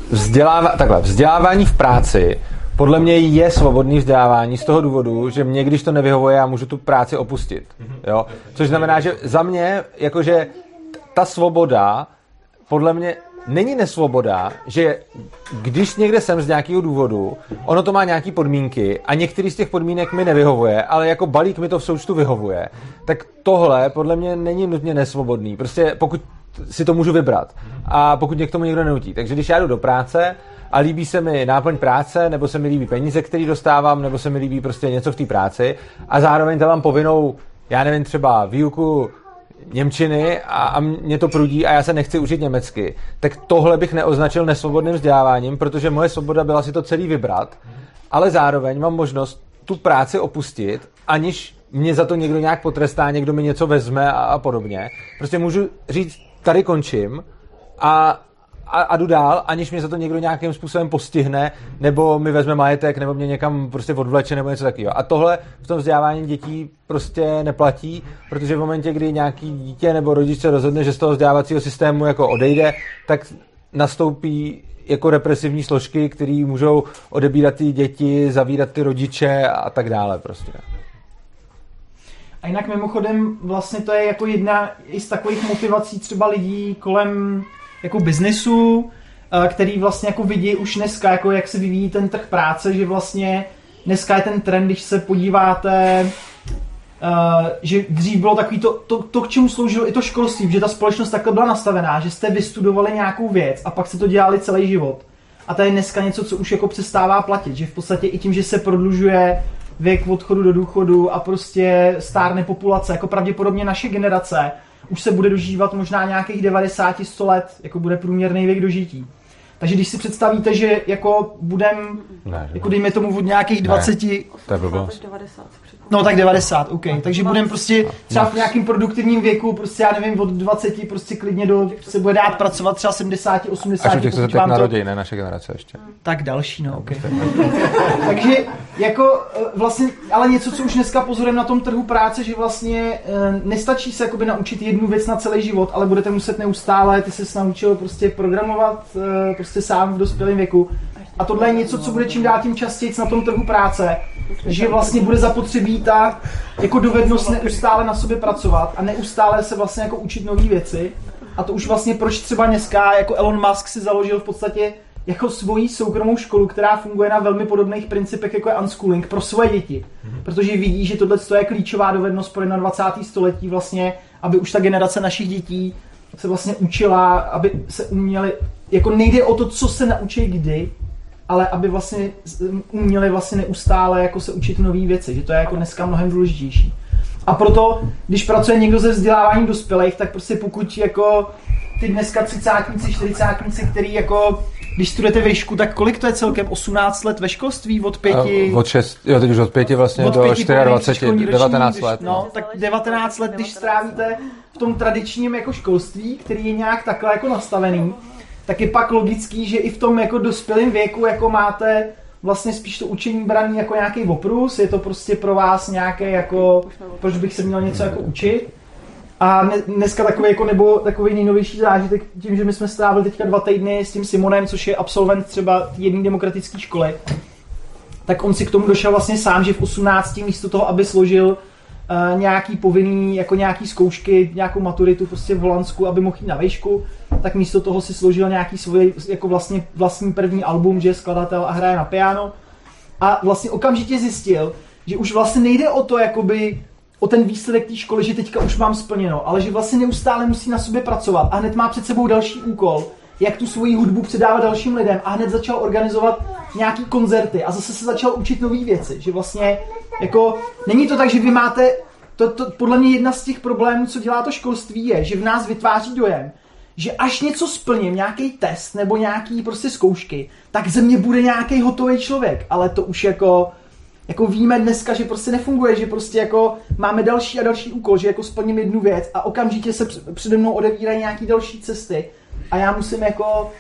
vzdělávání v práci podle mě je svobodný vzdělávání z toho důvodu, že mě, když to nevyhovuje, já můžu tu práci opustit. Jo? Což znamená, že za mě, jakože ta svoboda podle mě není nesvoboda, že když někde jsem z nějakého důvodu, ono to má nějaký podmínky a některý z těch podmínek mi nevyhovuje, ale jako balík mi to v součtu vyhovuje, tak tohle podle mě není nutně nesvobodný. Prostě pokud si to můžu vybrat a pokud mě k tomu někdo nenutí. Takže když já jdu do práce a líbí se mi náplň práce, nebo se mi líbí peníze, které dostávám, nebo se mi líbí prostě něco v té práci a zároveň tam mám povinnou já nevím, třeba výuku němčiny a mě to prudí a já se nechci učit německy, tak tohle bych neoznačil nesvobodným vzděláváním, protože moje svoboda byla si to celý vybrat, ale zároveň mám možnost tu práci opustit, aniž mě za to někdo nějak potrestá, někdo mi něco vezme a podobně. Prostě můžu říct, tady končím a jdu dál, aniž mě za to někdo nějakým způsobem postihne, nebo mi vezme majetek, nebo mě někam prostě odvleče, nebo něco takového. A tohle v tom vzdělávání dětí prostě neplatí, protože v momentě, kdy nějaký dítě nebo rodič se rozhodne, že z toho vzdělávacího systému jako odejde, tak nastoupí jako represivní složky, které můžou odebírat ty děti, zavírat ty rodiče a tak dále prostě. A jinak mimochodem vlastně to je jako jedna i z takových motivací třeba lidí kolem jako biznesu, který vlastně jako vidí už dneska, jako jak se vyvíjí ten trh práce, že vlastně dneska je ten trend, když se podíváte, že dřív bylo takový to, k čemu sloužilo i to školství, že ta společnost takhle byla nastavená, že jste vystudovali nějakou věc a pak se to dělali celý život. A to je dneska něco, co už jako přestává platit, že v podstatě i tím, že se prodlužuje věk odchodu do důchodu a prostě stárne populace, jako pravděpodobně naše generace už se bude dožívat možná nějakých 90-100 let, jako bude průměrný věk dožití. Takže když si představíte, že jako budem, jako dejme tomu od nějakých 20... To je blbost. No tak 90, OK. Takže budeme prostě třeba v nějakým produktivním věku, prostě já nevím, od 20 prostě klidně se bude dát pracovat třeba 70, 80. Až u těch, co se teď narodí, ne naše generace ještě. Tak další, no OK. Takže jako vlastně, ale něco, co už dneska pozorujeme na tom trhu práce, že vlastně nestačí se jakoby naučit jednu věc na celý život, ale budete muset neustále, ty se naučil prostě programovat prostě sám v dospělém věku. A tohle je něco, co bude čím dál tím častěji na tom trhu práce, že vlastně bude zapotřebí ta jako dovednost neustále na sobě pracovat a neustále se vlastně jako učit nové věci. A to už vlastně proč třeba dneska jako Elon Musk si založil v podstatě jako svoji soukromou školu, která funguje na velmi podobných principech jako je unschooling pro svoje děti. Protože vidí, že tohle je klíčová dovednost pro 21. století vlastně, aby už ta generace našich dětí se vlastně učila, aby se uměli, jako nejde o to, co se naučí kdy, ale aby vlastně uměli vlastně neustále jako se učit nové věci, že to je jako dneska mnohem důležitější. A proto, když pracuje někdo se vzděláváním dospělých, tak prostě pokud jako ty dneska 30-tníci, 40-tníci, který jako, když studujete výšku, tak kolik to je celkem? 18 let ve školství? Od 5? Od 6, jo, teď už od 5 vlastně od do 24, 19 let. No, tak 19 let, když strávíte v tom tradičním jako školství, který je nějak takhle jako nastavený, tak je pak logický, že i v tom jako dospělém věku jako máte vlastně spíš to učení braný jako nějaký oprus, je to prostě pro vás nějaké jako, proč bych se měl něco jako učit. A dneska takový jako, nebo takový nejnovější zážitek tím, že my jsme strávili teďka 2 týdny s tím Simonem, což je absolvent třeba jedné demokratické školy, tak on si k tomu došel vlastně sám, že v 18 místo toho, aby složil nějaký povinný, jako nějaký zkoušky, nějakou maturitu prostě v Holandsku, aby mohl jít na vejšku, tak místo toho si složil nějaký svůj jako vlastní první album, že je skladatel a hraje na piano. A vlastně okamžitě zjistil, že už vlastně nejde o to, jakoby o ten výsledek té školy, že teďka už mám splněno, ale že vlastně neustále musí na sobě pracovat a hned má před sebou další úkol, jak tu svoji hudbu předávat dalším lidem a hned začal organizovat nějaký koncerty a zase se začal učit nové věci, že vlastně jako není to tak, že vy máte, to podle mě jedna z těch problémů, co dělá to školství je, že v nás vytváří dojem, že až něco splním, nějaký test nebo nějaký prostě zkoušky, tak ze mě bude nějaký hotový člověk, ale to už jako víme dneska, že prostě nefunguje, že prostě jako máme další a další úkol, že jako splním jednu věc a okamžitě se přede mnou odevírají nějaký další cesty a já musím jako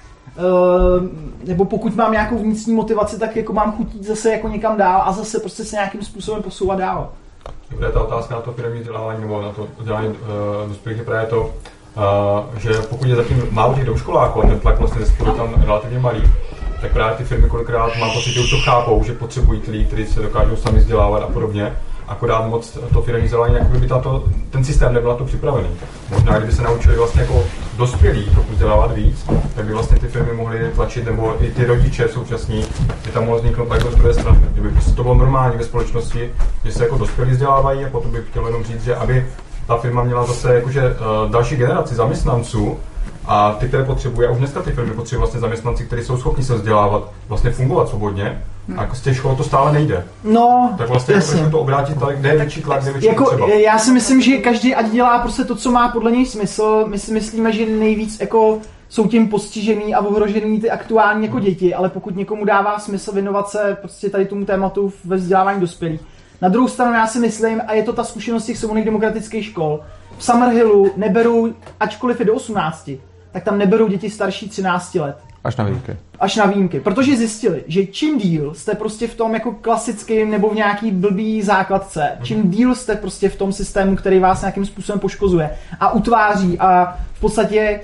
nebo pokud mám nějakou vnitřní motivaci, tak jako mám chutít zase jako někam dál a zase prostě se nějakým způsobem posouvat dál. Bude ta otázka na to firemní vzdělávání nebo na to vzdělávání dospělých je právě to, že pokud je zatím málo těch domškoláků a ten tlak vlastně je tam relativně malý, tak právě ty firmy kolikrát mám pocit, že už to chápou, že potřebují ty lidi, kteří se dokážou sami vzdělávat a podobně. Akorát moc to firemní vzdělávání, jako by ten systém nebyl na to připravený. Možná, kdyby se naučili vlastně jako dospělí trochu vzdělávat víc, tak by vlastně ty firmy mohly tlačit, nebo i ty rodiče současní, by tam mohlo vzniknout takhle z druhé strany. Kdyby to bylo normální ve společnosti, že se jako dospělí vzdělávají a potom bych chtěl jenom říct, že aby ta firma měla zase jakože další generaci zaměstnanců, a ty, které potřebuje, a už dneska ty firmy potřebují vlastně zaměstnanci, kteří jsou schopni se vzdělávat, vlastně fungovat svobodně, A jako z těch škol to stále nejde. No, tak vlastně jako to obrátit tak, kde je větší tlak, kde je větší potřeba. Já si myslím, že každý ať dělá prostě to, co má podle něj smysl. My si myslíme, že nejvíc jako jsou tím postižený a ohrožený ty aktuální jako děti, ale pokud někomu dává smysl věnovat se prostě tady tomu tématu ve vzdělávání dospělých. Na druhou stranu já si myslím, a je to ta zkušenost těch svobodných demokratických škol, v Summerhillu neberou, ačkoliv je do 18, tak tam neberou děti starší 13 let. Až na výjimky. Protože zjistili, že čím díl jste prostě v tom jako klasickém nebo v nějaký blbý základce, čím díl jste prostě v tom systému, který vás nějakým způsobem poškozuje a utváří a v podstatě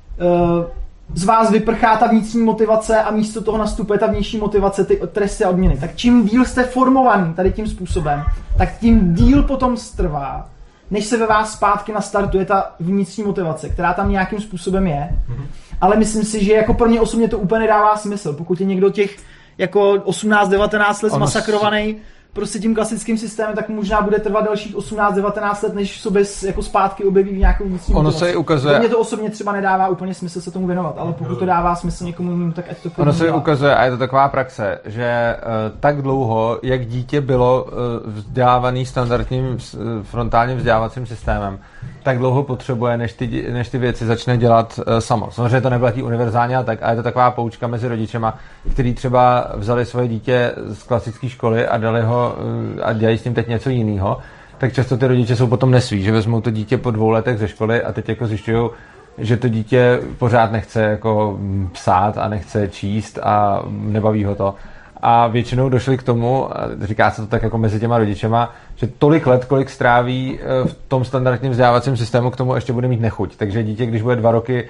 z vás vyprchá ta vnitřní motivace a místo toho nastupuje ta vnější motivace, ty tresty a odměny. Tak čím díl jste formovaný tady tím způsobem, tak tím díl potom strvá, než se ve vás zpátky nastartuje ta vnitřní motivace, která tam nějakým způsobem je. Ale myslím si, že jako pro mě osobně to úplně nedává smysl. Pokud je někdo těch jako 18-19 let zmasakrovaný prostě tím klasickým systémem, tak možná bude trvat dalších 18-19 let, než v sobě jako zpátky objeví v nějakou vnitřní motivaci. Se ukazuje. Pro mě to osobně třeba nedává úplně smysl se tomu věnovat, ale pokud to dává smysl někomu jinému, tak ať to ono se ukazuje, a je to taková praxe, že tak dlouho, jak dítě bylo vzdělávaný standardním frontálním vzdělávacím systémem, tak dlouho potřebuje, než ty věci začne dělat samo. Samozřejmě to neplatí univerzálně, a je to taková poučka mezi rodičema, kteří třeba vzali svoje dítě z klasické školy a dali ho a dělají s tím teď něco jiného, tak často ty rodiče jsou potom nesví, že vezmou to dítě po 2 letech ze školy a teď jako zjišťují, že to dítě pořád nechce jako psát a nechce číst a nebaví ho to. A většinou došli k tomu, říká se to tak jako mezi těma rodičema, že tolik let, kolik stráví v tom standardním vzdělávacím systému, k tomu ještě bude mít nechuť. Takže dítě, když bude 2 roky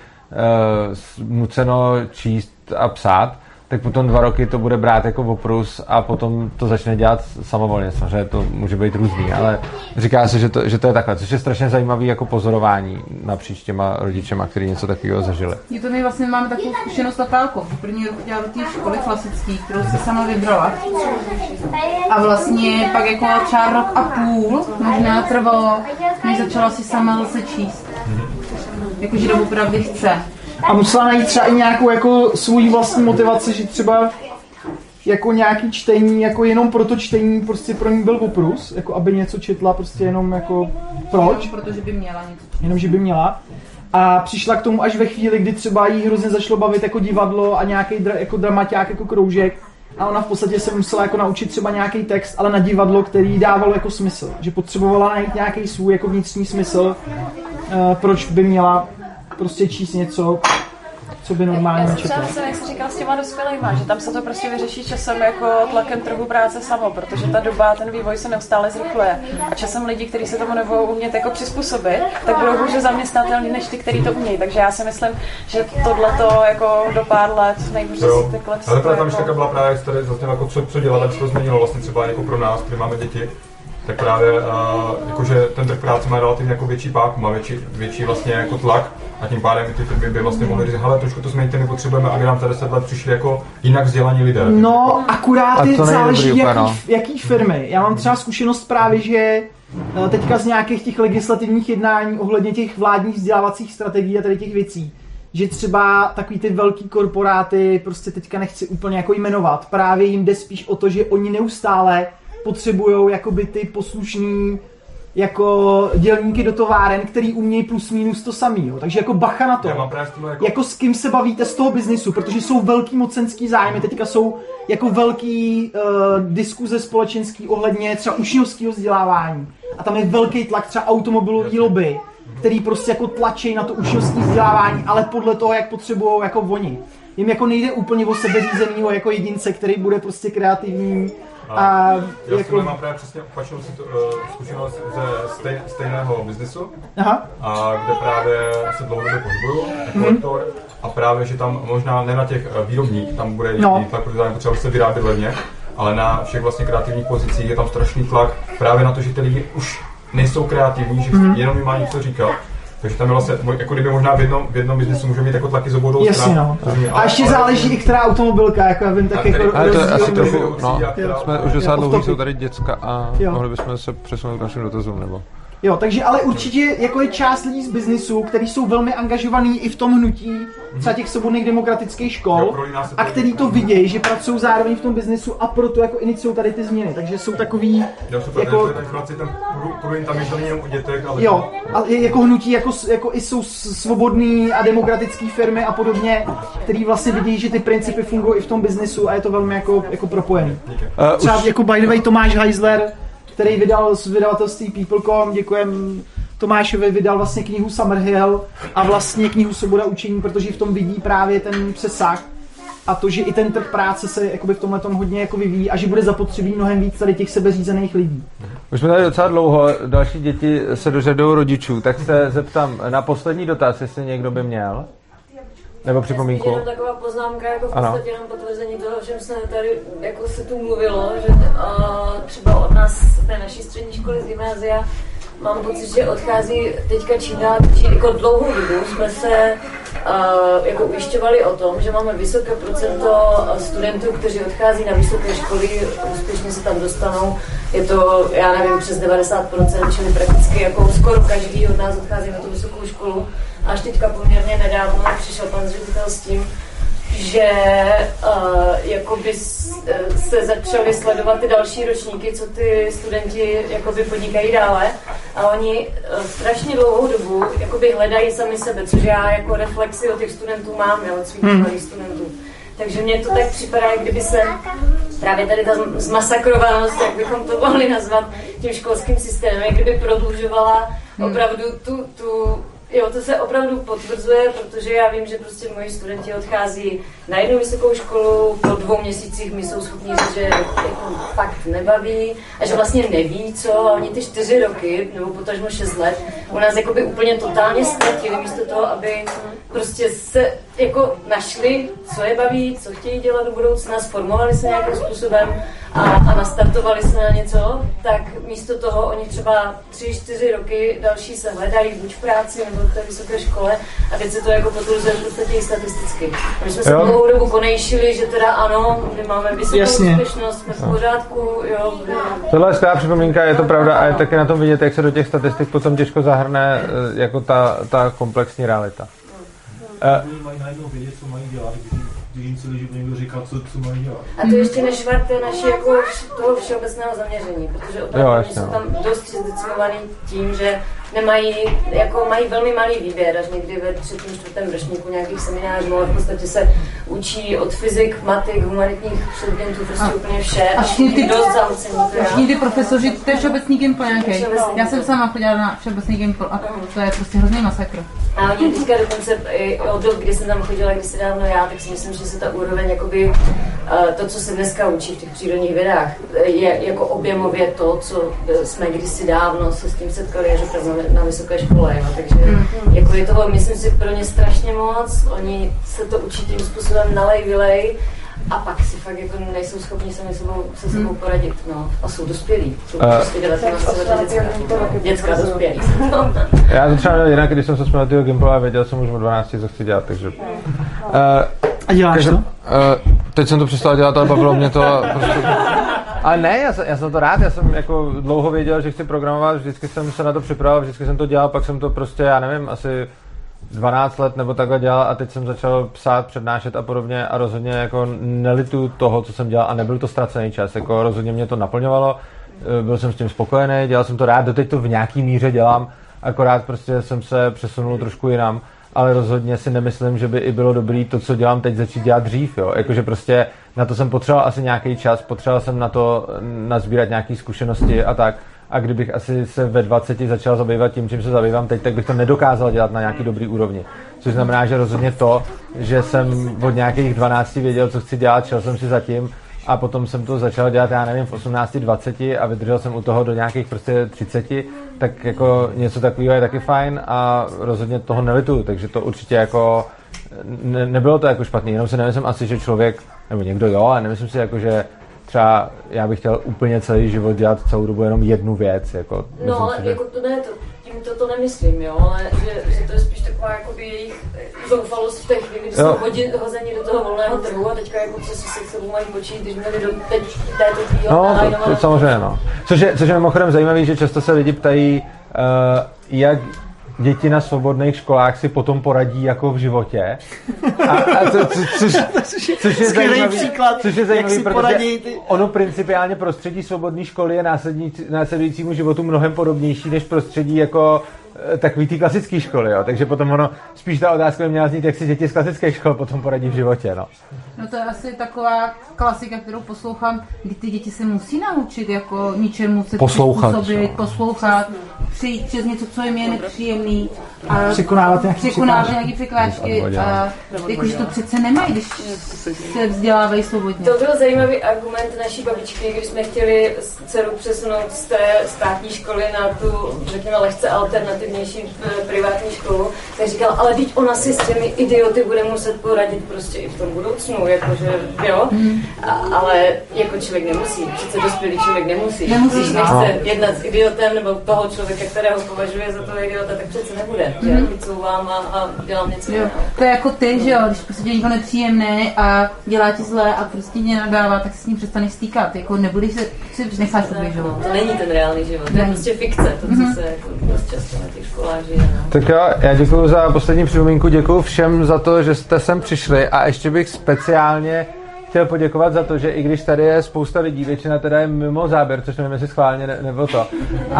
nuceno číst a psát, tak potom 2 roky to bude brát jako oprus a potom to začne dělat samovolně. Samozřejmě to může být různý, ale říká se, že to je takhle, což je strašně zajímavý jako pozorování napříč těma rodičema, kteří něco takového zažili. To my vlastně máme takovou zkušenost Natálko. První rok chodila do té školy klasické, kterou se sama vybrala. A vlastně pak jako třeba 1,5 roku možná trvalo, než začala si sama zase číst. Jakože doopravdy chce. A musela najít třeba i nějakou jako svůj vlastní motivaci, že třeba jako nějaký čtení, jako jenom pro to čtení prostě pro ní byl oprus, jako aby něco četla prostě jenom jako proč? Protože by měla něco. Jenom, že by měla. A přišla k tomu až ve chvíli, kdy třeba jí hrozně začalo bavit jako divadlo a nějaký jako dramaťák, jako kroužek. A ona v podstatě se musela jako naučit třeba nějaký text, ale na divadlo, který dával jako smysl. Že potřebovala najít nějaký svůj jako vnitřní smysl, proč by měla prostě číst něco, co by normálně četla. Já jsem jak jsi říkal s těma dospělejma, že tam se to prostě vyřeší časem jako tlakem trhu práce samo, protože ta doba, ten vývoj se neustále zrychluje. A časem lidi, kteří se tomu nebudou umět jako přizpůsobit, tak budou hůře zaměstnatelní než ty, kteří to umějí. Takže já si myslím, že tohleto jako do pár let, nejhůře si ty let. Ale tam ještě byla právě tady vlastně jako co dělat, aby se to změnilo vlastně třeba jako pro nás, kteří máme děti. Tak právě jakože ten trh práce má relativně jako větší páku, má větší vlastně jako tlak a tím pádem ty firmy by vlastně mohly říct, hele, trošku to změníte, my potřebujeme, aby nám tady 10 let přišli jako jinak vzdělaní lidé. No, akurát záleží jaký firmy. Já mám třeba zkušenost právě, že teďka z nějakých těch legislativních jednání ohledně těch vládních vzdělávacích strategií a tady těch věcí, že třeba takový ty velký korporáty, prostě teďka nechci úplně jako jmenovat, právě jim jde spíš o to, že oni neustále potřebujou jakoby ty poslušný jako dělníky do továren, který umějí plus minus to samý. Jo. Takže jako bacha na to. Jako s kým se bavíte z toho biznisu, protože jsou velký mocenský zájmy, teďka jsou jako velký diskuze společenský ohledně třeba učňovského vzdělávání. A tam je velký tlak třeba automobilový lobby, který prostě jako tlačí na to učňovské vzdělávání, ale podle toho, jak potřebujou jako oni. Jim jako nejde úplně o sebeřízenýho jako jedince, který bude prostě kreativní. A já jako... mám právě přesně opačnou zkušenost ze stejného biznesu, a kde právě se dlouhodobě pohybuju jako lektor a právě, že tam možná ne na těch výrobních, tam bude tlak, protože tam potřeba se vyrábět levně, ale na všech vlastně kreativních pozicích je tam strašný tlak právě na to, že ty lidi už nejsou kreativní, že jenom jim má něco říkat. Takže tam je vlastně, jako kdyby možná v jednom biznesu může mít jako tlaky z obou dvou stran. No. A ještě záleží i která automobilka, jako já vím, tak jako... Ale to je asi trochu, no, jsme už docela dlouho, jsou tady děcka a mohli bychom se přesunout k našim dotazům, nebo... Jo, takže ale určitě jako je část lidí z biznisu, kteří jsou velmi angažovaní i v tom hnutí třeba těch svobodných demokratických škol a který to vidějí, že pracují zároveň v tom biznisu a proto jako iniciují tady ty změny, takže jsou takový jako... Tam myšlení jenom o dětech, ale... Jo, a jako hnutí, jako i jsou svobodný a demokratické firmy a podobně, který vlastně vidí, že ty principy fungují i v tom biznisu a je to velmi jako propojený. Třeba jako by the way Tomáš Heisler, který vydal z vydavatelství People.com, děkujem Tomášovi, vydal vlastně knihu Summerhill a vlastně knihu Svoboda učení, protože v tom vidí právě ten přesah a to, že i ten trh práce se jakoby v tomhletom hodně jako vyvíjí a že bude zapotřebí mnohem víc tady těch sebeřízených lidí. Už jsme tady docela dlouho, další děti se dožadují rodičů, tak se zeptám na poslední dotaz, jestli někdo by měl. Nebo připomínku? Jenom taková poznámka, jako v podstatě jenom potvrzení toho, o čem se tady jako se tu mluvilo, že třeba od nás z té naší střední školy z gymnázia mám pocit, že odchází teďka čím dál, jako dlouhou dobu jsme se jako ujišťovali o tom, že máme vysoké procento studentů, kteří odchází na vysoké školy, úspěšně se tam dostanou. Je to, já nevím, přes 90%, čili prakticky jako skoro každý od nás odchází na tu vysokou školu. Až teďka poměrně nedávno přišel pan ředitel s tím, že jakoby se začaly sledovat ty další ročníky, co ty studenti jakoby podnikají dále a oni strašně dlouhou dobu jakoby hledají sami sebe, což já jako reflexi od těch studentů mám, ne od svých mladých studentů. Takže mně to tak připadá, jak kdyby se právě tady ta zmasakrovanost, jak bychom to mohli nazvat, tím školským systémem, jak kdyby prodlužovala opravdu tu jo, to se opravdu potvrzuje, protože já vím, že prostě moji studenti odchází na jednu vysokou školu, po 2 měsících mi jsou schopni říct, že jako fakt nebaví a že vlastně neví co a oni ty 4 roky, nebo potažmo 6 let, u nás jakoby úplně totálně ztratili místo toho, aby prostě se jako našli, co je baví, co chtějí dělat do budoucna, sformovali se nějakým způsobem a nastartovali se na něco, tak místo toho oni třeba 3-4 roky další se hledají buď v práci nebo v té vysoké škole a teď se to jako potvrzuje v podstatě i statisticky. My jsme se dlouhou dobu konejšili, že teda ano, my máme vysokou úspěšnost, jsme v pořádku, jo. Tohle je skvělá připomínka, je to pravda a je taky na tom vidět, jak se do těch statistik potom těžko zahrne jako ta komplexní realita. Oni mají najednou vědět, co mají dělat, když jim celý život někdo říká, co mají dělat. A to ještě nešvarte naši jako toho všeobecného zaměření, protože opravdu jsou tam dost zdecimovaný tím, že nemají, jako mají velmi malý výběr, až někdy ve 3., 4. ročníku nějakých seminářů, ale v podstatě se učí od fyzik, matik, humanitních předmětů, prostě úplně vše. A všichni dost zahlcení. Všichni ty profesoři, to je všeobecný gimpl nějaký. Já jsem sama chodila na všeobecný gimpl a to je prostě hrozný masakr. A oni teďka dokonce od dob, kdy jsem tam chodila kdysi dávno já, tak si myslím, že se ta úroveň, jakoby, to, co se dneska učí v těch přírodních vědách, je jako objemově to, co jsme kdysi dávno se s tím setkali, až opravdu na vysoké škole. Jo. Takže jako je toho, myslím si, pro ně strašně moc. Oni se to učí tím způsobem nalej, vylej a pak si fakt jako nejsou schopni se sebou poradit. No. A jsou dospělí. Jsou prostě 19 let dětská dospělí. Já to třeba jinak, když jsem se směl toho Gimplu a věděl jsem už od 12, co chci dělat, takže... A děláš to? Teď jsem to přestal dělat, ale bavilo mě to prostě... Ale ne, já jsem to rád, já jsem jako dlouho věděl, že chci programovat, vždycky jsem se na to připravoval, vždycky jsem to dělal, pak jsem to prostě, já nevím, asi 12 let nebo takhle dělal a teď jsem začal psát, přednášet a podobně a rozhodně jako nelituju toho, co jsem dělal a nebyl to ztracený čas, jako rozhodně mě to naplňovalo, byl jsem s tím spokojený, dělal jsem to rád, doteď to v nějaký míře dělám, akorát prostě jsem se přesunul trošku jinam, ale rozhodně si nemyslím, že by i bylo dobrý to, co dělám teď, začít dělat dřív, jo, jakože prostě na to jsem potřeboval asi nějaký čas, potřeboval jsem na to nazbírat nějaké zkušenosti a tak. A kdybych asi se ve 20 začal zabývat tím, čím se zabývám teď, tak bych to nedokázal dělat na nějaký dobrý úrovni. Což znamená, že rozhodně to, že jsem od nějakých 12 věděl, co chci dělat, šel jsem si za tím a potom jsem to začal dělat, já nevím, v 18, 20 a vydržel jsem u toho do nějakých prostě 30, tak jako něco takového je taky fajn a rozhodně toho nelituju, takže to určitě jako nebylo to jako špatný, jenom si nemyslím asi, že člověk, nebo někdo jo, ale nemyslím si jako, že třeba já bych chtěl úplně celý život dělat celou dobu jenom jednu věc. Jako, no ale si, jako to ne, tímto to nemyslím, jo, ale že to je spíš taková jakoby jejich zoufalost v té chvíli, kdy jsou hození do toho volného trhu a teďka jako co si se sebou mají počít, když měli do této chvíli. No, to samozřejmě, no. Což je mimochodem zajímavý, že často se lidi ptají, jak děti na svobodných školách si potom poradí jako v životě. Což je zajímavý příklad, protože ono principiálně prostředí svobodné školy je následujícímu životu mnohem podobnější než prostředí jako takový ty klasické školy, jo. Takže potom ono, spíš ta otázka by měla znít, jak si děti z klasických škol potom poradí v životě, no. No to je asi taková klasika, kterou poslouchám, kdy ty děti se musí naučit jako ničemu se poslouchat, přijít přes něco, co jim je nepříjemný a překonávat nějaké překážky a jakože to přece nemají, když se vzdělávají svobodně. To byl zajímavý argument naší babičky, když jsme chtěli dceru přesunout z té státní školy na tu, řekněme, lehce alternativnější privátní školu, tak říkal, ale teď ona si s těmi idioty bude muset poradit prostě i v tom budoucnu, jakože, jo, ale jako člověk nemusí, přece dospělý člověk nemusí. Když nechce jednat s idiotem nebo toho člověka, kterého považuje za toho idiota, tak přece nebude, že já vycouvám a dělám něco jiného. To je jako ty, že jo, když prostě někdo nepříjemný a dělá ti zlé a prostě tě nadává, tak se s ním přestaneš stýkat, jako nebudeš si necháš ubližovat. To není ten reálný život, to je prostě fikce, to, co se jako dost často na těch školách žije. No. Tak jo, já děkuju za poslední připomínku, děkuju všem za to, že jste sem přišli a ještě bych speciálně chtěl poděkovat za to, že i když tady je spousta lidí, většina teda je mimo záběr, což nevím, jestli schválně nebo to,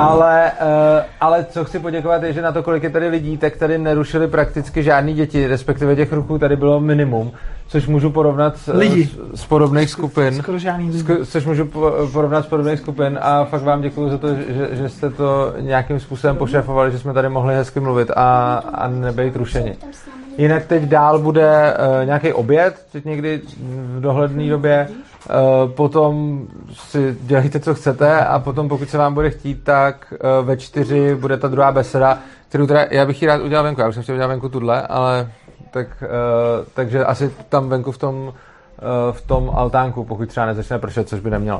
ale co chci poděkovat je, že na to, kolik je tady lidí, tak tady nerušili prakticky žádný děti, respektive těch ruchů tady bylo minimum, což můžu porovnat z podobných skupin. Skoro žádný což můžu porovnat z podobných skupin a fakt vám děkuju za to, že jste to nějakým způsobem pošéfovali, že jsme tady mohli hezky mluvit a nebejt rušeni. Jinak teď dál bude nějaký oběd, teď někdy v dohledné době, potom si dělejte, co chcete a potom, pokud se vám bude chtít, tak ve 4 bude ta druhá beseda, kterou teda, já bych ji rád udělal venku, já už jsem chtěl udělat venku tuhle, ale takže asi tam venku v tom altánku, pokud třeba nezačne pršet, což by nemělo.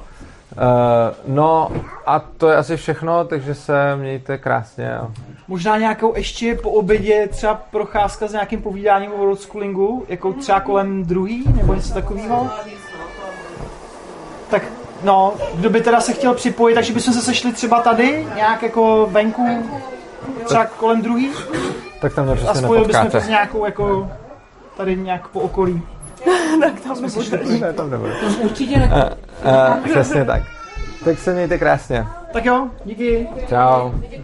No a to je asi všechno, takže se mějte krásně. Jo. Možná nějakou ještě po obědě třeba procházka s nějakým povídáním o worldschoolingu, jako třeba kolem 2. nebo něco takového. Tak no, kdo by teda se chtěl připojit, takže bychom se sešli třeba tady, nějak jako venku, třeba kolem 2. Tak tam mě přesně nepotkáte. A spojil bychom přes nějakou jako tady nějak po okolí. Tak tam nebudeš. Ne, tam nebude. Určitě ne. Přesně tak. Tak se mějte krásně. Tak jo, díky. Čau.